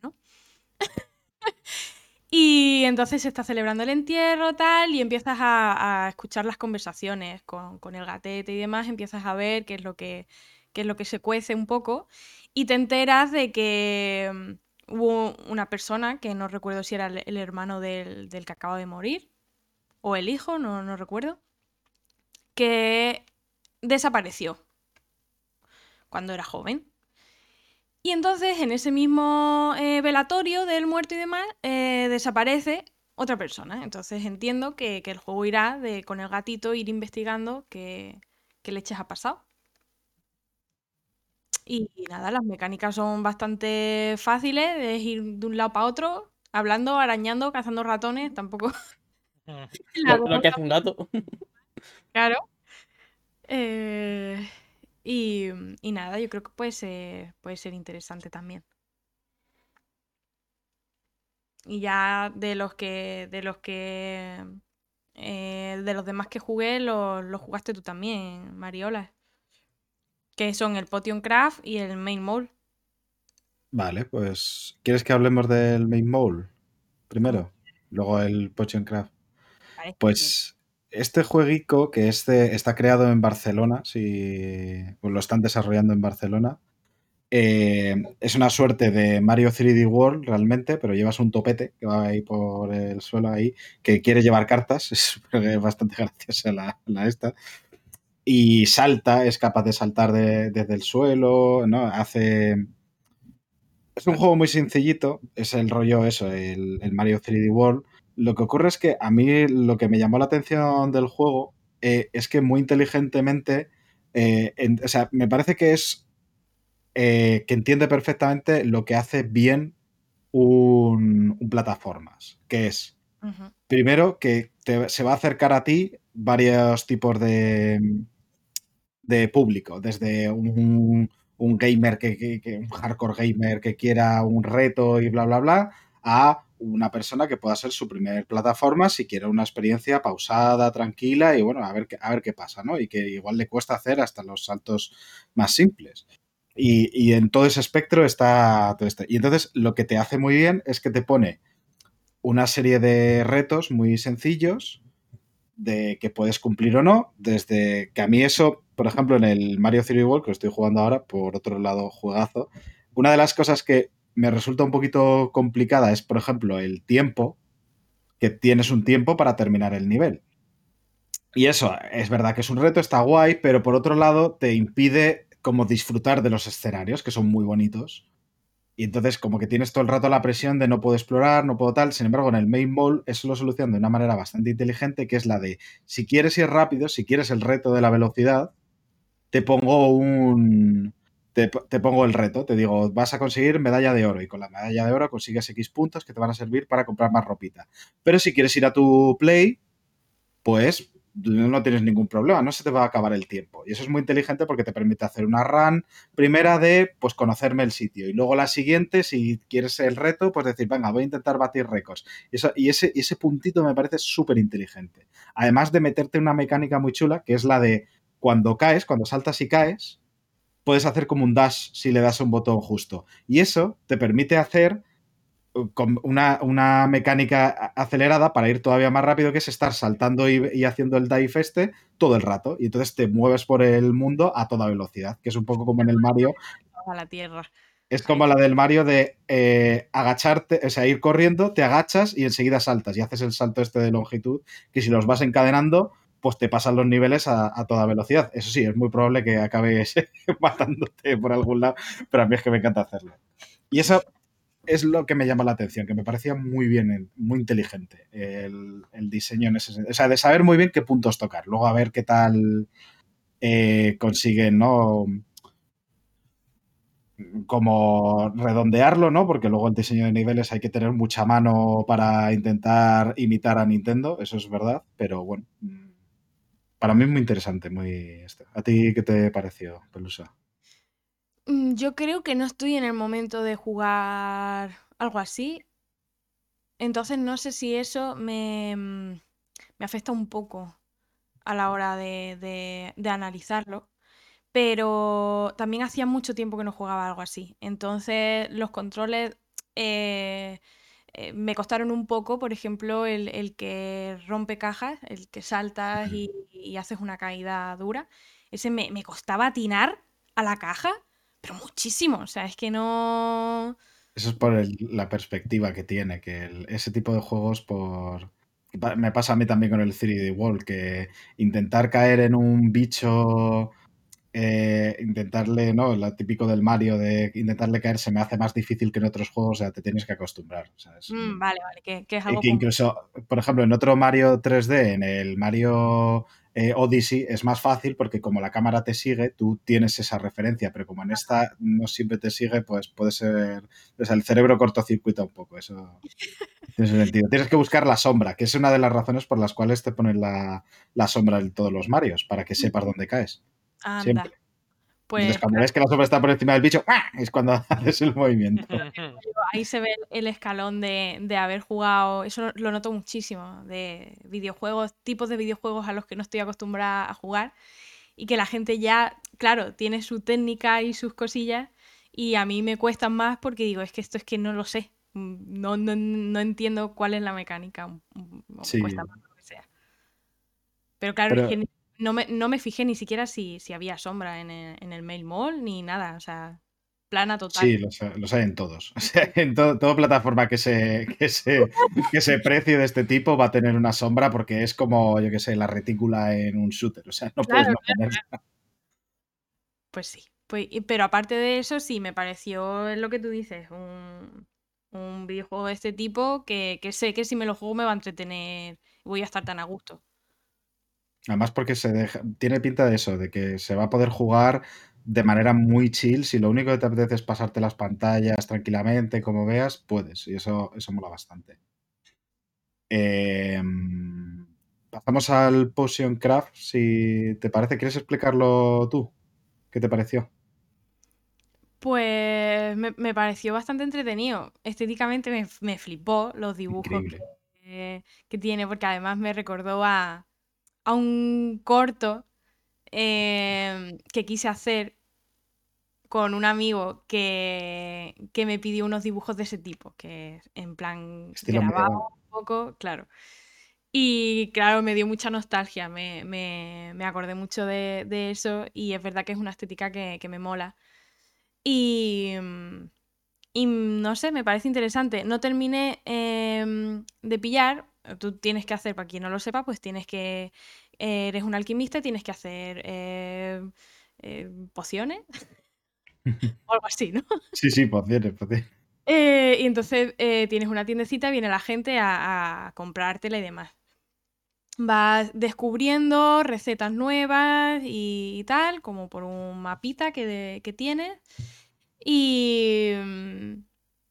Y entonces se está celebrando el entierro, tal, y empiezas a, a escuchar las conversaciones con, con el gatete y demás, empiezas a ver qué es lo que, qué es lo que se cuece un poco, y te enteras de que mm, hubo una persona, que no recuerdo si era el, el hermano del, del que acaba de morir, o el hijo, no, no recuerdo, que desapareció cuando era joven. Y entonces en ese mismo eh, velatorio del muerto y demás, eh, desaparece otra persona. Entonces entiendo que, que el juego irá de con el gatito ir investigando qué, qué leches ha pasado. Y, y nada, las mecánicas son bastante fáciles, es ir de un lado para otro, hablando, arañando, cazando ratones, tampoco la Lo, lo que hace un gato. claro. Eh, y, y nada, yo creo que puede ser, puede ser interesante también. Y ya de los que, de los que, eh, de los demás que jugué, los, los jugaste tú también, Mariola. Que son el Potion Craft y el Main Mole. Vale, pues. ¿Quieres que hablemos del Main Mole primero? Luego el Potion Craft. Parece bien. Pues este jueguico que este está creado en Barcelona, si pues lo están desarrollando en Barcelona, eh, es una suerte de Mario tres D World realmente, pero llevas un topete que va ahí por el suelo ahí, que quiere llevar cartas, es bastante graciosa la, la esta, y salta, es capaz de saltar de- desde el suelo, ¿no? Hace... Es un juego muy sencillito, es el rollo eso, el, el Mario tres D World. Lo que ocurre es que a mí lo que me llamó la atención del juego eh, es que muy inteligentemente, eh, en- o sea, me parece que es eh, que entiende perfectamente lo que hace bien un, un plataformas, que es, Ujú. primero, que te- se va a acercar a ti varios tipos de, de público, desde un, un gamer, que, que- que- un hardcore gamer que quiera un reto y bla, bla, bla, a una persona que pueda ser su primer plataforma si quiere una experiencia pausada, tranquila y bueno, a ver, qué- a ver qué pasa, ¿no? Y que igual le cuesta hacer hasta los saltos más simples. Y, y en todo ese espectro está todo esto. Y entonces lo que te hace muy bien es que te pone una serie de retos muy sencillos de que puedes cumplir o no, desde que a mí eso, por ejemplo, en el Mario tres D World, que lo estoy jugando ahora, por otro lado, juegazo, una de las cosas que me resulta un poquito complicada es, por ejemplo, el tiempo, que tienes un tiempo para terminar el nivel. Y eso, es verdad que es un reto, está guay, pero por otro lado te impide como disfrutar de los escenarios, que son muy bonitos. Y entonces como que tienes todo el rato la presión de no puedo explorar, no puedo tal. Sin embargo, en el Main Ball eso lo solucionan de una manera bastante inteligente, que es la de, si quieres ir rápido, si quieres el reto de la velocidad, te pongo un... Te, te pongo el reto, te digo, vas a conseguir medalla de oro y con la medalla de oro consigues X puntos que te van a servir para comprar más ropita. Pero si quieres ir a tu play, pues no tienes ningún problema, no se te va a acabar el tiempo. Y eso es muy inteligente porque te permite hacer una run primera de, pues, conocerme el sitio. Y luego la siguiente, si quieres el reto, pues decir, venga, voy a intentar batir récords. Y, eso, y ese, ese puntito me parece súper inteligente. Además de meterte una mecánica muy chula, que es la de cuando caes, cuando saltas y caes, puedes hacer como un dash si le das un botón justo. Y eso te permite hacer con una, una mecánica acelerada para ir todavía más rápido, que es estar saltando y, y haciendo el dive este todo el rato. Y entonces te mueves por el mundo a toda velocidad, que es un poco como en el Mario. A la tierra. Es como la del Mario de eh, agacharte, o sea, ir corriendo, te agachas y enseguida saltas y haces el salto este de longitud, que si los vas encadenando, pues te pasan los niveles a, a toda velocidad. Eso sí, es muy probable que acabes matándote por algún lado, pero a mí es que me encanta hacerlo. Y eso es lo que me llama la atención, que me parecía muy bien, muy inteligente el, el diseño en ese sentido. O sea, de saber muy bien qué puntos tocar, luego a ver qué tal eh, consiguen, ¿no? Como redondearlo, ¿no? Porque luego el diseño de niveles hay que tener mucha mano para intentar imitar a Nintendo, eso es verdad, pero bueno, para mí es muy interesante, muy esto. ¿A ti qué te pareció, Pelusa? Mm, Yo creo que no estoy en el momento de jugar algo así, entonces no sé si eso me, mm, me afecta un poco a la hora de, de- de analizarlo, pero también hacía mucho tiempo que no jugaba algo así, entonces los controles eh, eh, me costaron un poco, por ejemplo, el, el que rompe cajas, el que saltas y, y haces una caída dura, ese me, me costaba atinar a la caja, pero muchísimo, o sea, es que no... Eso es por el- la perspectiva que tiene, que el- ese tipo de juegos por... pa- Me pasa a mí también con el tres D World, que intentar caer en un bicho, eh, intentarle, ¿no? Lo típico del Mario de intentarle caer se me hace más difícil que en otros juegos, o sea, te tienes que acostumbrar. O sea, es Mm, un- vale, vale, que, que es eh, algo que como... incluso, por ejemplo, en otro Mario tres D, en el Mario eh, Odyssey, es más fácil porque como la cámara te sigue, tú tienes esa referencia, pero como en esta no siempre te sigue, pues puede ser, o sea, el cerebro cortocircuita un poco, eso tiene ese sentido. Tienes que buscar la sombra, que es una de las razones por las cuales te ponen la, la sombra en todos los Marios, para que sepas dónde caes, Anda, siempre. Entonces, pues cuando claro, ves que la sombra está por encima del bicho, ¡ah!, es cuando haces el movimiento. ahí se ve el escalón de, de haber jugado, eso lo, lo noto muchísimo, de videojuegos, tipos de videojuegos a los que no estoy acostumbrada a jugar y que la gente ya, claro, tiene su técnica y sus cosillas y a mí me cuestan más porque digo, es que esto es que no lo sé, mm, no, no, no entiendo cuál es la mecánica, mm, mm, o me cuesta Sí, más lo que sea. Pero claro, es pero que ni- no me, no me fijé ni siquiera si, si había sombra en el, en el Mail Mall ni nada, o sea, plana total. sí, los, ha- los hay en todos. O sea, en to- toda plataforma que se, que, se, que se precie de este tipo va a tener una sombra porque es como, yo qué sé, la retícula en un shooter. O sea, no puedes Claro, no ponerla. pues sí. Pues, y- pero aparte de eso, sí, me pareció es lo que tú dices, un, un videojuego de este tipo que, que sé que si me lo juego me va a entretener y voy a estar tan a gusto. Además porque se deja, tiene pinta de eso, de que se va a poder jugar de manera muy chill. Si lo único que te apetece es pasarte las pantallas tranquilamente, como veas, puedes. Y eso, eso mola bastante. Eh, pasamos al Potion Craft. Si te parece, ¿quieres explicarlo tú? ¿Qué te pareció? Pues me, me pareció bastante entretenido. Estéticamente me, me flipó los dibujos Increíble. que, que tiene, porque además me recordó a, a un corto em, que quise hacer con un amigo que, que me pidió unos dibujos de ese tipo, que en plan Estilo grabado medieval. un poco, claro. Y claro, me dio mucha nostalgia, me, me- me acordé mucho de, de eso y es verdad que es una estética que, que me mola. Y, mm, y no sé, me parece interesante. No terminé em, de pillar, tú tienes que hacer, para quien no lo sepa, pues tienes que, eres un alquimista y tienes que hacer eh, eh, pociones o algo así, ¿no? Sí, sí, pociones, pociones. Eh, y entonces eh, tienes una tiendecita, viene la gente a, a comprártela y demás. Vas descubriendo recetas nuevas y, y tal, como por un mapita que, de- que tienes. Y, mm,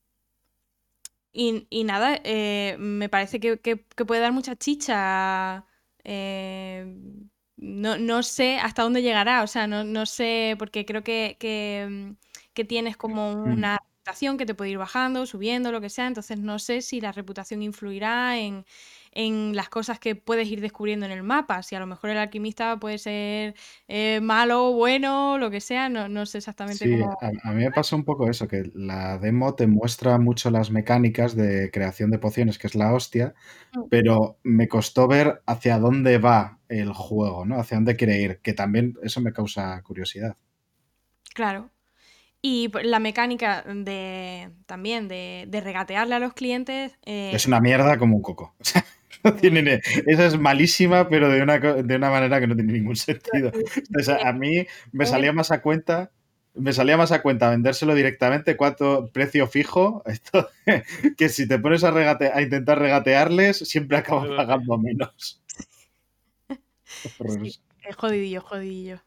y, y nada, eh, me parece que, que- que puede dar mucha chicha. eh, no, no sé hasta dónde llegará, o sea, no, no sé, porque creo que, que, mm, que tienes como Mm. una reputación que te puede ir bajando, subiendo, lo que sea, entonces no sé si la reputación influirá en, en las cosas que puedes ir descubriendo en el mapa, si a lo mejor el alquimista puede ser eh, malo, bueno, lo que sea, no, no sé exactamente Sí, cómo... a, a mí me pasó un poco eso, que la demo te muestra mucho las mecánicas de creación de pociones, que es la hostia, pero me costó ver hacia dónde va el juego, ¿no? Hacia dónde quiere ir, que también eso me causa curiosidad. Claro. Y pues, la mecánica de también de, de regatearle a los clientes. eh, Es una mierda como un coco. O sea, no tiene ni- esa es malísima, pero de una, co- de una manera que no tiene ningún sentido. O sea, a mí me salía más a cuenta, me salía más a cuenta vendérselo directamente, cuánto precio fijo, esto, que si te pones a, regate- a intentar regatearles, siempre acabas Joder, pagando menos. Sí, Horroroso. es jodidillo, jodidillo.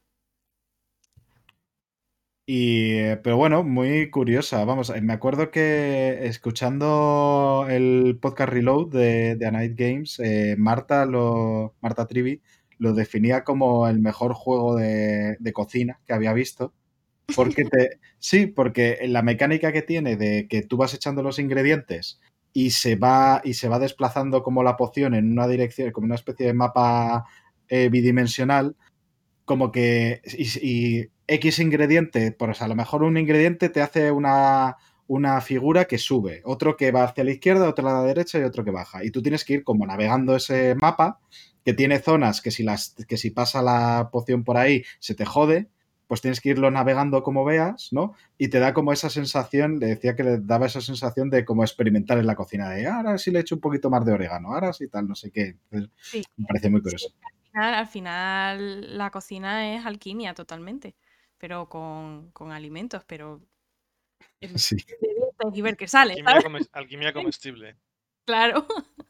Y, eh, pero bueno, muy curiosa. Vamos, eh, me acuerdo que escuchando el podcast Reload de, de A Night Games, eh, Marta, lo, Marta Trivi lo definía como el mejor juego de, de cocina que había visto. Porque te, sí, porque la mecánica que tiene de que tú vas echando los ingredientes y se va, y se va desplazando como la poción en una dirección, como una especie de mapa eh, bidimensional, como que y, y X ingrediente, pues a lo mejor un ingrediente te hace una, una figura que sube, otro que va hacia la izquierda, otro a la derecha y otro que baja. Y tú tienes que ir como navegando ese mapa que tiene zonas que si, las, que si pasa la poción por ahí se te jode, pues tienes que irlo navegando como veas, ¿no? Y te da como esa sensación, le decía que le daba esa sensación de como experimentar en la cocina, de ahora sí le echo un poquito más de orégano, ahora sí tal, no sé qué. Entonces, Sí. me parece muy Sí, curioso. al final, al final la cocina es alquimia totalmente, pero con, con alimentos, pero en Sí. y ver qué sale, Alquimia, ¿sabes? comes- alquimia comestible. Claro.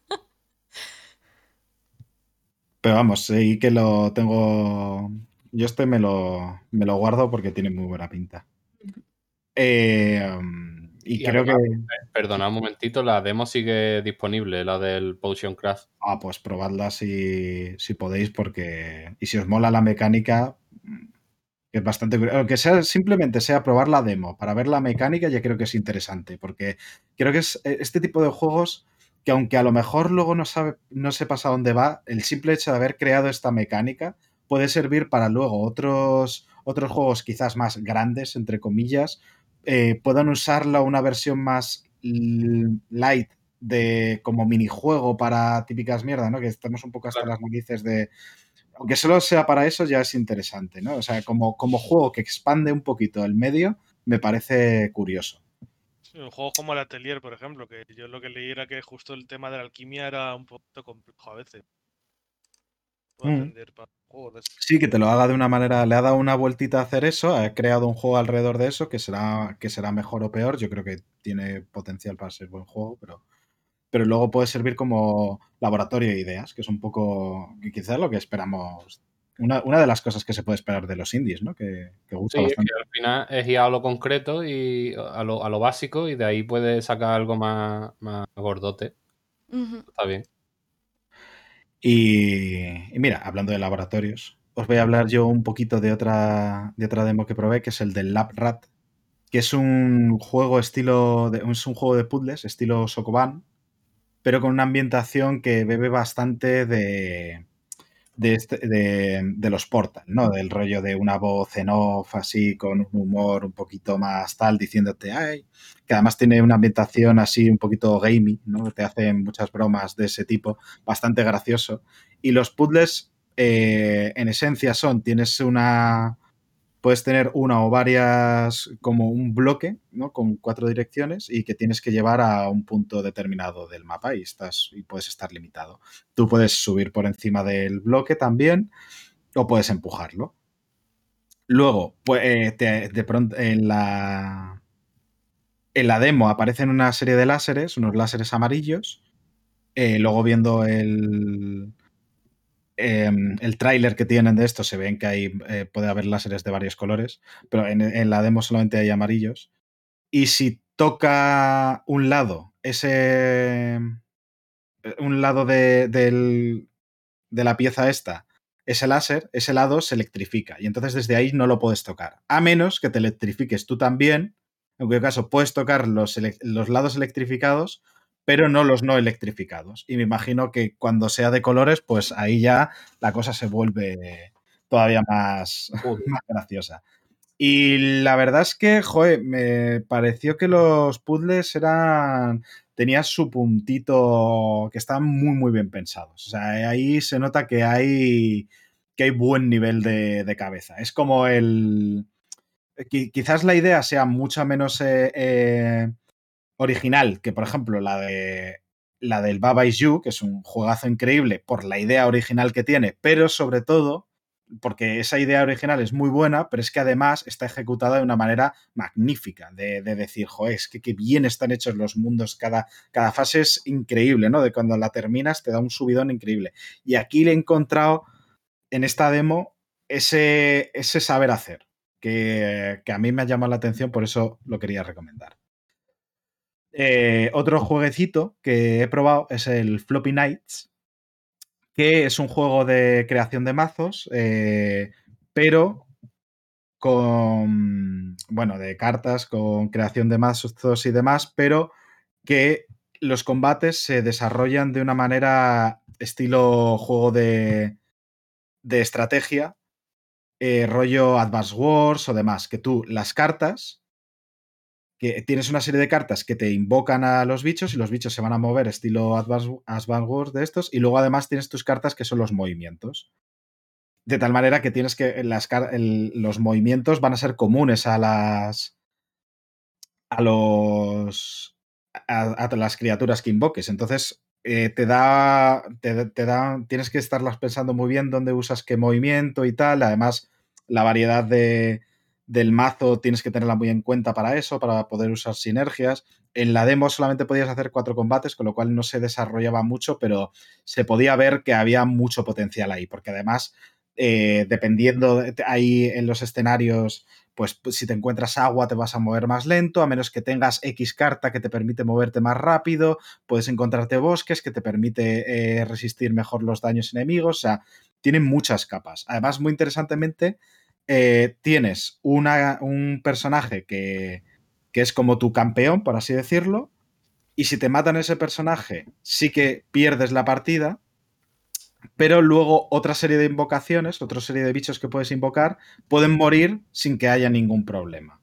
Pero vamos, sí que lo tengo. Yo este me lo, me lo guardo porque tiene muy buena pinta. Eh, um, y, Y creo además, que. perdona un momentito, la demo sigue disponible, la del Potion Craft. Ah, pues probadla si, si podéis, porque. Y si os mola la mecánica, que es bastante curioso. Aunque sea, simplemente sea probar la demo para ver la mecánica, ya creo que es interesante, porque creo que es eh, este tipo de juegos que aunque a lo mejor luego no, sabe, no sepas a dónde va, el simple hecho de haber creado esta mecánica puede servir para luego otros, otros juegos quizás más grandes, entre comillas, eh, puedan usarla una versión más l- light de como minijuego para típicas mierdas, ¿no? Que estamos un poco hasta Claro. las narices de, aunque solo sea para eso, ya es interesante, ¿no? O sea, como, como juego que expande un poquito el medio, me parece curioso. Sí, un juego como el Atelier, por ejemplo, que yo lo que leí era que justo el tema de la alquimia era un poquito complejo a veces. Puedo Mm. aprender para juegos de ese- Sí, que te lo haga de una manera, le ha dado una vueltita a hacer eso, ha creado un juego alrededor de eso, que será, que será mejor o peor. Yo creo que tiene potencial para ser buen juego, pero, pero luego puede servir como laboratorio de ideas, que es un poco, que quizás lo que esperamos, una, una de las cosas que se puede esperar de los indies, ¿no? Que, que gusta Sí, es bastante. que al final es ir a lo concreto y a lo, a lo básico y de ahí puedes sacar algo más, más gordote. Ujú. Está bien. Y, y mira, hablando de laboratorios, os voy a hablar yo un poquito de otra, de otra demo que probé, que es el del Lab Rat, que es un juego estilo, de, es un juego de puzzles estilo Sokoban, pero con una ambientación que bebe bastante de, de, este- de- de los Portal, ¿no? Del rollo de una voz en off, así, con un humor un poquito más tal, diciéndote, ay, que además tiene una ambientación así un poquito gamey, ¿no? Te hacen muchas bromas de ese tipo, bastante gracioso. Y los puzzles, eh, en esencia, son, tienes una... Puedes tener una o varias, como un bloque, ¿no? Con cuatro direcciones y que tienes que llevar a un punto determinado del mapa y, estás, y puedes estar limitado. Tú puedes subir por encima del bloque también o puedes empujarlo. Luego, pues, eh, te- de pronto en la, en la demo aparecen una serie de láseres, unos láseres amarillos. Eh, luego viendo el, eh, el tráiler que tienen de esto se ven que hay, eh, puede haber láseres de varios colores, pero en, en la demo solamente hay amarillos. Y si toca un lado, ese un lado de, del, de la pieza esta, ese láser, ese lado se electrifica y entonces desde ahí no lo puedes tocar, a menos que te electrifiques tú también, en cuyo caso puedes tocar los, ele- los lados electrificados, pero no los no electrificados. Y me imagino que cuando sea de colores, pues ahí ya la cosa se vuelve todavía más, Joder. más graciosa. Y la verdad es que, joder, me pareció que los puzzles eran. Tenían su puntito que estaban muy, muy bien pensados. O sea, ahí se nota que hay. Que hay buen nivel de, de cabeza. Es como el. Qui- quizás la idea sea mucho menos eh, eh, original que, por ejemplo, la de la del Baba Is You, que es un juegazo increíble por la idea original que tiene, pero sobre todo porque esa idea original es muy buena, pero es que además está ejecutada de una manera magnífica, de, de decir, joder, es que qué bien están hechos los mundos, cada, cada fase es increíble, ¿no? De cuando la terminas te da un subidón increíble. Y aquí le he encontrado en esta demo ese, ese saber hacer, que, que a mí me ha llamado la atención, por eso lo quería recomendar. Eh, otro jueguecito que he probado es el Floppy Nights, que es un juego de creación de mazos, eh, pero con, bueno, de cartas, con creación de mazos y demás, pero que los combates se desarrollan de una manera estilo juego de, de estrategia, eh, rollo Advance Wars o demás, que tú las cartas, que tienes una serie de cartas que te invocan a los bichos y los bichos se van a mover estilo Advance, Advance Wars de estos, y luego además tienes tus cartas que son los movimientos. De tal manera que tienes que las, el, los movimientos van a ser comunes a las a los a, a las criaturas que invoques. Entonces eh, te da te, te da tienes que estarlas pensando muy bien dónde usas qué movimiento y tal. Además, la variedad de, del mazo tienes que tenerla muy en cuenta para eso, para poder usar sinergias. En la demo solamente podías hacer cuatro combates, con lo cual no se desarrollaba mucho, pero se podía ver que había mucho potencial ahí, porque además Eh, dependiendo de, ahí en los escenarios, pues si te encuentras agua te vas a mover más lento, a menos que tengas X carta que te permite moverte más rápido, puedes encontrarte bosques que te permite eh, resistir mejor los daños enemigos, o sea, tienen muchas capas. Además, muy interesantemente, eh, tienes una, un personaje que, que es como tu campeón, por así decirlo, y si te matan ese personaje, sí que pierdes la partida, pero luego otra serie de invocaciones, otra serie de bichos que puedes invocar, pueden morir sin que haya ningún problema.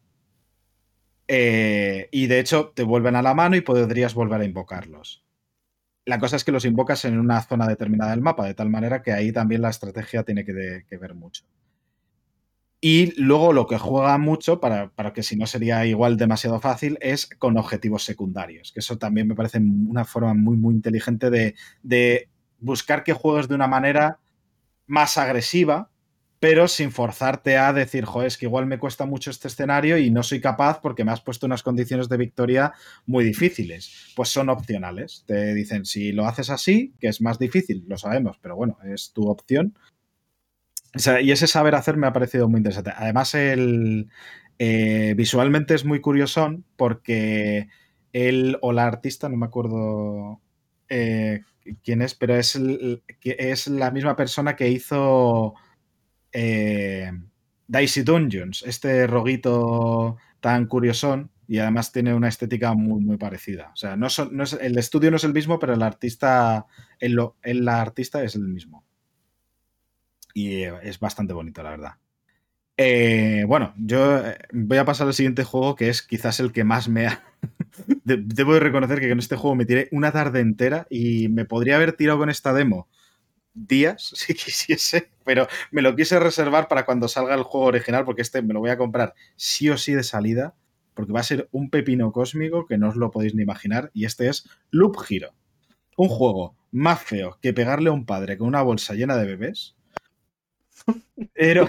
Eh, y de hecho te vuelven a la mano y podrías volver a invocarlos. La cosa es que los invocas en una zona determinada del mapa, de tal manera que ahí también la estrategia tiene que, de, que ver mucho. Y luego lo que juega mucho, para, para que si no sería igual demasiado fácil, es con objetivos secundarios, que eso también me parece una forma muy, muy inteligente de, de buscar que juegues de una manera más agresiva, pero sin forzarte a decir, joder, es que igual me cuesta mucho este escenario y no soy capaz porque me has puesto unas condiciones de victoria muy difíciles. Pues son opcionales. Te dicen, si lo haces así, que es más difícil, lo sabemos, pero bueno, es tu opción. O sea, y ese saber hacer me ha parecido muy interesante. Además, el, eh, visualmente es muy curiosón porque él o la artista, no me acuerdo eh, quién es, pero es, el, es la misma persona que hizo eh, Dicey Dungeons, este roguito tan curiosón, y además tiene una estética muy, muy parecida. O sea, no son, no es, el estudio no es el mismo, pero el artista, el, el artista es el mismo. Y es bastante bonito, la verdad. Eh, bueno, yo voy a pasar al siguiente juego, que es quizás el que más me ha... Debo de reconocer que con este juego me tiré una tarde entera y me podría haber tirado con esta demo días, si quisiese, pero me lo quise reservar para cuando salga el juego original, porque este me lo voy a comprar sí o sí de salida, porque va a ser un pepino cósmico que no os lo podéis ni imaginar, y este es Loop Hero. Un juego más feo que pegarle a un padre con una bolsa llena de bebés, pero...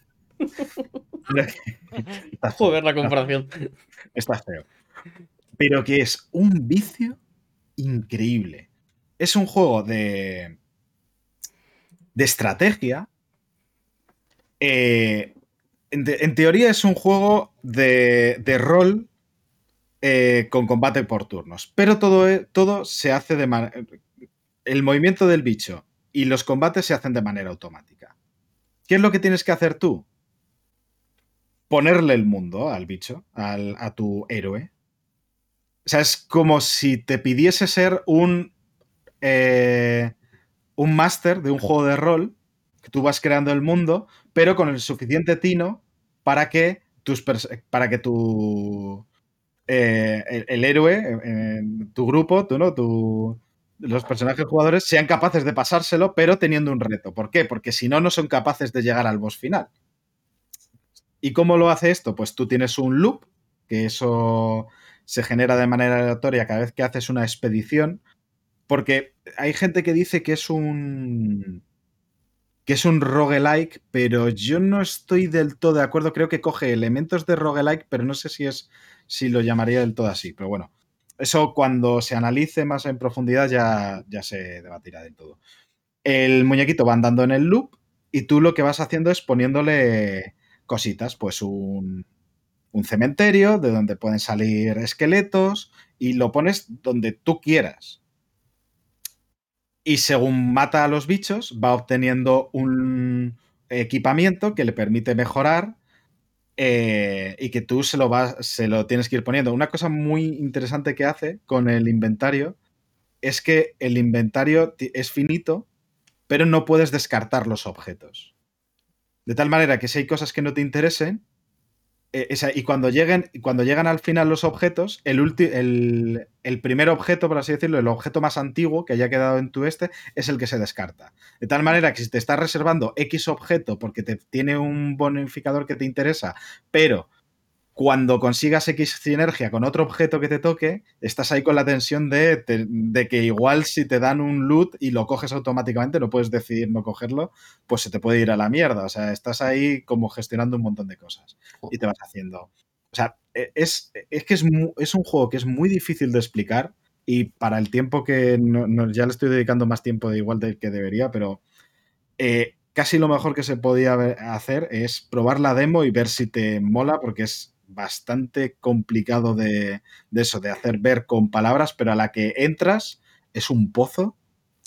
Joder, la comparación. Está feo. Pero que es un vicio increíble. Es un juego de, de estrategia. Eh, en, te, en, teoría es un juego de, de rol eh, con combate por turnos. Pero todo, todo se hace de manera... El movimiento del bicho y los combates se hacen de manera automática. ¿Qué es lo que tienes que hacer tú? Ponerle el mundo al bicho, al, a tu héroe. O sea, es como si te pidiese ser un eh, un máster de un juego de rol, que tú vas creando el mundo, pero con el suficiente tino para que tus para que tu eh, el, el, héroe, eh, tu grupo, tú, ¿no? Tu, los personajes jugadores sean capaces de pasárselo, pero teniendo un reto. ¿Por qué? Porque si no, no son capaces de llegar al boss final. ¿Y cómo lo hace esto? Pues tú tienes un loop, que eso se genera de manera aleatoria cada vez que haces una expedición, porque hay gente que dice que es un que es un roguelike, pero yo no estoy del todo de acuerdo. Creo que coge elementos de roguelike, pero no sé si es si lo llamaría del todo así. Pero bueno, eso cuando se analice más en profundidad ya, ya se debatirá del todo. El muñequito va andando en el loop y tú lo que vas haciendo es poniéndole cositas, pues un, un cementerio de donde pueden salir esqueletos y lo pones donde tú quieras. Y según mata a los bichos, va obteniendo un equipamiento que le permite mejorar eh, y que tú se lo, vas, se lo tienes que ir poniendo. Una cosa muy interesante que hace con el inventario es que el inventario es finito, pero no puedes descartar los objetos. De tal manera que si hay cosas que no te interesen, eh, esa, y cuando lleguen, cuando llegan al final los objetos, el, ulti, el, el primer objeto, por así decirlo, el objeto más antiguo que haya quedado en tu este, es el que se descarta. De tal manera que si te estás reservando X objeto porque te tiene un bonificador que te interesa, pero cuando consigas X sinergia con otro objeto que te toque, estás ahí con la tensión de, de, de que igual si te dan un loot y lo coges automáticamente, no puedes decidir no cogerlo, pues se te puede ir a la mierda. O sea, estás ahí como gestionando un montón de cosas y te vas haciendo. O sea, es, es que es, muy, es un juego que es muy difícil de explicar y para el tiempo que no, no, ya le estoy dedicando más tiempo de igual del que debería, pero eh, casi lo mejor que se podía hacer es probar la demo y ver si te mola, porque es bastante complicado de, de eso, de hacer ver con palabras, pero a la que entras es un pozo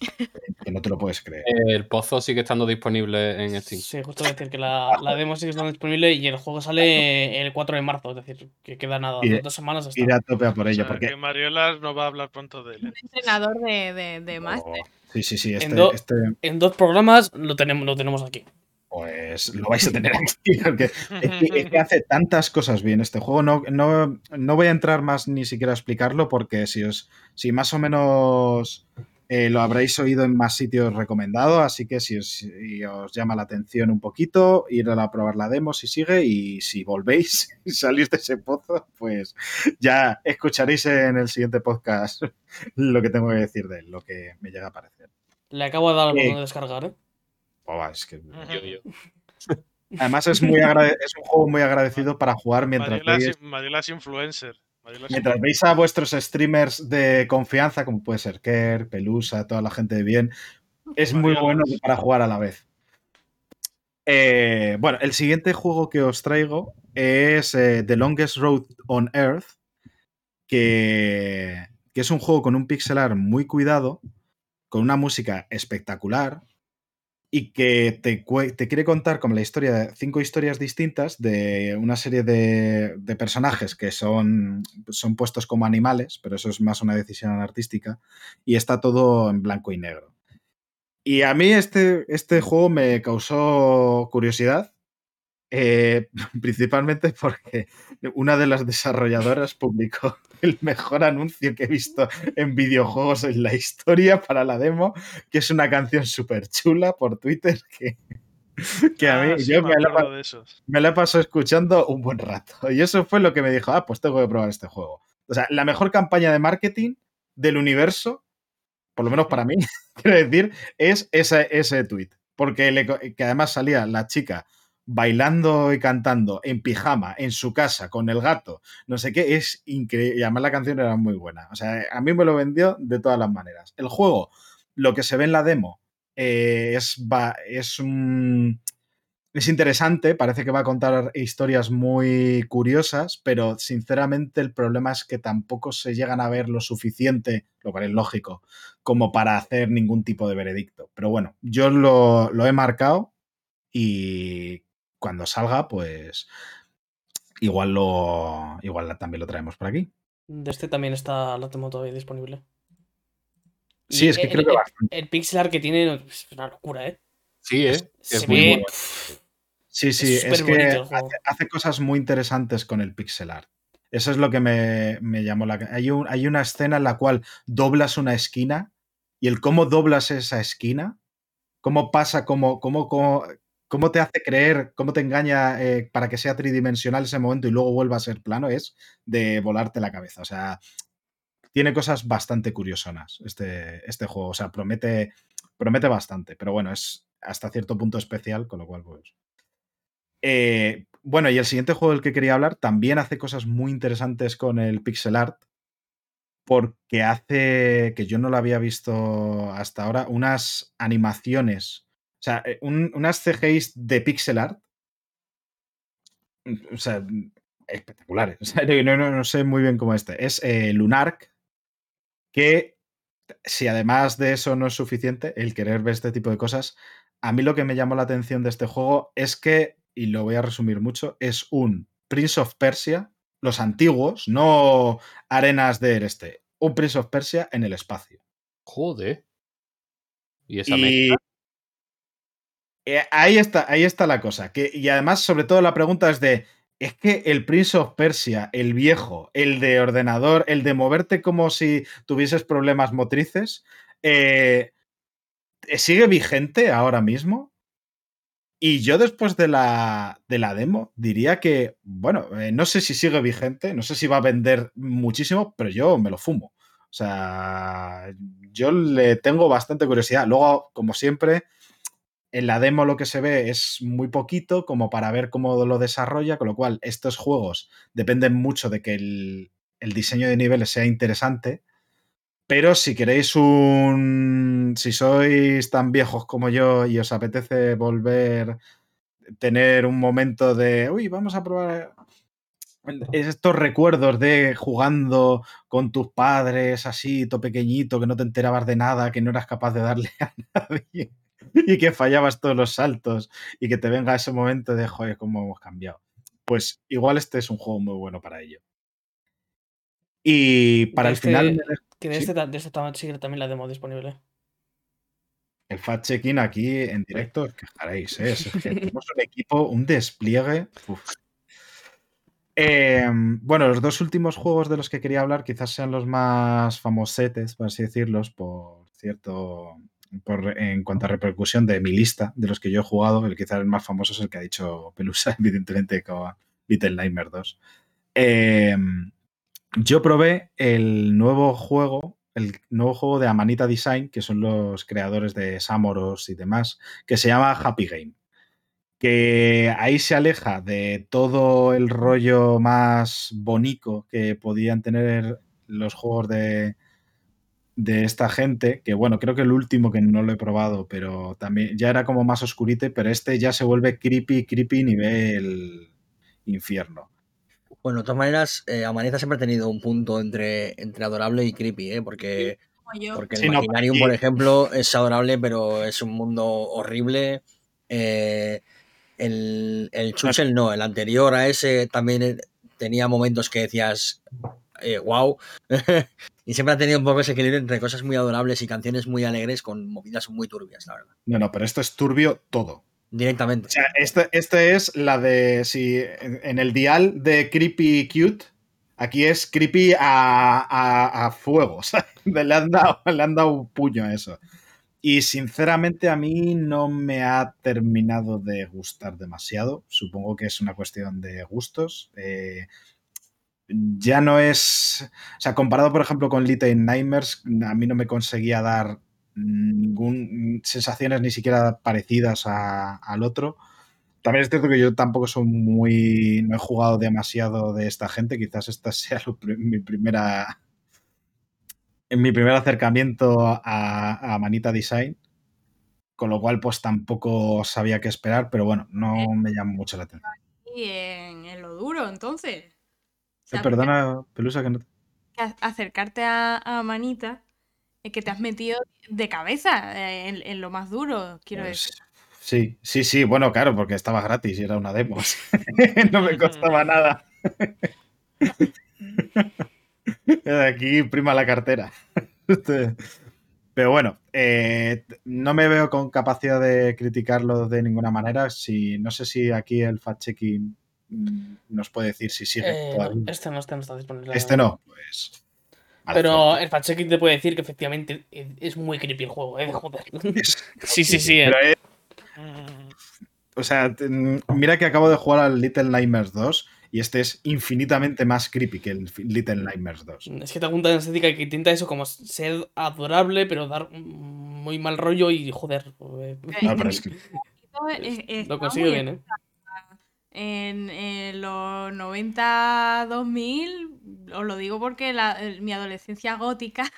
que no te lo puedes creer. El pozo sigue estando disponible en Steam. Sí, justo decir que la, la demo sigue estando disponible y el juego sale el cuatro de marzo, es decir, que queda nada, Y, dos semanas está. Ir a tope a por O ello, sea, porque que Mariolas no va a hablar pronto de él. Un entrenador de, de, de máster. oh, sí, sí, sí, este, en, do, este... en dos programas lo tenemos, lo tenemos aquí. Pues lo vais a tener aquí, porque es que, es que hace tantas cosas bien este juego. No, no, no voy a entrar más ni siquiera a explicarlo, porque si os, si más o menos eh, lo habréis oído en más sitios recomendado, así que si os, si os llama la atención un poquito, ir a probar la demo si sigue, y si volvéis y salís de ese pozo, pues ya escucharéis en el siguiente podcast lo que tengo que decir de él, lo que me llega a parecer. Le acabo de dar al Eh, botón de descargar, ¿eh? Oh, es que Yo, yo. además es, muy agrade- es un juego muy agradecido para jugar mientras Mariolas, veis, Mariolas influencer. Mariolas mientras influencer. veis a vuestros streamers de confianza, como puede ser Kerr, Pelusa, toda la gente de bien. Es muy Mariolas. bueno para jugar a la vez. Eh, bueno, el siguiente juego que os traigo es eh, The Longest Road on Earth, que, que es un juego con un pixel art muy cuidado, con una música espectacular, y que te, te quiere contar como la historia de cinco historias distintas de una serie de, de personajes que son, son puestos como animales, pero eso es más una decisión artística, y está todo en blanco y negro. Y a mí este, este juego me causó curiosidad, eh, principalmente porque una de las desarrolladoras publicó el mejor anuncio que he visto en videojuegos en la historia para la demo, que es una canción súper chula por Twitter que, que a mí Ah, sí, yo me me la, acuerdo de esos. me la paso escuchando un buen rato. Y eso fue lo que me dijo, ah, pues tengo que probar este juego. O sea, la mejor campaña de marketing del universo, por lo menos para mí, quiero decir, es ese, ese tweet. Porque le, que además salía la chica bailando y cantando en pijama, en su casa, con el gato, no sé qué, es increíble. Y además la canción era muy buena. O sea, a mí me lo vendió de todas las maneras. El juego, lo que se ve en la demo, eh, es, va, es un... Es interesante, parece que va a contar historias muy curiosas, pero sinceramente el problema es que tampoco se llegan a ver lo suficiente, lo cual es lógico, como para hacer ningún tipo de veredicto. Pero bueno, yo lo, lo he marcado y cuando salga, pues igual, lo, igual también lo traemos por aquí. De este también está la demo todavía disponible. Sí, y es que el, creo que el, bastante. el pixel art que tiene es una locura, ¿eh? Sí, ¿eh? Se es muy ve... bueno. Sí, sí, Es es, súper bonito que el juego. hace, hace cosas muy interesantes con el pixel art. Eso es lo que me, me llamó la atención. Hay, un, hay una escena en la cual doblas una esquina y el cómo doblas esa esquina, cómo pasa, cómo, cómo, cómo cómo te hace creer, cómo te engaña eh, para que sea tridimensional ese momento y luego vuelva a ser plano, es de volarte la cabeza. O sea, tiene cosas bastante curiosonas este, este juego. O sea, promete, promete bastante, pero bueno, es hasta cierto punto especial, con lo cual, pues. Eh, bueno, y el siguiente juego del que quería hablar también hace cosas muy interesantes con el pixel art, porque hace, que yo no lo había visto hasta ahora, unas animaciones, o sea, eh, un- unas C G Is de pixel art, o sea, espectaculares. O sea, no, no- no sé muy bien cómo este. Es eh, Lunark, que si además de eso no es suficiente, el querer ver este tipo de cosas, a mí lo que me llamó la atención de este juego es que, y lo voy a resumir mucho, es un Prince of Persia, los antiguos, no arenas de este, un Prince of Persia en el espacio. Joder. ¿Y esa Y mezcla? eh, ahí está, ahí está la cosa. Que, y además, sobre todo, la pregunta es de. Es que el Prince of Persia, el viejo, el de ordenador, el de moverte como si tuvieses problemas motrices, eh, ¿sigue vigente ahora mismo? Y yo después de la, de la demo diría que, bueno, eh, no sé si sigue vigente, no sé si va a vender muchísimo, pero yo me lo fumo. O sea, yo le tengo bastante curiosidad. Luego, como siempre, en la demo lo que se ve es muy poquito como para ver cómo lo desarrolla, con lo cual estos juegos dependen mucho de que el, el diseño de niveles sea interesante. Pero si queréis un... Si sois tan viejos como yo y os apetece volver, tener un momento de... Uy, vamos a probar estos recuerdos de jugando con tus padres así, todo pequeñito, que no te enterabas de nada, que no eras capaz de darle a nadie y que fallabas todos los saltos y que te venga ese momento de, joder, cómo hemos cambiado. Pues igual este es un juego muy bueno para ello. Y para De el final... este, que de ¿Sí? este, ta- de este ta- sí que también la demo disponible. El fact-checking aquí en directo, os quejaréis, ¿eh? Es que tenemos un equipo, un despliegue. Uf. Eh, bueno, los dos últimos juegos de los que quería hablar quizás sean los más famosetes, por así decirlos, por cierto, por, en cuanto a repercusión de mi lista, de los que yo he jugado, el quizás el más famoso es el que ha dicho Pelusa, evidentemente, con Little Nightmares dos. Eh, yo probé el nuevo juego, el nuevo juego de Amanita Design, que son los creadores de Samoros y demás, que se llama Happy Game. Que ahí se aleja de todo el rollo más bonito que podían tener los juegos de, de esta gente, que bueno, creo que el último que no lo he probado, pero también ya era como más oscurite, pero este ya se vuelve creepy, creepy nivel infierno. Bueno, de todas maneras, eh, Amanita siempre ha tenido un punto entre, entre adorable y creepy, ¿eh? Porque, Como yo. porque el Sí, no, Machinarium, y- por ejemplo, es adorable, pero es un mundo horrible. Eh, el, el Chuchel no, el anterior a ese también eh, tenía momentos que decías, eh, wow. Y siempre ha tenido un poco ese equilibrio entre cosas muy adorables y canciones muy alegres con movidas muy turbias, la verdad. no, no, pero esto es turbio todo. Directamente. O sea, este, este es la de. Si en, en el dial de Creepy Cute, aquí es Creepy a, a, a fuego. O sea, le, han dado, le han dado un puño a eso. Y sinceramente a mí no me ha terminado de gustar demasiado. Supongo que es una cuestión de gustos. Eh, ya no es. O sea, comparado, por ejemplo, con Little Nightmares, a mí no me conseguía dar ningún sensaciones ni siquiera parecidas a, al otro. También es cierto que yo tampoco soy muy. No he jugado demasiado de esta gente. Quizás esta sea lo, mi primera. En mi primer acercamiento a, a Manita Design. Con lo cual, pues tampoco sabía qué esperar, pero bueno, no me llama mucho la atención. Y en, en lo duro, entonces. O Eh, sea, perdona, Pelusa, que no. que a- acercarte a, a Manita es que te has metido de cabeza eh, en, en lo más duro, quiero decir. Pues, sí, sí, sí, bueno, claro, porque estaba gratis y era una demo. No me costaba nada. Aquí prima la cartera. Este, Pero bueno, eh, no me veo con capacidad de criticarlo de ninguna manera. Si, no sé si aquí el fact-checking mm, nos puede decir si sigue Eh, no, todavía. este no, este no está disponible. Este no, pues. mala Pero suerte. el fact-checking te puede decir que efectivamente es muy creepy el juego, eh, joder. Es- Sí, sí, sí. Pero eh. es- O sea, te- mira que acabo de jugar al Little Nightmares dos y este es infinitamente más creepy que el Little Nightmares dos. Es que te apunta en estética que intenta eso como ser adorable, pero dar muy mal rollo y joder. eh, No, pero es que Es- está Lo consigue muy bien, ¿eh? En, en los noventa, dos mil, os lo digo porque la- el- mi adolescencia gótica.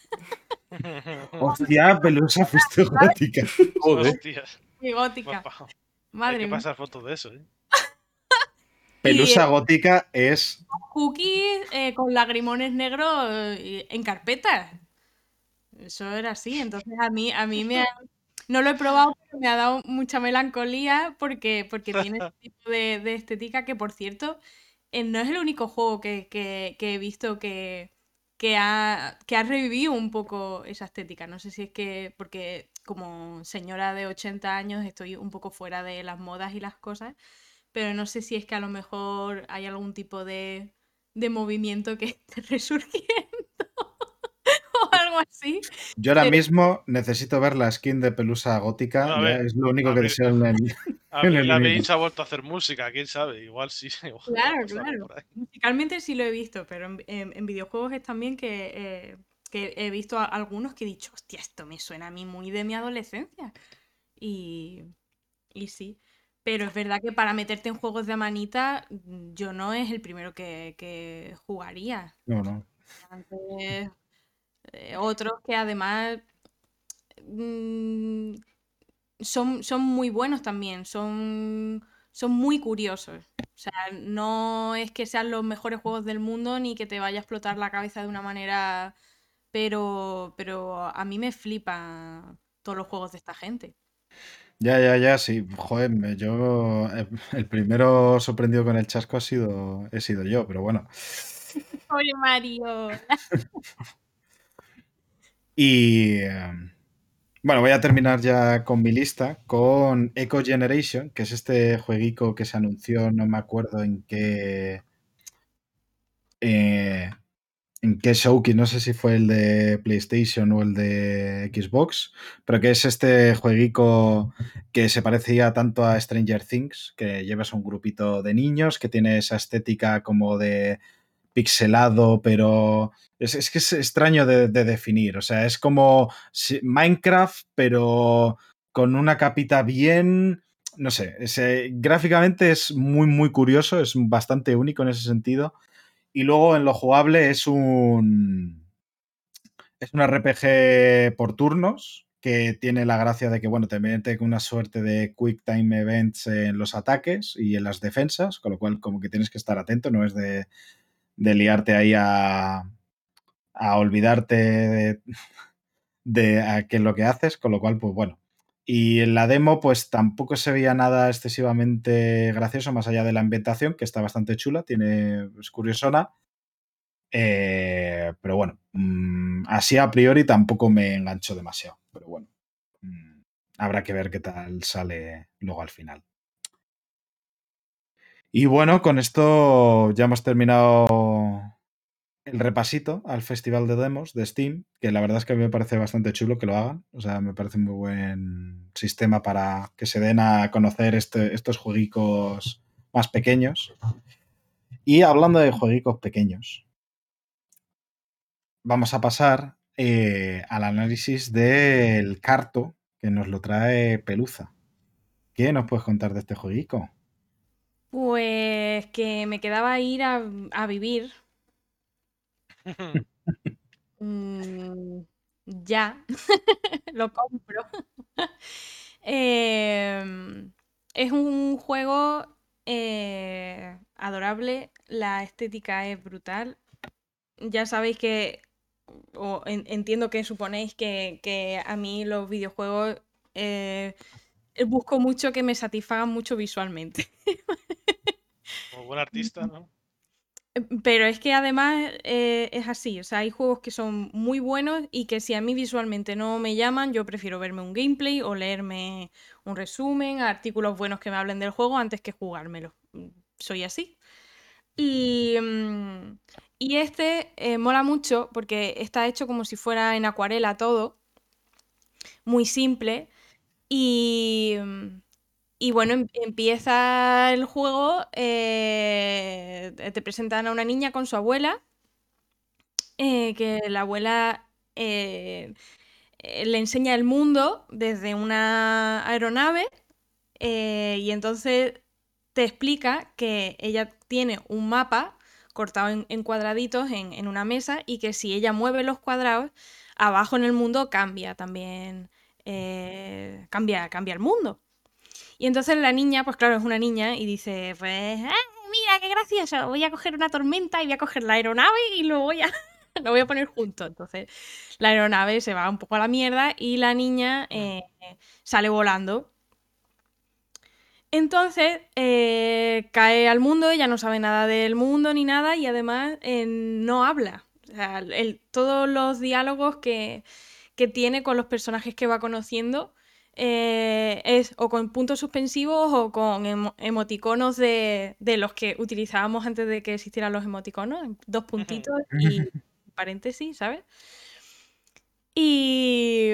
hostia, Pelusa, fuiste gótica. Joder. Hostias. Muy gótica. Papá. Hay Madre que mía. pasar fotos de eso, ¿eh? Pelusa gótica es. Cookies eh, con lagrimones negros eh, en carpetas. Eso era así. Entonces a mí, a mí me ha- no lo he probado, pero me ha dado mucha melancolía porque, porque tiene ese tipo de, de estética que, por cierto, eh, no es el único juego que, que- que he visto que, que ha, que ha revivido un poco esa estética. No sé si es que, porque como señora de ochenta años estoy un poco fuera de las modas y las cosas, pero no sé si es que a lo mejor hay algún tipo de, de movimiento que esté resurgiendo o algo así. Yo ahora Pero- mismo necesito ver la skin de Pelusa gótica. Bueno, a Ya ver, es lo único que Abril- deseo en el. en Avril el Lavigne vídeo. se ha vuelto a hacer música, quién sabe. Igual sí. Igual Claro, ha pasado claro. por ahí. Musicalmente sí lo he visto, pero en, en- en videojuegos es también que, eh, que he visto a- algunos que he dicho, hostia, esto me suena a mí muy de mi adolescencia. Y, y sí. Pero es verdad que para meterte en juegos de manita, mm, yo no es el primero que, que jugaría. No, no. Antes, eh, otros que además mm, son, son muy buenos también, son, son muy curiosos. O sea, no es que sean los mejores juegos del mundo ni que te vaya a explotar la cabeza de una manera, pero, pero a mí me flipan todos los juegos de esta gente. Ya, ya, ya, sí. Joder, me- yo. eh, El primero sorprendido con el chasco ha sido, he sido yo, pero bueno. Oye, Mario. Y. eh, Bueno, voy a terminar ya con mi lista con Echo Generation, que es este jueguico que se anunció, no me acuerdo en qué. eh, en qué showcase, no sé si fue el de PlayStation o el de Xbox, pero que es este jueguico que se parecía tanto a Stranger Things, que llevas un grupito de niños, que tiene esa estética como de pixelado, pero es, es que es extraño de, de definir, o sea, es como si- Minecraft, pero con una capita bien, no sé, es, eh, gráficamente es muy, muy curioso, es bastante único en ese sentido. Y luego en lo jugable es un. Es un R P G por turnos que tiene la gracia de que, bueno, te mete con una suerte de quick time events en los ataques y en las defensas, con lo cual como que tienes que estar atento, no es de, de liarte ahí a, a olvidarte de, de a qué es lo que haces, con lo cual, pues bueno. Y en la demo, pues tampoco se veía nada excesivamente gracioso, más allá de la ambientación, que está bastante chula, tiene, es curiosona. Eh, pero bueno, mmm, así a priori tampoco me enganchó demasiado. Pero bueno, mmm, habrá que ver qué tal sale luego al final. Y bueno, con esto ya hemos terminado el repasito al Festival de Demos de Steam, que la verdad es que a mí me parece bastante chulo que lo hagan. O sea, me parece un muy buen sistema para que se den a conocer este, estos jueguicos más pequeños. Y hablando de jueguicos pequeños, vamos a pasar eh, al análisis del Carto, que nos lo trae Peluza. ¿Qué nos puedes contar de este jueguico? Pues que me quedaba ir a, a vivir. Mm, ya, lo compro. Em, es un juego eh, adorable, la estética es brutal. Ya sabéis que, o en- entiendo que suponéis que, que a mí los videojuegos eh, busco mucho que me satisfagan mucho visualmente. Como buen artista, ¿no? Pero es que además eh, es así, o sea, hay juegos que son muy buenos y que si a mí visualmente no me llaman, yo prefiero verme un gameplay o leerme un resumen, artículos buenos que me hablen del juego antes que jugármelo. Mm, Soy así. Y, mm, y este eh, mola mucho porque está hecho como si fuera en acuarela todo, muy simple y, mm, Y bueno, em- empieza el juego, eh, te presentan a una niña con su abuela, eh, que la abuela eh, eh, le enseña el mundo desde una aeronave, eh, y entonces te explica que ella tiene un mapa cortado en, en cuadraditos en, en una mesa y que si ella mueve los cuadrados, abajo en el mundo cambia también, eh, cambia, cambia el mundo. Y entonces la niña, pues claro, es una niña y dice, pues, ¡ah, mira, qué gracioso! Voy a coger una tormenta y voy a coger la aeronave y lo voy a, lo voy a poner junto. Entonces la aeronave se va un poco a la mierda y la niña eh, sale volando. Entonces eh, cae al mundo, ella no sabe nada del mundo ni nada y además eh, no habla. O sea, el- todos los diálogos que, que tiene con los personajes que va conociendo eh, es o con puntos suspensivos o con emo- emoticonos de, de los que utilizábamos antes de que existieran los emoticonos, dos puntitos y paréntesis, ¿sabes? Y,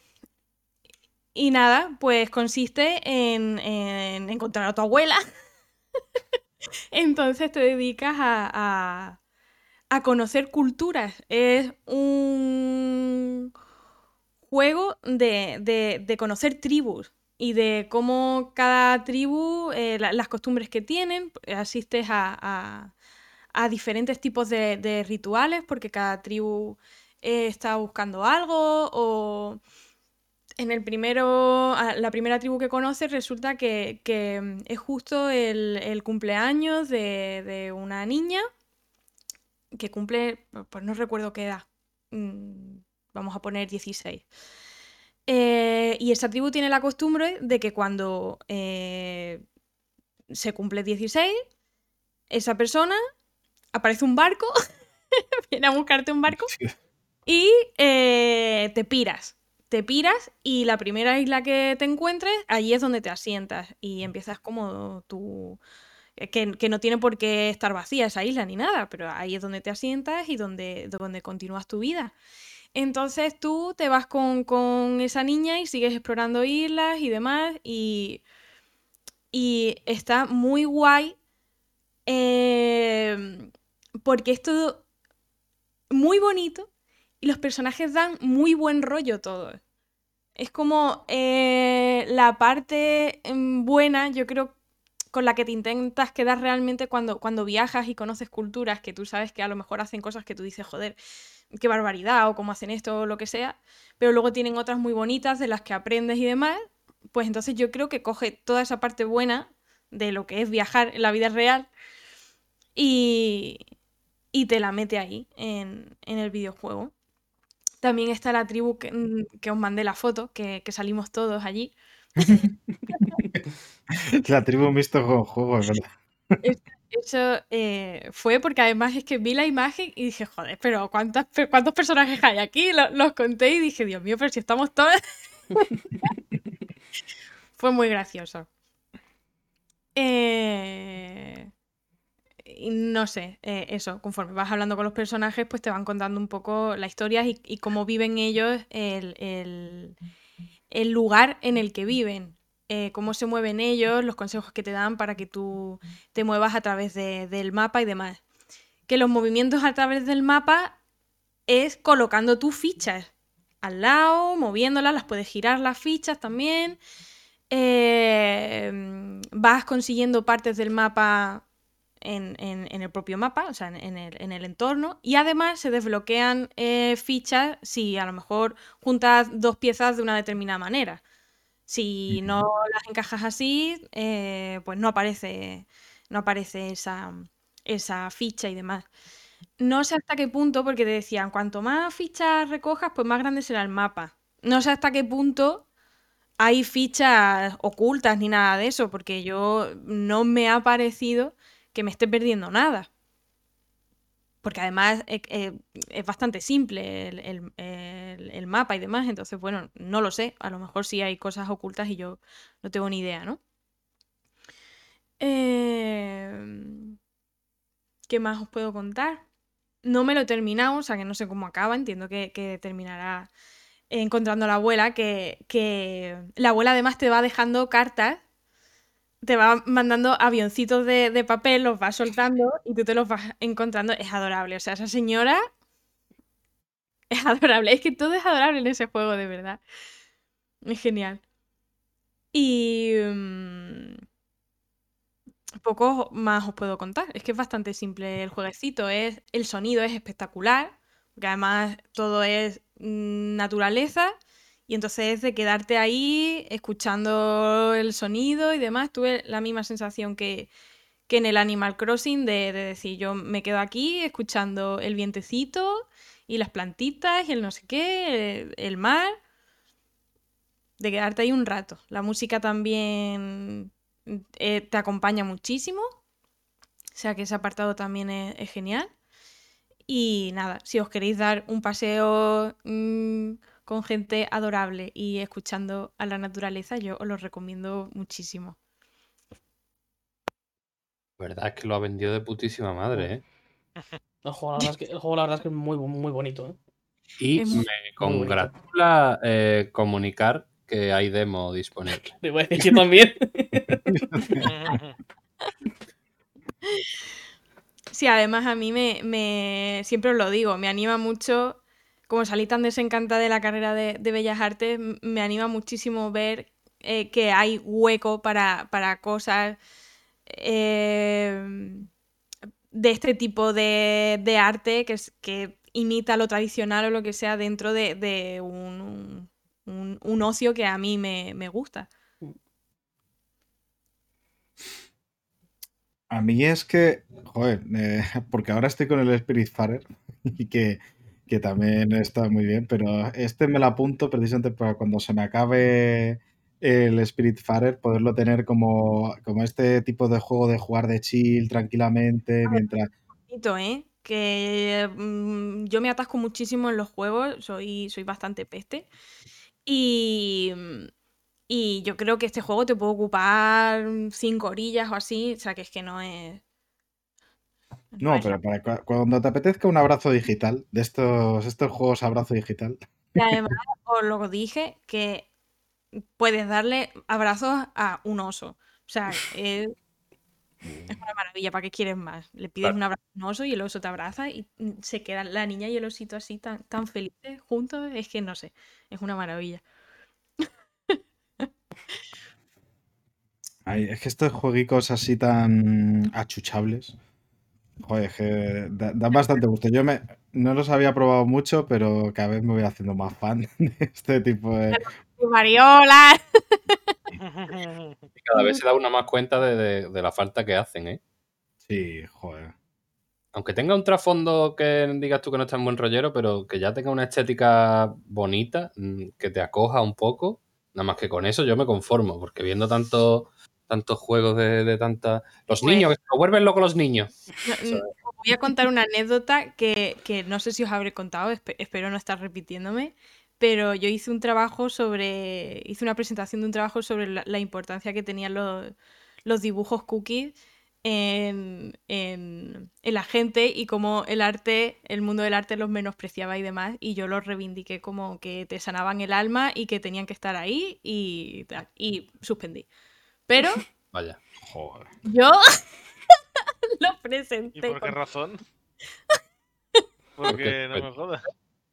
y nada, pues consiste en, en encontrar a tu abuela. Entonces te dedicas a, a- a conocer culturas. Es un juego de, de- de conocer tribus y de cómo cada tribu, eh, la- las costumbres que tienen, asistes a, a- a diferentes tipos de, de rituales porque cada tribu eh, está buscando algo o en el primero, a- la primera tribu que conoces resulta que, que, mm, es justo el, el cumpleaños de, de una niña que cumple, pues no recuerdo qué edad, mm, vamos a poner dieciséis. Eh, y esa tribu tiene la costumbre de que cuando eh, se cumple dieciséis, esa persona aparece un barco, viene a buscarte un barco y eh, te piras. Te piras y la primera isla que te encuentres, allí es donde te asientas y empiezas como tu... Que, que no tiene por qué estar vacía esa isla ni nada, pero ahí es donde te asientas y donde, donde continúas tu vida. Entonces tú te vas con, con esa niña y sigues explorando islas y demás y, y está muy guay, eh, porque es todo muy bonito y los personajes dan muy buen rollo todos. Es como eh, la parte mm, buena, yo creo, con la que te intentas quedar realmente cuando, cuando viajas y conoces culturas que tú sabes que a lo mejor hacen cosas que tú dices, joder, qué barbaridad, o cómo hacen esto, o lo que sea, pero luego tienen otras muy bonitas de las que aprendes y demás, pues entonces yo creo que coge toda esa parte buena de lo que es viajar en la vida real y, y te la mete ahí en, en el videojuego. También está la tribu que, mm, que os mandé la foto, que, que salimos todos allí. La tribu visto con juego, es verdad. Es- Eso eh, fue porque además es que vi la imagen y dije, joder, pero ¿cuántas, pe- ¿cuántos personajes hay aquí? Lo- Los, conté y dije, Dios mío, pero si estamos todos... Fue muy gracioso. Eh, y no sé, eh, eso, conforme vas hablando con los personajes, pues te van contando un poco la historia y, y cómo viven ellos el, el- el lugar en el que viven, eh, cómo se mueven ellos, los consejos que te dan para que tú te muevas a través de- del mapa y demás. Que los movimientos a través del mapa es colocando tus fichas al lado, moviéndolas, las puedes girar las fichas también. Eh, vas consiguiendo partes del mapa en, en- en el propio mapa, o sea, en, en el, en el entorno. Y además se desbloquean eh, fichas si a lo mejor juntas dos piezas de una determinada manera. Si no las encajas así, eh, pues no aparece, no aparece esa, esa ficha y demás. No sé hasta qué punto, porque te decían, cuanto más fichas recojas, pues más grande será el mapa. No sé hasta qué punto hay fichas ocultas ni nada de eso, porque yo no me ha parecido que me esté perdiendo nada. Porque además eh, eh, es bastante simple el, el- el- el mapa y demás, entonces, bueno, no lo sé. A lo mejor sí hay cosas ocultas y yo no tengo ni idea, ¿no? Em, ¿Qué más os puedo contar? No me lo he terminado, o sea que no sé cómo acaba, entiendo que, que terminará encontrando a la abuela, que, que la abuela además te va dejando cartas te va mandando avioncitos de, de papel, los va soltando y tú te los vas encontrando. Es adorable. O sea, esa señora es adorable. Es que todo es adorable en ese juego, de verdad. Es genial. Y mm, poco más os puedo contar. Es que es bastante simple el jueguecito. Es, el sonido es espectacular, porque además todo es mm, naturaleza. Y entonces de quedarte ahí escuchando el sonido y demás, tuve la misma sensación que, que en el Animal Crossing de, de decir, yo me quedo aquí escuchando el vientecito y las plantitas y el no sé qué, el, el mar, de quedarte ahí un rato. La música también eh, te acompaña muchísimo, o sea que ese apartado también es, es genial. Y nada, si os queréis dar un paseo mm, con gente adorable y escuchando a la naturaleza, yo os lo recomiendo muchísimo. Verdad es que lo ha vendido de putísima madre, ¿eh? El juego, la verdad es que, el juego, la verdad es que es muy, muy bonito, ¿eh? Y Es me muy- Muy bonito. congratula eh, comunicar que hay demo disponible. Te voy a decir yo también. Sí, además a mí me, me- siempre os lo digo, me anima mucho, como salí tan desencantada de la carrera de, de Bellas Artes, m- me anima muchísimo ver eh, que hay hueco para, para cosas eh, de este tipo de, de arte que, es- que imita lo tradicional o lo que sea dentro de, de un, un- un ocio que a mí me, me gusta. A mí es que, joder, eh, porque ahora estoy con el Spiritfarer y que, que también está muy bien, pero este me lo apunto precisamente para cuando se me acabe el Spiritfarer, poderlo tener como, como este tipo de juego de jugar de chill tranquilamente mientras... Bonito, ¿eh? Que mm, yo me atasco muchísimo en los juegos, soy, soy bastante peste. Y, mm, y yo creo que este juego te puede ocupar cinco orillas o así, o sea que es que no es. No No, es la- pero para cua- cuando te apetezca un abrazo digital, de estos, estos juegos abrazo digital. Y además, os lo dije, que puedes darle abrazos a un oso. O sea, es, es una maravilla, ¿para qué quieres más? Le pides Claro. un abrazo a un oso y el oso te abraza y mm, se quedan la niña y el osito así tan, tan felices juntos, es que no sé, es una maravilla. Ay, es que estos jueguicos así tan achuchables, joder, es que da- dan bastante gusto. Yo me, no los había probado mucho, pero cada vez me voy haciendo más fan de este tipo de... Mariola. Y cada vez se da una más cuenta de, de- de la falta que hacen, ¿eh? Sí, joder. Aunque tenga un trasfondo que digas tú que no está en buen rollero, pero que ya tenga una estética bonita, mm, que te acoja un poco, nada más que con eso yo me conformo, porque viendo tantos tantos juegos de, de tantas... Los Pues- niños, que se nos vuelven locos los niños. No, O sea, n- os voy a contar una anécdota que, que no sé si os habré contado, espe- espero no estar repitiéndome, pero yo hice un trabajo sobre, hice una presentación de un trabajo sobre la, la importancia que tenían los, los dibujos cookies en, en, en la gente y cómo el arte, el mundo del arte los menospreciaba y demás, y yo los reivindiqué como que te sanaban el alma y que tenían que estar ahí y, tal, y suspendí. Pero vaya. Joder. yo lo ¿Y presenté por qué con razón? Porque- Porque no me jodas.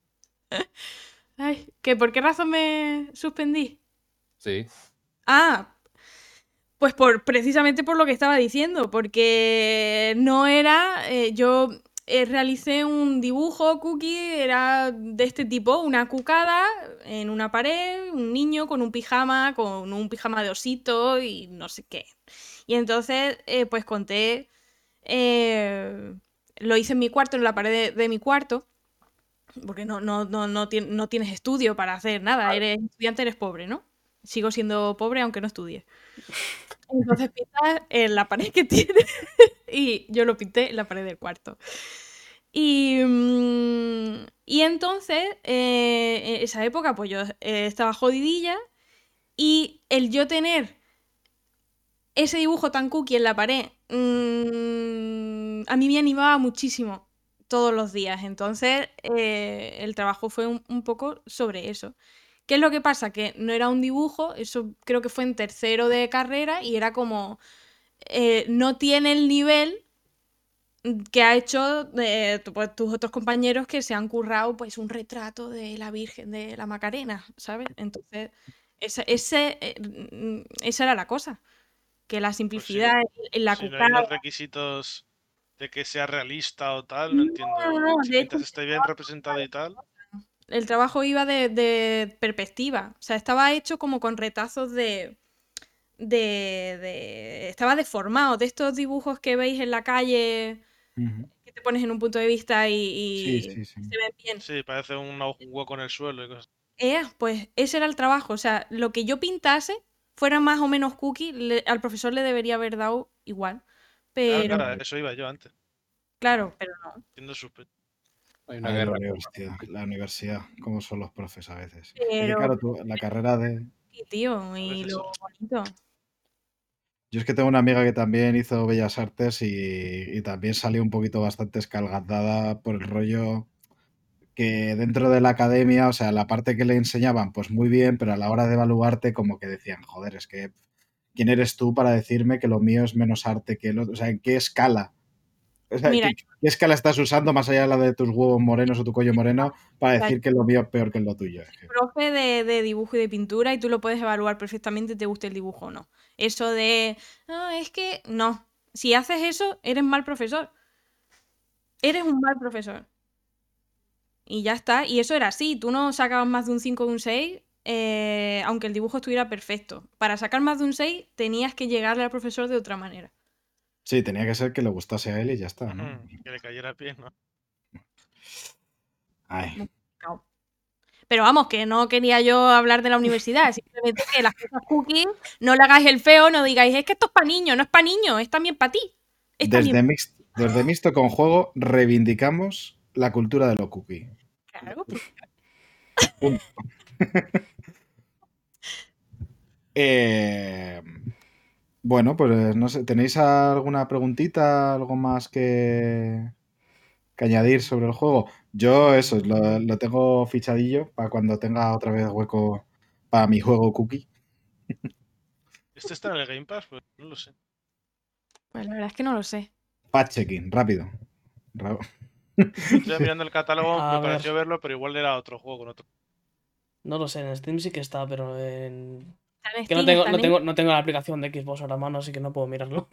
Ay, ¿que por qué razón me suspendí? Sí. Ah, pues por precisamente por lo que estaba diciendo, porque no era. eh, yo eh, realicé un dibujo cookie, era de este tipo, una cucada en una pared, un niño con un pijama, con un pijama de osito y no sé qué. Y entonces, eh, pues conté. eh, lo hice en mi cuarto, en la pared de, de mi cuarto. Porque no, no, no, no, tien- no tienes estudio para hacer nada, eres estudiante, eres pobre, ¿no? Sigo siendo pobre aunque no estudie. Entonces pintas en la pared que tienes y yo lo pinté en la pared del cuarto. Y, mm, y entonces, eh, en esa época, pues yo eh, estaba jodidilla y el yo tener ese dibujo tan cookie en la pared, mm, a mí me animaba muchísimo todos los días. Entonces, eh, el trabajo fue un, un poco sobre eso. ¿Qué es lo que pasa? Que no era un dibujo, eso creo que fue en tercero de carrera y era como, eh, no tiene el nivel que ha hecho eh, tu- pues, tus otros compañeros que se han currado pues un retrato de la Virgen de la Macarena, ¿sabes? Entonces, esa, ese, eh, mm, esa era la cosa, que la Pues si, simplicidad en la si no hay cucada... unos requisitos de que sea realista o tal, no No, entiendo. no, no, Si de hecho, mientras esté bien representado y tal. el trabajo iba de, de perspectiva, o sea, estaba hecho como con retazos de, de, de- Estaba deformado, de estos dibujos que veis en la calle, Ujú. que te pones en un punto de vista y, Sí, y sí, sí. se ven bien. Sí, parece un, un hueco en el suelo y cosas. Eh, pues ese era el trabajo, o sea, lo que yo pintase, fuera más o menos cookie, le- al profesor le debería haber dado igual. Claro, Pero, claro, eso iba yo antes. claro, pero no. Siendo súper. Hay una Ay, la guerra. universidad, la universidad, cómo son los profes a veces. Es que Pero, claro, tú, la carrera de... sí, tío, A y veces lo sí. bonito. Yo es que tengo una amiga que también hizo Bellas Artes y, y también salió un poquito bastante escalgazada por el rollo que dentro de la academia, o sea, la parte que le enseñaban, pues muy bien, pero a la hora de evaluarte como que decían, joder, es que ¿quién eres tú para decirme que lo mío es menos arte que el otro? O sea, ¿en qué escala? O sea, Mira, ¿qué, qué escala estás usando más allá de la de tus huevos morenos o tu cuello moreno para decir que lo mío es peor que lo tuyo? Es que- profe de, de dibujo y de pintura y tú lo puedes evaluar perfectamente te guste el dibujo o no. Eso de, ah, es que no. Si haces eso, eres mal profesor. Eres un mal profesor. Y ya está. Y eso era así. Tú no sacabas más de un cinco o un seis, eh, aunque el dibujo estuviera perfecto. Para sacar más de un seis tenías que llegarle al profesor de otra manera. Sí, tenía que ser que le gustase a él y ya está, ¿no? Ujú, que le cayera bien, ¿no? Ay, Complicado. Pero vamos, que no quería yo hablar de la universidad, simplemente que las cosas cookies no le hagáis el feo, no digáis, es que esto es para niños, no es para niños, es también para ti. Es también desde, mix, desde Mixto con Juego reivindicamos la cultura de lo cookie. claro. pues, Punto. Eh, bueno, pues no sé, ¿tenéis alguna preguntita, algo más que, que añadir sobre el juego? Yo eso, lo, lo tengo fichadillo para cuando tenga otra vez hueco para mi juego cookie. ¿Este está en el Game Pass? Pues no lo sé. Pues la verdad es que no lo sé. Fact checking, rápido. Ra- Estoy mirando el catálogo, A me ver. pareció verlo, pero igual era otro juego con otro. No lo sé, en Steam sí que está, pero en. Está en Que no Steam, tengo, está no en- tengo, no tengo la aplicación de Xbox ahora a mano, así que no puedo mirarlo.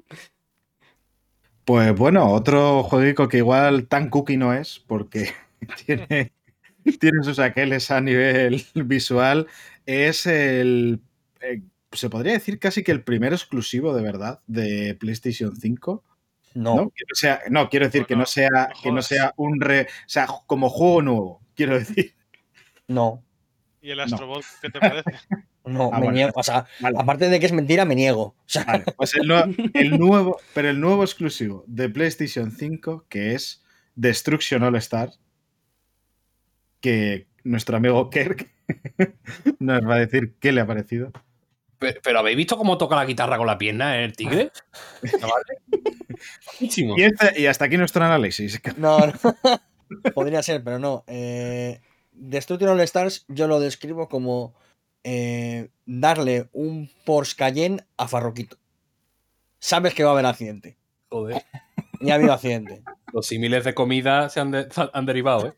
Pues bueno, otro jueguico que igual tan cookie no es, porque tiene, tiene sus aqueles a nivel visual, es el, eh, se podría decir casi que el primer exclusivo de verdad de PlayStation cinco. No. ¿No? Que no sea, no, quiero decir Pues que no no, sea, no que no jodas. sea un re, o sea, como juego nuevo, quiero decir. No. ¿Y el No. Astrobot qué te parece? No, Ah, me bueno. niego. O sea, Vale. aparte de que es mentira, me niego. O sea, Vale, pues el, nue- el nuevo, pero el nuevo exclusivo de PlayStation cinco, que es Destruction All Stars, que nuestro amigo Kirk nos va a decir qué le ha parecido. Pero, pero ¿habéis visto cómo toca la guitarra con la pierna, eh, el tigre? Buenísimo. Y, este- y hasta aquí nuestro análisis. no, no. Podría ser, pero no. Eh, Destruction All Stars yo lo describo como eh, darle un Porsche Cayenne a Farroquito. Sabes que va a haber accidente. Joder. Y ha habido accidente. Los símiles de comida se han, de- han derivado, ¿eh?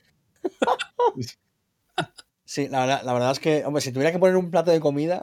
Sí, la verdad, la verdad es que, hombre, si tuviera que poner un plato de comida,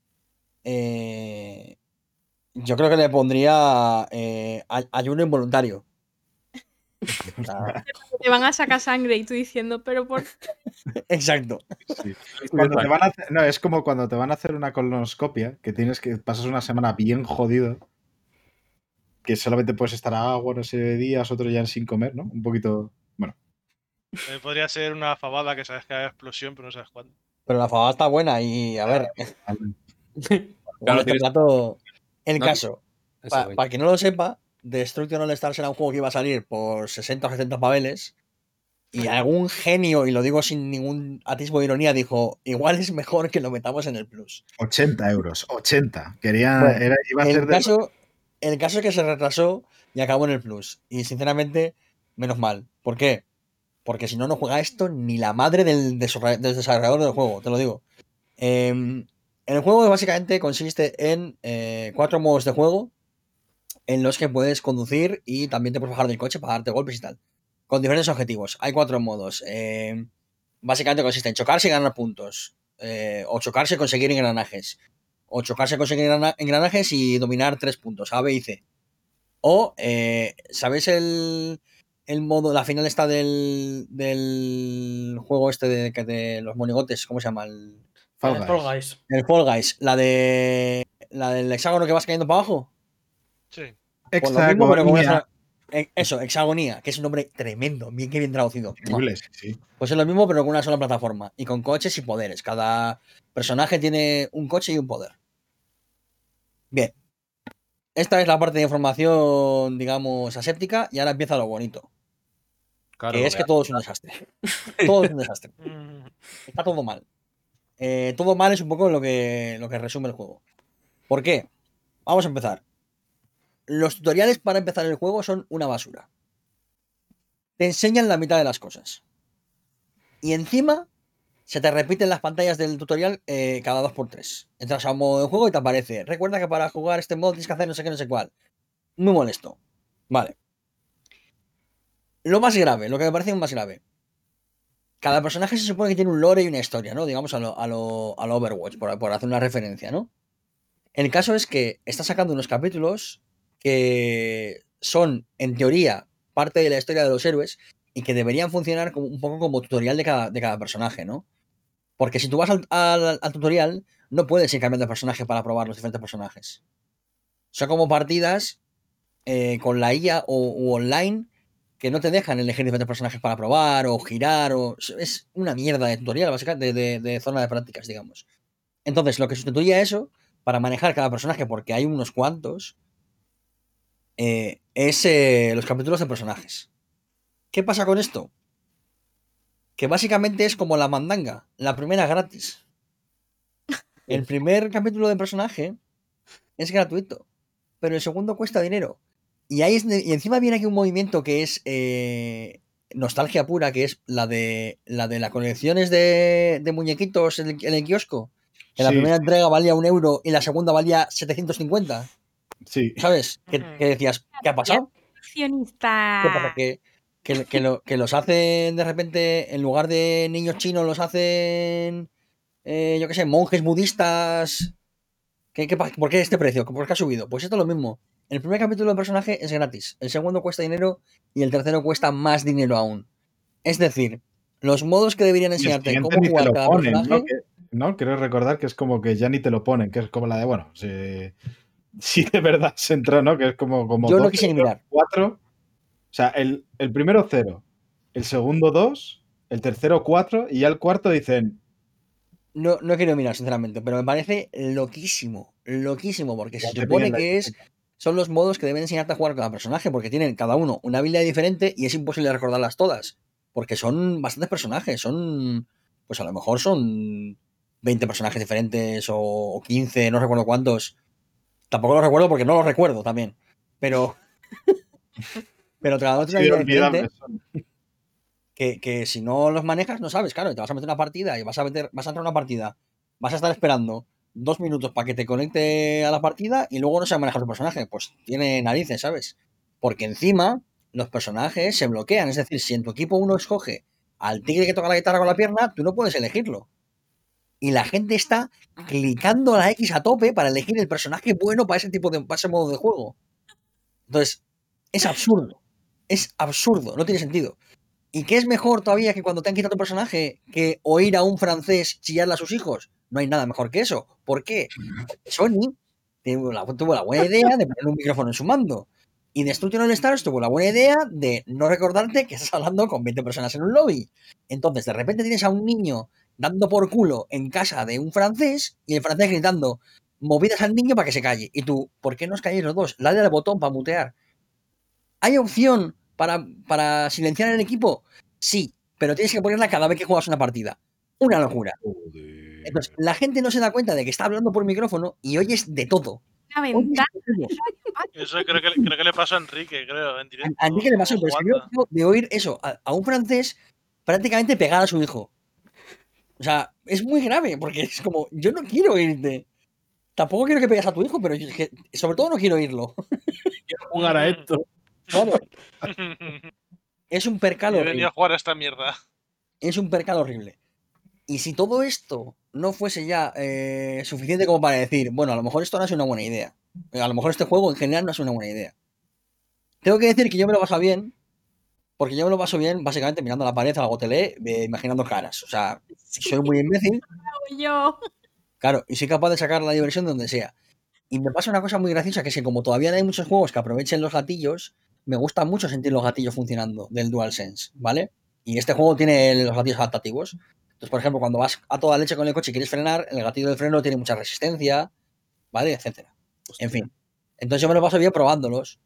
eh, yo creo que le pondría eh, ay- ayuno involuntario. O sea, Te van a sacar sangre y tú diciendo, pero por exacto. Sí. Cuando te van a hacer- no, es como cuando te van a hacer una colonoscopia, que tienes que pasas una semana bien jodido, que solamente puedes estar a agua una serie de días, otro ya sin comer, ¿no? Un poquito. Bueno. Eh, podría ser una fabada que sabes que hay explosión, pero no sabes cuándo. Pero la fabada está buena y, a ver, igual Claro, este tienes- plato... El No, caso, Eso, para venga. quien no lo sepa, Destruction All Stars era un juego que iba a salir por sesenta o setenta paveles y algún genio, y lo digo sin ningún atisbo de ironía, dijo, igual es mejor que lo metamos en el Plus. ochenta euros, ochenta. Quería, Bueno, era, iba a ser El de. caso, el caso es que se retrasó y acabó en el Plus. Y sinceramente, menos mal. ¿Por qué? Porque si no, no juega esto ni la madre del, desarroll- del desarrollador del juego, te lo digo. Eh, el juego básicamente consiste en eh, cuatro modos de juego en los que puedes conducir y también te puedes bajar del coche para darte golpes y tal. Con diferentes objetivos. Hay cuatro modos. Eh, básicamente consiste en chocarse y ganar puntos. Eh, o chocarse y conseguir engranajes. O chocarse y conseguir engrana- engranajes y dominar tres puntos, A, B y C. O, eh, ¿sabéis el, el modo, la final está del, del juego este de, que de los monigotes? ¿Cómo se llama? El, Fall Eh, Guys. Fall Guys. el Fall Guys. La de la del hexágono que vas cayendo para abajo. Sí. Pues lo mismo, pero con una Hexagonía. sola- eh, Eso, hexagonía, que es un nombre tremendo, bien que bien traducido. Increíble, sí, sí. Pues es lo mismo, pero con una sola plataforma. Y con coches y poderes. Cada personaje tiene un coche y un poder. Bien. Esta es la parte de información, digamos, aséptica. Y ahora empieza lo bonito. Claro, Que lo es que que todo es un desastre. Todo es un desastre. Mm, Está todo mal. Eh, todo mal es un poco lo que, lo que resume el juego. ¿Por qué? Vamos a empezar. Los tutoriales para empezar el juego son una basura. Te enseñan la mitad de las cosas. Y encima se te repiten las pantallas del tutorial eh, cada dos por tres. Entras a un modo de juego y te aparece. Recuerda que para jugar este modo tienes que hacer no sé qué, no sé cuál. Muy molesto. Vale. Lo más grave, lo que me parece más grave. Cada personaje se supone que tiene un lore y una historia, ¿no? Digamos a lo, a lo, a lo Overwatch, por, por hacer una referencia, ¿no? El caso es que está sacando unos capítulos que son, en teoría, parte de la historia de los héroes y que deberían funcionar como, un poco como tutorial de cada, de cada personaje, ¿no? Porque si tú vas al, al- al tutorial, no puedes ir cambiando de personaje para probar los diferentes personajes. Son como partidas eh, con la I A o u online que no te dejan elegir diferentes personajes para probar o girar. O... Es una mierda de tutorial, básicamente, de, de, de zona de prácticas, digamos. Entonces, lo que sustituye a eso, para manejar cada personaje, porque hay unos cuantos, eh, es eh, los capítulos de personajes. ¿Qué pasa con esto? Que básicamente es como la mandanga. La primera gratis. El primer capítulo de personaje es gratuito, pero el segundo cuesta dinero. Y, ahí es de- y encima viene aquí un movimiento que es eh, nostalgia pura, que es la de la de las colecciones de, de muñequitos en el, en el kiosco. Que la Sí, primera entrega valía un euro y la segunda valía setecientos cincuenta. sí. ¿Sabes? Que, Ujú. que decías, ¿qué ha pasado? Accionista. ¿Qué pasa? Que, que, que lo- que los hacen de repente, en lugar de niños chinos, los hacen, eh, yo qué sé, monjes budistas. ¿Qué, qué pa- ¿Por qué este precio? ¿Por qué ha subido? Pues esto es lo mismo. El primer capítulo del personaje es gratis, el segundo cuesta dinero y el tercero cuesta más dinero aún. Es decir, los modos que deberían Y el enseñarte siguiente cómo ni te jugar lo cada ponen, ¿no? personaje. Que- ¿no? Quiero recordar que es como que ya ni te lo ponen, que es como la de, bueno, si, si de verdad se entró, ¿no? Que es como, como Yo no doce quise ni euros, mirar. cuatro. O sea, el, el primero cero, el segundo dos, el tercero cuatro y ya el cuarto dicen, No, no he querido mirar, sinceramente, pero me parece loquísimo. Loquísimo, porque se ya te supone piden la que es. Son los modos que deben enseñarte a jugar cada personaje, porque tienen cada uno una habilidad diferente y es imposible recordarlas todas. Porque son bastantes personajes, son. Pues a lo mejor son veinte personajes diferentes o, o quince, no recuerdo cuántos. Tampoco los recuerdo porque no los recuerdo también. Pero. Pero cada uno tiene así una de habilidad diferente. olvidables son. Que, que si no los manejas, no sabes, claro, te vas a meter una partida y vas a meter, vas a entrar a una partida, vas a estar esperando dos minutos para que te conecte a la partida y luego no sabes manejar tu personaje. Pues tiene narices, ¿sabes? Porque encima los personajes se bloquean. Es decir, si en tu equipo uno escoge al tigre que toca la guitarra con la pierna, tú no puedes elegirlo. Y la gente está clicando a la X a tope para elegir el personaje bueno para ese tipo de, para ese modo de juego. Entonces, es absurdo. Es absurdo, no tiene sentido. ¿Y qué es mejor todavía que cuando te han quitado tu personaje que oír a un francés chillarle a sus hijos? No hay nada mejor que eso. ¿Por qué? Porque Sony tuvo la, tuvo la buena idea de poner un micrófono en su mando. Y Destruction All Stars tuvo la buena idea de no recordarte que estás hablando con veinte personas en un lobby. Entonces, de repente tienes a un niño dando por culo en casa de un francés y el francés gritando movidas al niño para que se calle. Y tú, ¿por qué no os calláis los dos? Dale al botón para mutear. ¿Hay opción para, para silenciar el equipo? Sí, pero tienes que ponerla cada vez que juegas una partida. Una locura. Entonces, la gente no se da cuenta de que está hablando por micrófono y oyes de todo. Una Oyes ventana. de todo. Eso creo que, creo que le pasó a Enrique, creo, en directo. A Enrique le pasó, pero es que yo jugando. de oír eso a, a un francés prácticamente pegar a su hijo. O sea, es muy grave, porque es como, yo no quiero irte. Tampoco quiero que pegues a tu hijo, pero yo, que, sobre todo no quiero irlo. Quiero jugar a esto. Claro. Es un percal Yo horrible. venía a jugar a esta mierda. Es un percal horrible. Y si todo esto no fuese ya eh, suficiente como para decir, bueno, a lo mejor esto no es una buena idea. A lo mejor este juego en general no es una buena idea. Tengo que decir que yo me lo paso bien, porque yo me lo paso bien básicamente mirando a la pared, a la tele, eh, imaginando caras. O sea, soy muy imbécil, Yo. claro, y soy capaz de sacar la diversión de donde sea. Y me pasa una cosa muy graciosa, que es que como todavía no hay muchos juegos que aprovechen los gatillos, me gusta mucho sentir los gatillos funcionando del DualSense, ¿vale? Y este juego tiene los gatillos adaptativos. Entonces, por ejemplo, cuando vas a toda leche con el coche y quieres frenar, el gatillo del freno tiene mucha resistencia, ¿vale? Etcétera. En fin. Entonces yo me lo paso bien probándolos.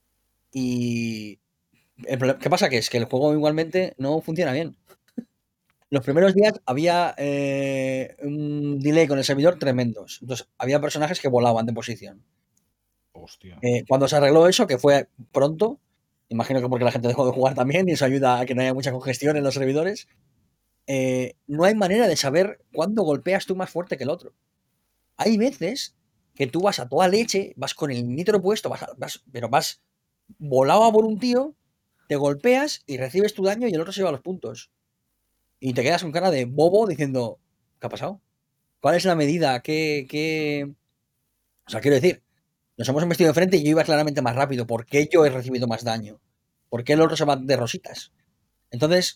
Y... el problema- ¿Qué pasa? Que es que el juego igualmente no funciona bien. Los primeros días había eh, un delay con el servidor tremendos. Entonces, había personajes que volaban de posición. Hostia. Eh, cuando se arregló eso, que fue pronto, imagino que porque la gente dejó de jugar también y eso ayuda a que no haya mucha congestión en los servidores, eh, no hay manera de saber cuándo golpeas tú más fuerte que el otro. Hay veces que tú vas a toda leche, vas con el nitro puesto, vas, a- vas- pero vas volado a por un tío, te golpeas y recibes tu daño y el otro se lleva los puntos. Y te quedas con cara de bobo diciendo, ¿qué ha pasado? ¿Cuál es la medida? ¿Qué, qué... O sea, quiero decir, nos hemos investido de frente y yo iba claramente más rápido. ¿Por qué yo he recibido más daño? ¿Por qué el otro se va de rositas? Entonces,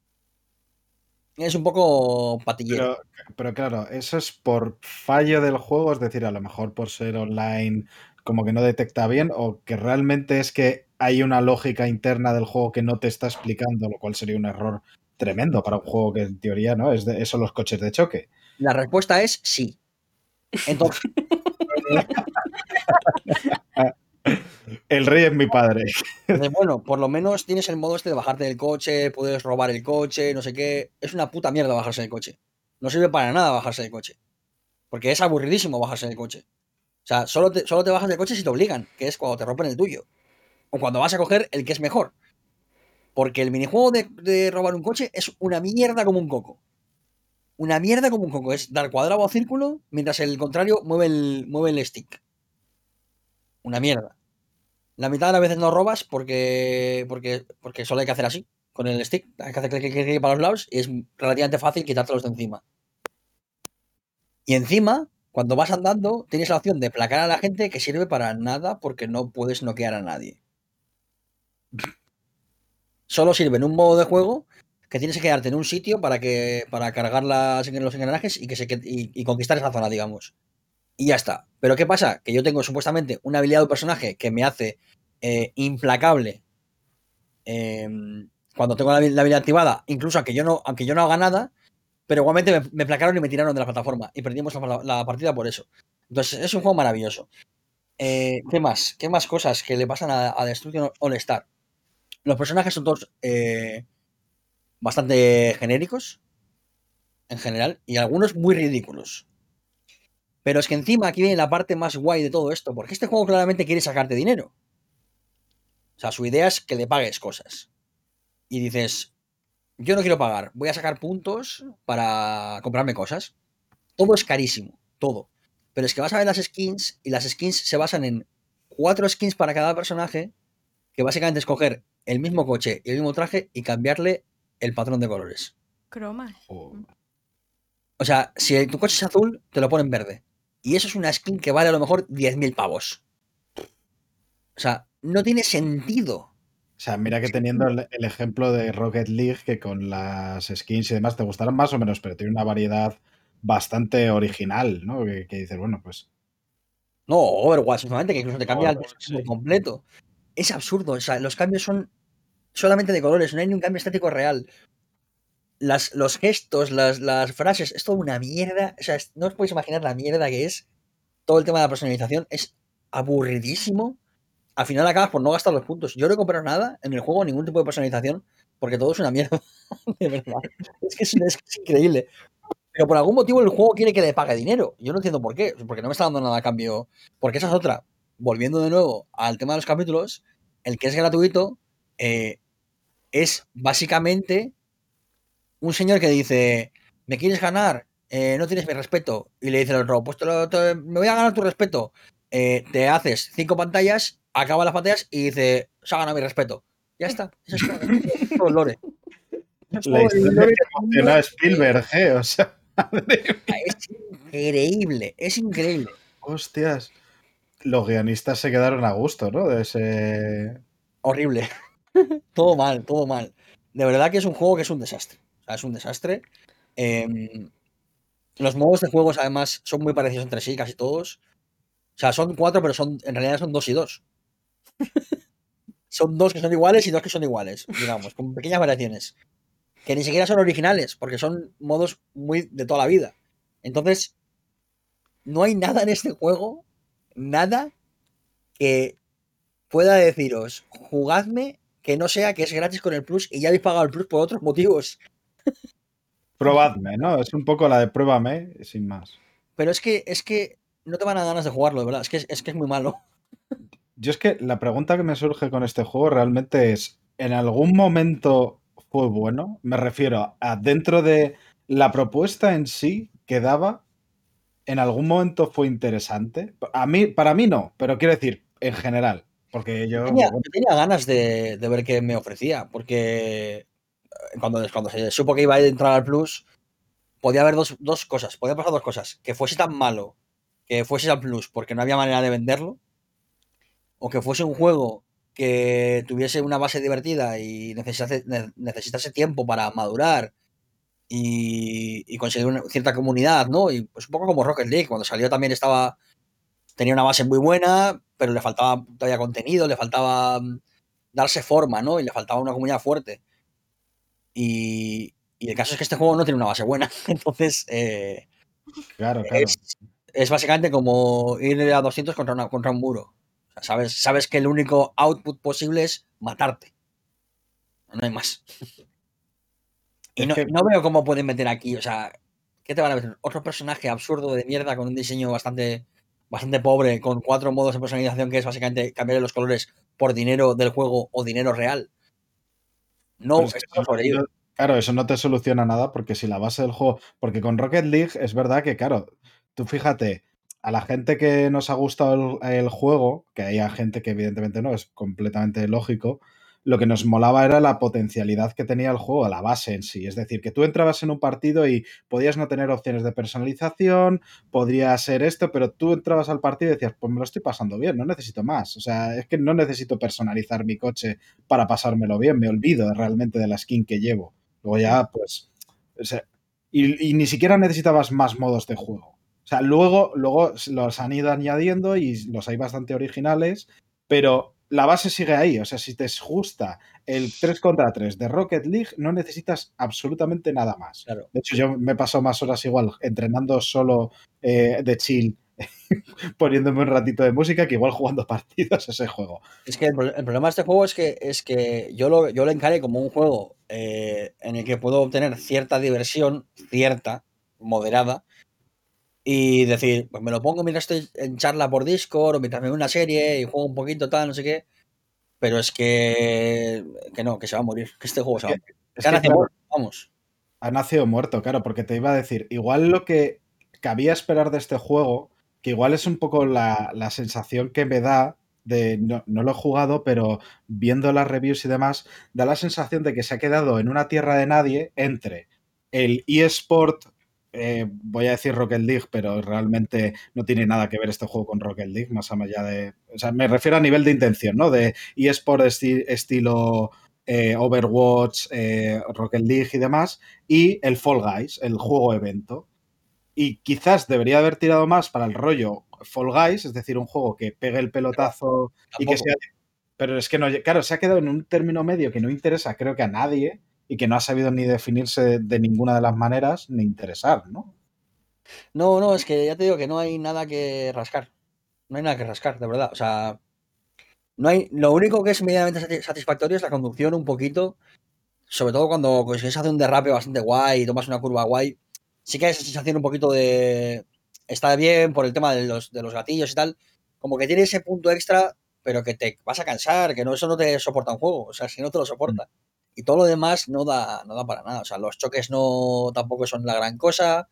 es un poco patillero. Pero, pero claro, eso es por fallo del juego, es decir, a lo mejor por ser online como que no detecta bien, o que realmente es que hay una lógica interna del juego que no te está explicando, lo cual sería un error tremendo para un juego que en teoría no es de eso los coches de choque. La respuesta es sí. Entonces, El rey es mi padre. entonces, bueno, por lo menos tienes el modo este de bajarte del coche, puedes robar el coche, no sé qué. Es una puta mierda bajarse del coche. No sirve para nada bajarse del coche. Porque es aburridísimo bajarse del coche. O sea, solo te, solo te bajas del coche si te obligan, que es cuando te rompen el tuyo. O cuando vas a coger el que es mejor. Porque el minijuego de, de robar un coche es una mierda como un coco. Una mierda como un coco. Es dar cuadrado o círculo mientras el contrario mueve el, mueve el stick. Una mierda. La mitad de las veces no robas porque, porque, porque solo hay que hacer así. Con el stick. Hay que hacer clic, clic, clic, clic para los lados y es relativamente fácil quitártelos de encima. Y encima, cuando vas andando, tienes la opción de placar a la gente que sirve para nada porque no puedes noquear a nadie. Solo sirve en un modo de juego que tienes que quedarte en un sitio para que para cargar las, los engranajes y, que se, qued- y, y conquistar esa zona, digamos. Y ya está. Pero ¿qué pasa? Que yo tengo supuestamente una habilidad de un personaje que me hace eh, implacable eh, cuando tengo la, la habilidad activada, incluso aunque yo no, aunque yo no haga nada, pero igualmente me, me placaron y me tiraron de la plataforma y perdimos la, la partida por eso. Entonces es un juego maravilloso. Eh, ¿Qué más? ¿Qué más cosas que le pasan a, a Destruction All Star? Los personajes son todos eh, bastante genéricos, en general, y algunos muy ridículos. Pero es que encima aquí viene la parte más guay de todo esto, porque este juego claramente quiere sacarte dinero. O sea, su idea es que le pagues cosas. Y dices, yo no quiero pagar, voy a sacar puntos para comprarme cosas. Todo es carísimo, todo. Pero es que vas a ver las skins y las skins se basan en cuatro skins para cada personaje, que básicamente es coger el mismo coche y el mismo traje y cambiarle el patrón de colores. Croma. Joder. O sea, si tu coche es azul, te lo ponen verde. Y eso es una skin que vale a lo mejor diez mil pavos. O sea, no tiene sentido. O sea, mira que teniendo el, el ejemplo de Rocket League, que con las skins y demás te gustarán más o menos, pero tiene una variedad bastante original, ¿no? Que, que dices, bueno, pues No, Overwatch, solamente que incluso te cambia el Overwatch, diseño sí. completo. Es absurdo. O sea, los cambios son solamente de colores, no hay ni un cambio estético real. Las, los gestos, las, las frases, es todo una mierda. O sea, es- no os podéis imaginar la mierda que es. Todo el tema de la personalización es aburridísimo. Al final acabas por no gastar los puntos. Yo no he comprado nada en el juego, ningún tipo de personalización, porque todo es una mierda. De verdad. Es que es, es que es increíble. Pero por algún motivo el juego quiere que le pague dinero. Yo no entiendo por qué, porque no me está dando nada a cambio. Porque esa es otra. Volviendo de nuevo al tema de los capítulos, el que es gratuito eh, es básicamente un señor que dice, ¿me quieres ganar? Eh, no tienes mi respeto. Y le dice el otro, pues te lo, te- me voy a ganar tu respeto. Eh, te haces cinco pantallas, acaba las pantallas y dice, se ha ganado mi respeto. Ya está. Eso es todo, es todo el lore. Eso es La todo el historia lore que del mundo. emociona a Spielberg, ¿eh? O sea, madre mía. Es increíble, es increíble. Hostias. Los guionistas se quedaron a gusto, ¿no? De ese... Horrible. Todo mal, todo mal. De verdad que es un juego que es un desastre. O sea, es un desastre. Em, los modos de juegos, además, son muy parecidos entre sí, casi todos. O sea, son cuatro, pero son, en realidad son dos y dos. Son dos que son iguales y dos que son iguales, digamos, con pequeñas variaciones. Que ni siquiera son originales, porque son modos muy de toda la vida. Entonces, no hay nada en este juego, nada que pueda deciros, jugadme que no sea que es gratis con el Plus y ya habéis pagado el Plus por otros motivos. Probadme, ¿no? Es un poco la de pruébame, sin más. Pero es que, es que no te van a dar ganas de jugarlo, de verdad. Es que es, es que es muy malo. Yo es que la pregunta que me surge con este juego realmente es, ¿en algún momento fue bueno? Me refiero a dentro de la propuesta en sí que daba, ¿en algún momento fue interesante? A mí, para mí no, pero quiero decir, en general, porque yo, Tenía, bueno, yo tenía ganas de, de ver qué me ofrecía, porque cuando, cuando se supo que iba a entrar al Plus, podía haber dos, dos cosas, podía pasar dos cosas. Que fuese tan malo que fuese al Plus porque no había manera de venderlo, o que fuese un juego que tuviese una base divertida y necesitase, ne- necesitase tiempo para madurar y, y conseguir una cierta comunidad, ¿no? Y pues un poco como Rocket League, cuando salió también estaba, tenía una base muy buena, pero le faltaba todavía contenido, le faltaba mm, darse forma, ¿no? Y le faltaba una comunidad fuerte. Y, y el caso es que este juego no tiene una base buena, entonces eh, claro, claro. es, es básicamente como ir a doscientos contra, una- contra un muro. O sea, sabes, sabes que el único output posible es matarte. No hay más. Y Es no, que, no veo cómo pueden meter aquí, o sea, ¿qué te van a meter? Otro personaje absurdo de mierda con un diseño bastante, bastante pobre, con cuatro modos de personalización que es básicamente cambiar los colores por dinero del juego o dinero real. No, pero es que esto eso no sobrevive. no- claro, eso no te soluciona nada porque si la base del juego, porque con Rocket League es verdad que, claro, tú fíjate, a la gente que nos ha gustado el, el juego, que hay gente que evidentemente no, es completamente lógico, lo que nos molaba era la potencialidad que tenía el juego, la base en sí. Es decir, que tú entrabas en un partido y podías no tener opciones de personalización, podría ser esto, pero tú entrabas al partido y decías, pues me lo estoy pasando bien, no necesito más. O sea, es que no necesito personalizar mi coche para pasármelo bien, me olvido realmente de la skin que llevo. Luego ya, pues... o sea, y, y ni siquiera necesitabas más modos de juego. O sea, luego, luego los han ido añadiendo y los hay bastante originales, pero la base sigue ahí. O sea, si te gusta el tres contra tres de Rocket League, no necesitas absolutamente nada más. Claro. De hecho, yo me he pasado más horas igual entrenando solo eh, de chill, poniéndome un ratito de música, que igual jugando partidos a ese juego. Es que el, pro- el problema de este juego es que, es que yo, lo, yo lo encaré como un juego eh, en el que puedo obtener cierta diversión, cierta, moderada, y decir, pues me lo pongo mientras estoy en charla por Discord o mientras me veo una serie y juego un poquito, tal, no sé qué. Pero es que, que no, que se va a morir, que este juego Es se va que, a morir. es Que ha que nacido claro, muerto, vamos. ha nacido muerto, claro, porque te iba a decir, igual lo que cabía esperar de este juego, que igual es un poco la, la sensación que me da de, no, no lo he jugado, pero viendo las reviews y demás, da la sensación de que se ha quedado en una tierra de nadie entre el eSport, eh, voy a decir Rocket League, pero realmente no tiene nada que ver este juego con Rocket League, más allá de... O sea, me refiero a nivel de intención, ¿no? De eSport esti- estilo eh, Overwatch, eh, Rocket League y demás, y el Fall Guys, el juego evento. Y quizás debería haber tirado más para el rollo Fall Guys, es decir, un juego que pegue el pelotazo y que Tampoco. sea... Pero es que no, claro, se ha quedado en un término medio que no interesa, creo que a nadie, y que no ha sabido ni definirse de ninguna de las maneras, ni interesar, ¿no? No, no, es que ya te digo que no hay nada que rascar. No hay nada que rascar, de verdad. O sea, no hay. Lo único que es medianamente sati- satisfactorio es la conducción un poquito. Sobre todo cuando consigues hacer un derrape bastante guay y tomas una curva guay. Sí que hay esa sensación un poquito de. Está bien por el tema de los, de los gatillos y tal. Como que tiene ese punto extra, pero que te vas a cansar, que no, eso no te soporta un juego. O sea, si no te lo soporta. Y todo lo demás no da, no da para nada. O sea, los choques no tampoco son la gran cosa.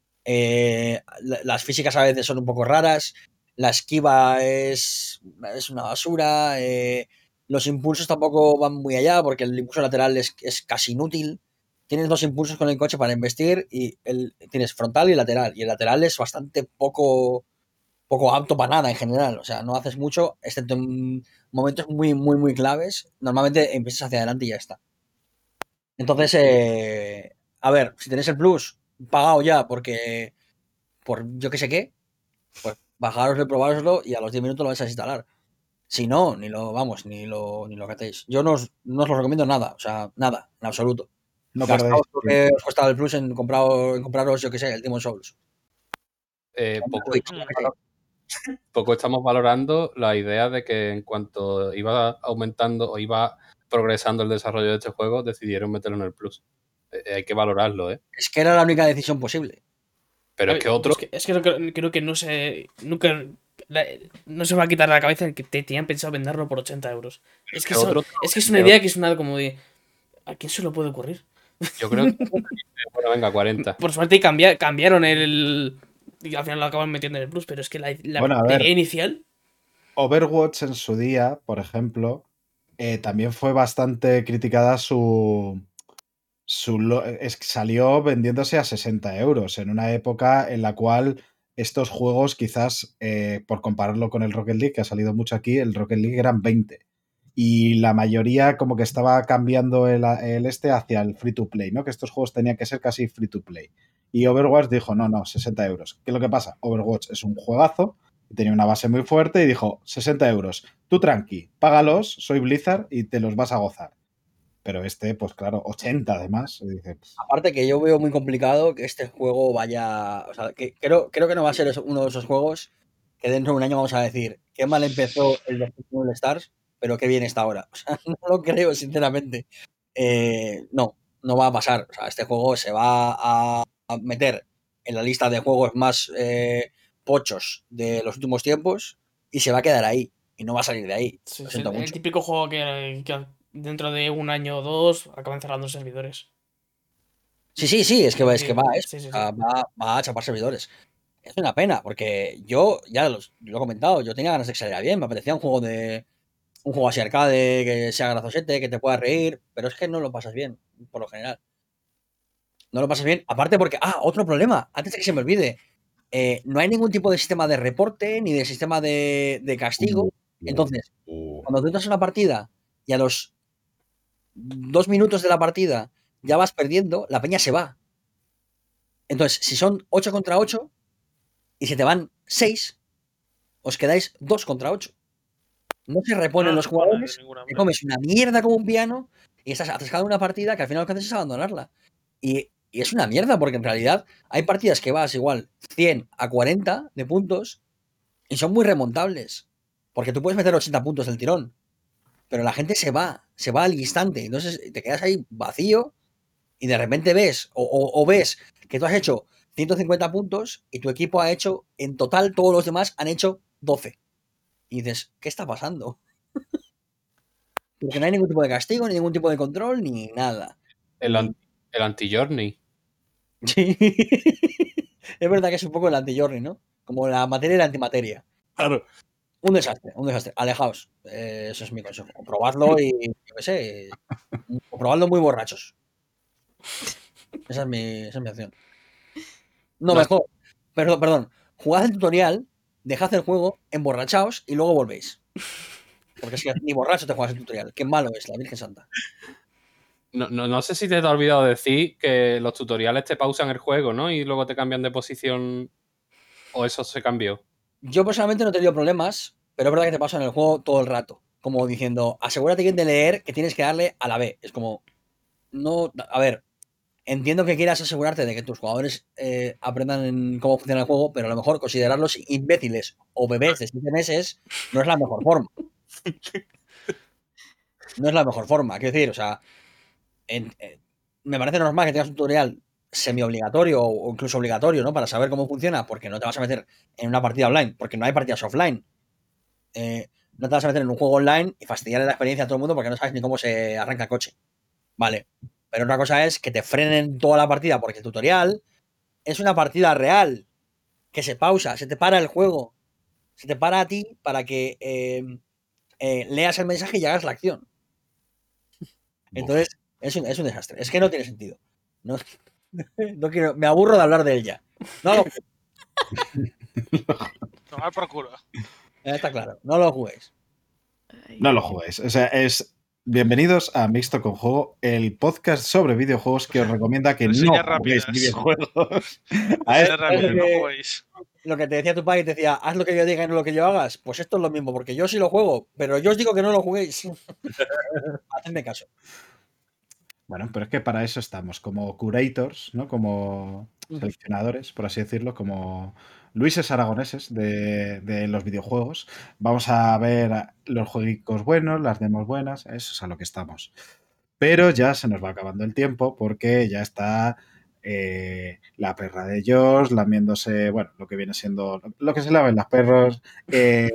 Eh, la- las físicas a veces son un poco raras. La esquiva es, es una basura. eh, los impulsos tampoco van muy allá porque el impulso lateral es, es casi inútil. Tienes dos impulsos con el coche para investir y el, tienes frontal y lateral. Y el lateral es bastante poco, poco apto para nada en general. O sea, no haces mucho, excepto en momentos muy, muy, muy claves. Normalmente empiezas hacia adelante y ya está. Entonces, eh, a ver, si tenéis el plus pagado ya porque por yo que sé qué, pues bajaroslo y probároslo y a los diez minutos lo vais a instalar. Si no, ni lo, vamos, ni lo, ni lo catéis. Yo no os, no os lo recomiendo nada, o sea, nada, en absoluto. No perdéis Gastaos lo tiempo. que os cuesta el plus en, comprado, en compraros, yo que sé, el Demon Souls. Eh, poco, Switch, estamos yo qué sé. valor- poco estamos valorando la idea de que en cuanto iba aumentando o iba progresando el desarrollo de este juego, decidieron meterlo en el Plus. Eh, eh, hay que valorarlo, ¿eh? Es que era la única decisión posible. Pero A es ver, que otro... Es que, es que no creo, creo que no se. Nunca. la- no se va a quitar de la cabeza el que te tenían pensado venderlo por ochenta euros. Es que, que eso- otro es que es una idea que es una como de. ¿A quién se lo puede ocurrir? Yo creo que... Bueno, venga, cuarenta. Por suerte cambia- cambiaron el. Y al final lo acaban metiendo en el plus, pero es que la, la- Bueno, a la ver. idea inicial. Overwatch en su día, por ejemplo, eh, también fue bastante criticada su. su lo- es- salió vendiéndose a sesenta euros en una época en la cual estos juegos, quizás eh, por compararlo con el Rocket League, que ha salido mucho aquí, el Rocket League eran veinte. Y la mayoría como que estaba cambiando el, el este hacia el free to play, ¿no? Que estos juegos tenían que ser casi free to play. Y Overwatch dijo, no, no, sesenta euros. ¿Qué es lo que pasa? Overwatch es un juegazo, tenía una base muy fuerte y dijo, sesenta euros. Tú tranqui, págalos, soy Blizzard y te los vas a gozar. Pero este, pues claro, ochenta además. Y dice, "Pff, Aparte que yo veo muy complicado que este juego vaya... O sea, que creo, creo que no va a ser eso- uno de esos juegos que dentro de un año vamos a decir qué mal empezó el All Stars, pero qué bien está ahora. O sea, no lo creo, sinceramente. Eh, no, no va a pasar. O sea, este juego se va a, a meter en la lista de juegos más eh, pochos de los últimos tiempos y se va a quedar ahí. Y no va a salir de ahí. Sí, Lo sí, siento el, mucho. típico juego que, que dentro de un año o dos acaban cerrando servidores. Sí, sí, sí, es que, va- es que Sí, va a eso. sí, sí, O sí. sea, va, va a chapar servidores. Es una pena, porque yo, ya los- lo he comentado, yo tenía ganas de que saliera bien, me apetecía un juego de. Un juego así arcade, que sea graciosete, que te pueda reír, pero es que no lo pasas bien, por lo general. No lo pasas bien. Aparte porque, ah, otro problema, antes de que se me olvide, eh, no hay ningún tipo de sistema de reporte ni de sistema de, de castigo. Entonces, uh, cuando tú entras en una partida y a los dos minutos de la partida ya vas perdiendo, la peña se va. Entonces, si son ocho contra ocho y se te van seis, os quedáis dos contra ocho. No se reponen No los se pone de jugadores, ninguna te manera. comes una mierda como un piano y estás atascado en una partida que al final lo que haces es abandonarla. Y, y es una mierda porque en realidad hay partidas que vas igual cien a cuarenta de puntos y son muy remontables. Porque tú puedes meter ochenta puntos del tirón, pero la gente se va, se va al instante. Entonces te quedas ahí vacío y de repente ves o, o- o ves que tú has hecho ciento cincuenta puntos y tu equipo ha hecho, en total todos los demás han hecho doce. Y dices, ¿qué está pasando? Porque no hay ningún tipo de castigo, ni ningún tipo de control, ni nada. El, Ni- an- el anti-journey. Sí. Es verdad que es un poco el anti-Journey, ¿no? Como la materia y la antimateria. Claro. Un desastre, un desastre. Alejaos. Eh, eso es mi consejo. O probadlo y, yo qué sé, o probadlo muy borrachos. Esa es mi, esa es mi opción. No, No. mejor. Perdón, perdón. Jugad el tutorial, dejad el juego, emborrachaos y luego volvéis. Porque es que ni borracho te juegas el tutorial. Qué malo es la Virgen Santa. No, no, no sé si te ha olvidado decir que los tutoriales te pausan el juego, ¿no? Y luego te cambian de posición. ¿O eso se cambió? Yo personalmente no he tenido problemas, pero es verdad que te pasa en el juego todo el rato. Como diciendo, asegúrate bien de leer que tienes que darle a la B. Es como, no, a ver, entiendo que quieras asegurarte de que tus jugadores eh, aprendan en cómo funciona el juego, pero a lo mejor considerarlos imbéciles o bebés de siete meses no es la mejor forma. No es la mejor forma. Quiero decir, o sea, en- en- me parece normal que tengas un tutorial semi-obligatorio o incluso obligatorio, ¿no? Para saber cómo funciona, porque no te vas a meter en una partida online, porque no hay partidas offline. Eh, no te vas a meter en un juego online y fastidiarle la experiencia a todo el mundo porque no sabes ni cómo se arranca el coche. Vale. Pero una cosa es que te frenen toda la partida porque el tutorial es una partida real. Que se pausa, se te para el juego. Se te para a ti para que eh, eh, leas el mensaje y hagas la acción. Entonces, es un, es un desastre. Es que no tiene sentido. No, no quiero, me aburro de hablar de él ya. No lo, No me procura. está claro, no lo juguéis. No lo juguéis. O sea, es. Bienvenidos a Mixto con Juego, el podcast sobre videojuegos que os recomienda que no Reseñas juguéis rápidas. videojuegos. A Es ver, rápido, es no que- juguéis. Lo que te decía tu padre, te decía, haz lo que yo diga y no lo que yo hagas. Pues esto es lo mismo, porque yo sí lo juego, pero yo os digo que no lo juguéis. Hacedme caso. Bueno, pero es que para eso estamos, como curators, ¿no? Como Ujú. seleccionadores, por así decirlo, como Luises aragoneses de, de los videojuegos. Vamos a ver los juegos buenos, las demos buenas, eso es a lo que estamos. Pero ya se nos va acabando el tiempo porque ya está eh, la perra de George lamiéndose, bueno, lo que viene siendo lo que se laven las perros. Eh,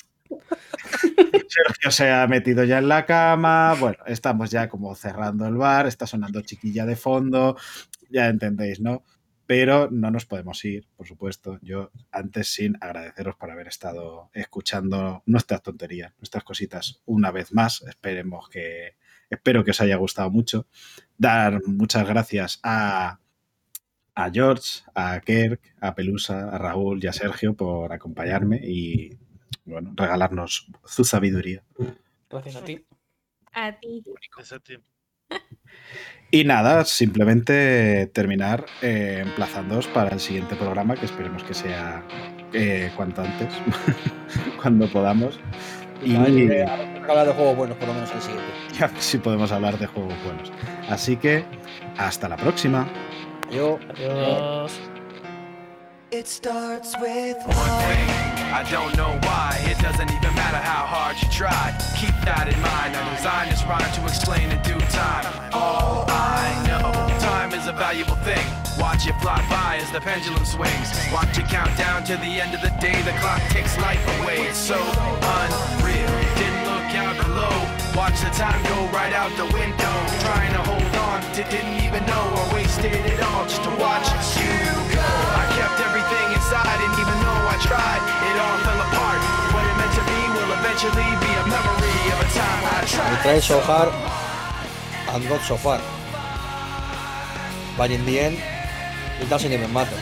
Sergio se ha metido ya en la cama. Bueno, estamos ya como cerrando el bar, está sonando chiquilla de fondo, ya entendéis, ¿no? Pero no nos podemos ir, por supuesto. Yo antes sin agradeceros por haber estado escuchando nuestras tonterías, nuestras cositas una vez más. Esperemos que, espero que os haya gustado mucho. Dar muchas gracias a, a George, a Kirk, a Pelusa, a Raúl y a Sergio por acompañarme y bueno, regalarnos su sabiduría. Gracias a ti. A ti. Ese tiempo. Y nada, simplemente terminar eh, emplazándoos para el siguiente programa, que esperemos que sea eh, cuanto antes, cuando podamos. Y A ver, eh, a ver, tengo que hablar de juegos buenos, por lo menos el siguiente. a ver si podemos hablar de juegos buenos. Así que, hasta la próxima. Yo, Adiós. It starts with One thing, I don't know why. It doesn't even matter how hard you try. Keep that in mind. I designed this rhyme to explain in due time. All I know, time is a valuable thing. Watch it fly by as the pendulum swings. Watch it count down to the end of the day. The clock takes life away. It's so unreal. Didn't look out below. Watch the time go right out the window. Trying to hold on, didn't even know I wasted it all just to watch you go. I kept everything inside, and even though I tried, it all fell apart. What it meant to be will eventually be a memory of a time I me tried. trae so hard and got so far. But in the end, it doesn't even matter.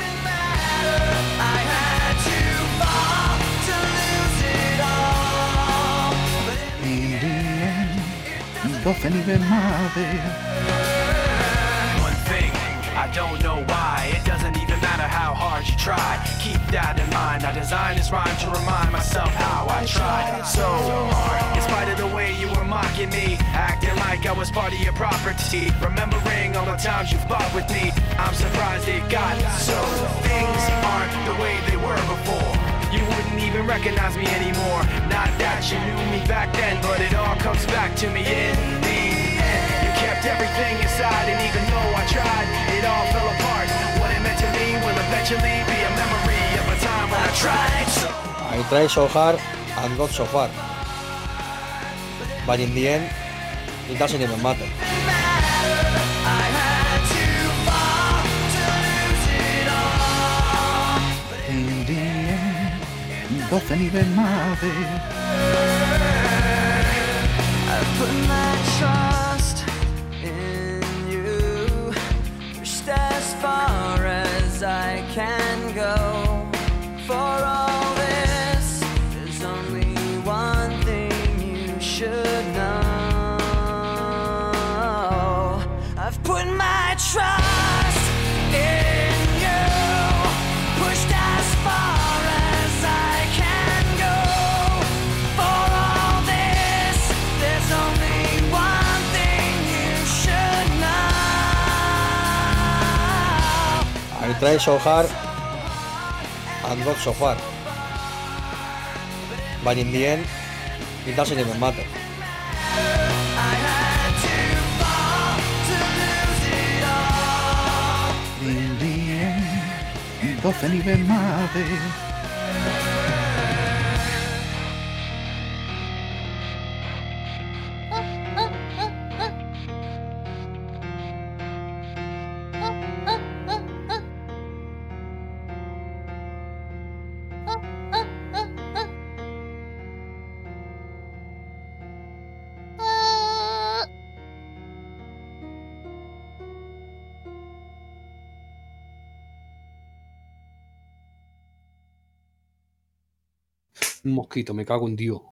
I had to fall to lose it all. doce nivel madre. One thing, I don't know why. It doesn't even matter how hard you try. Keep that in mind. I designed this rhyme to remind myself how I tried so hard. In spite of the way you were mocking me, acting like I was part of your property. Remembering all the times you fought with me, I'm surprised it got so. Things aren't the way they were before. You wouldn't even recognize me anymore. Not that you knew me back then, but it all comes back to me in the end. You kept everything inside, and even though I tried, it all fell apart. What it meant to me will eventually be a memory of a time when I tried so. I tried so hard and got so far. But in the end, it doesn't even matter. I had to fall to lose it all. doce nivel madre. I put my trust in you, pushed as far as I can go. For all this, there's only one thing you should know. I've put my trust in you, pushed as far as I can go. For all this, there's only one thing you should know. I tried so hard and got so far. But in the end, it doesn't even matter. I had to fall to lose it all. doce nivel madre. Un mosquito, me cago en Dios.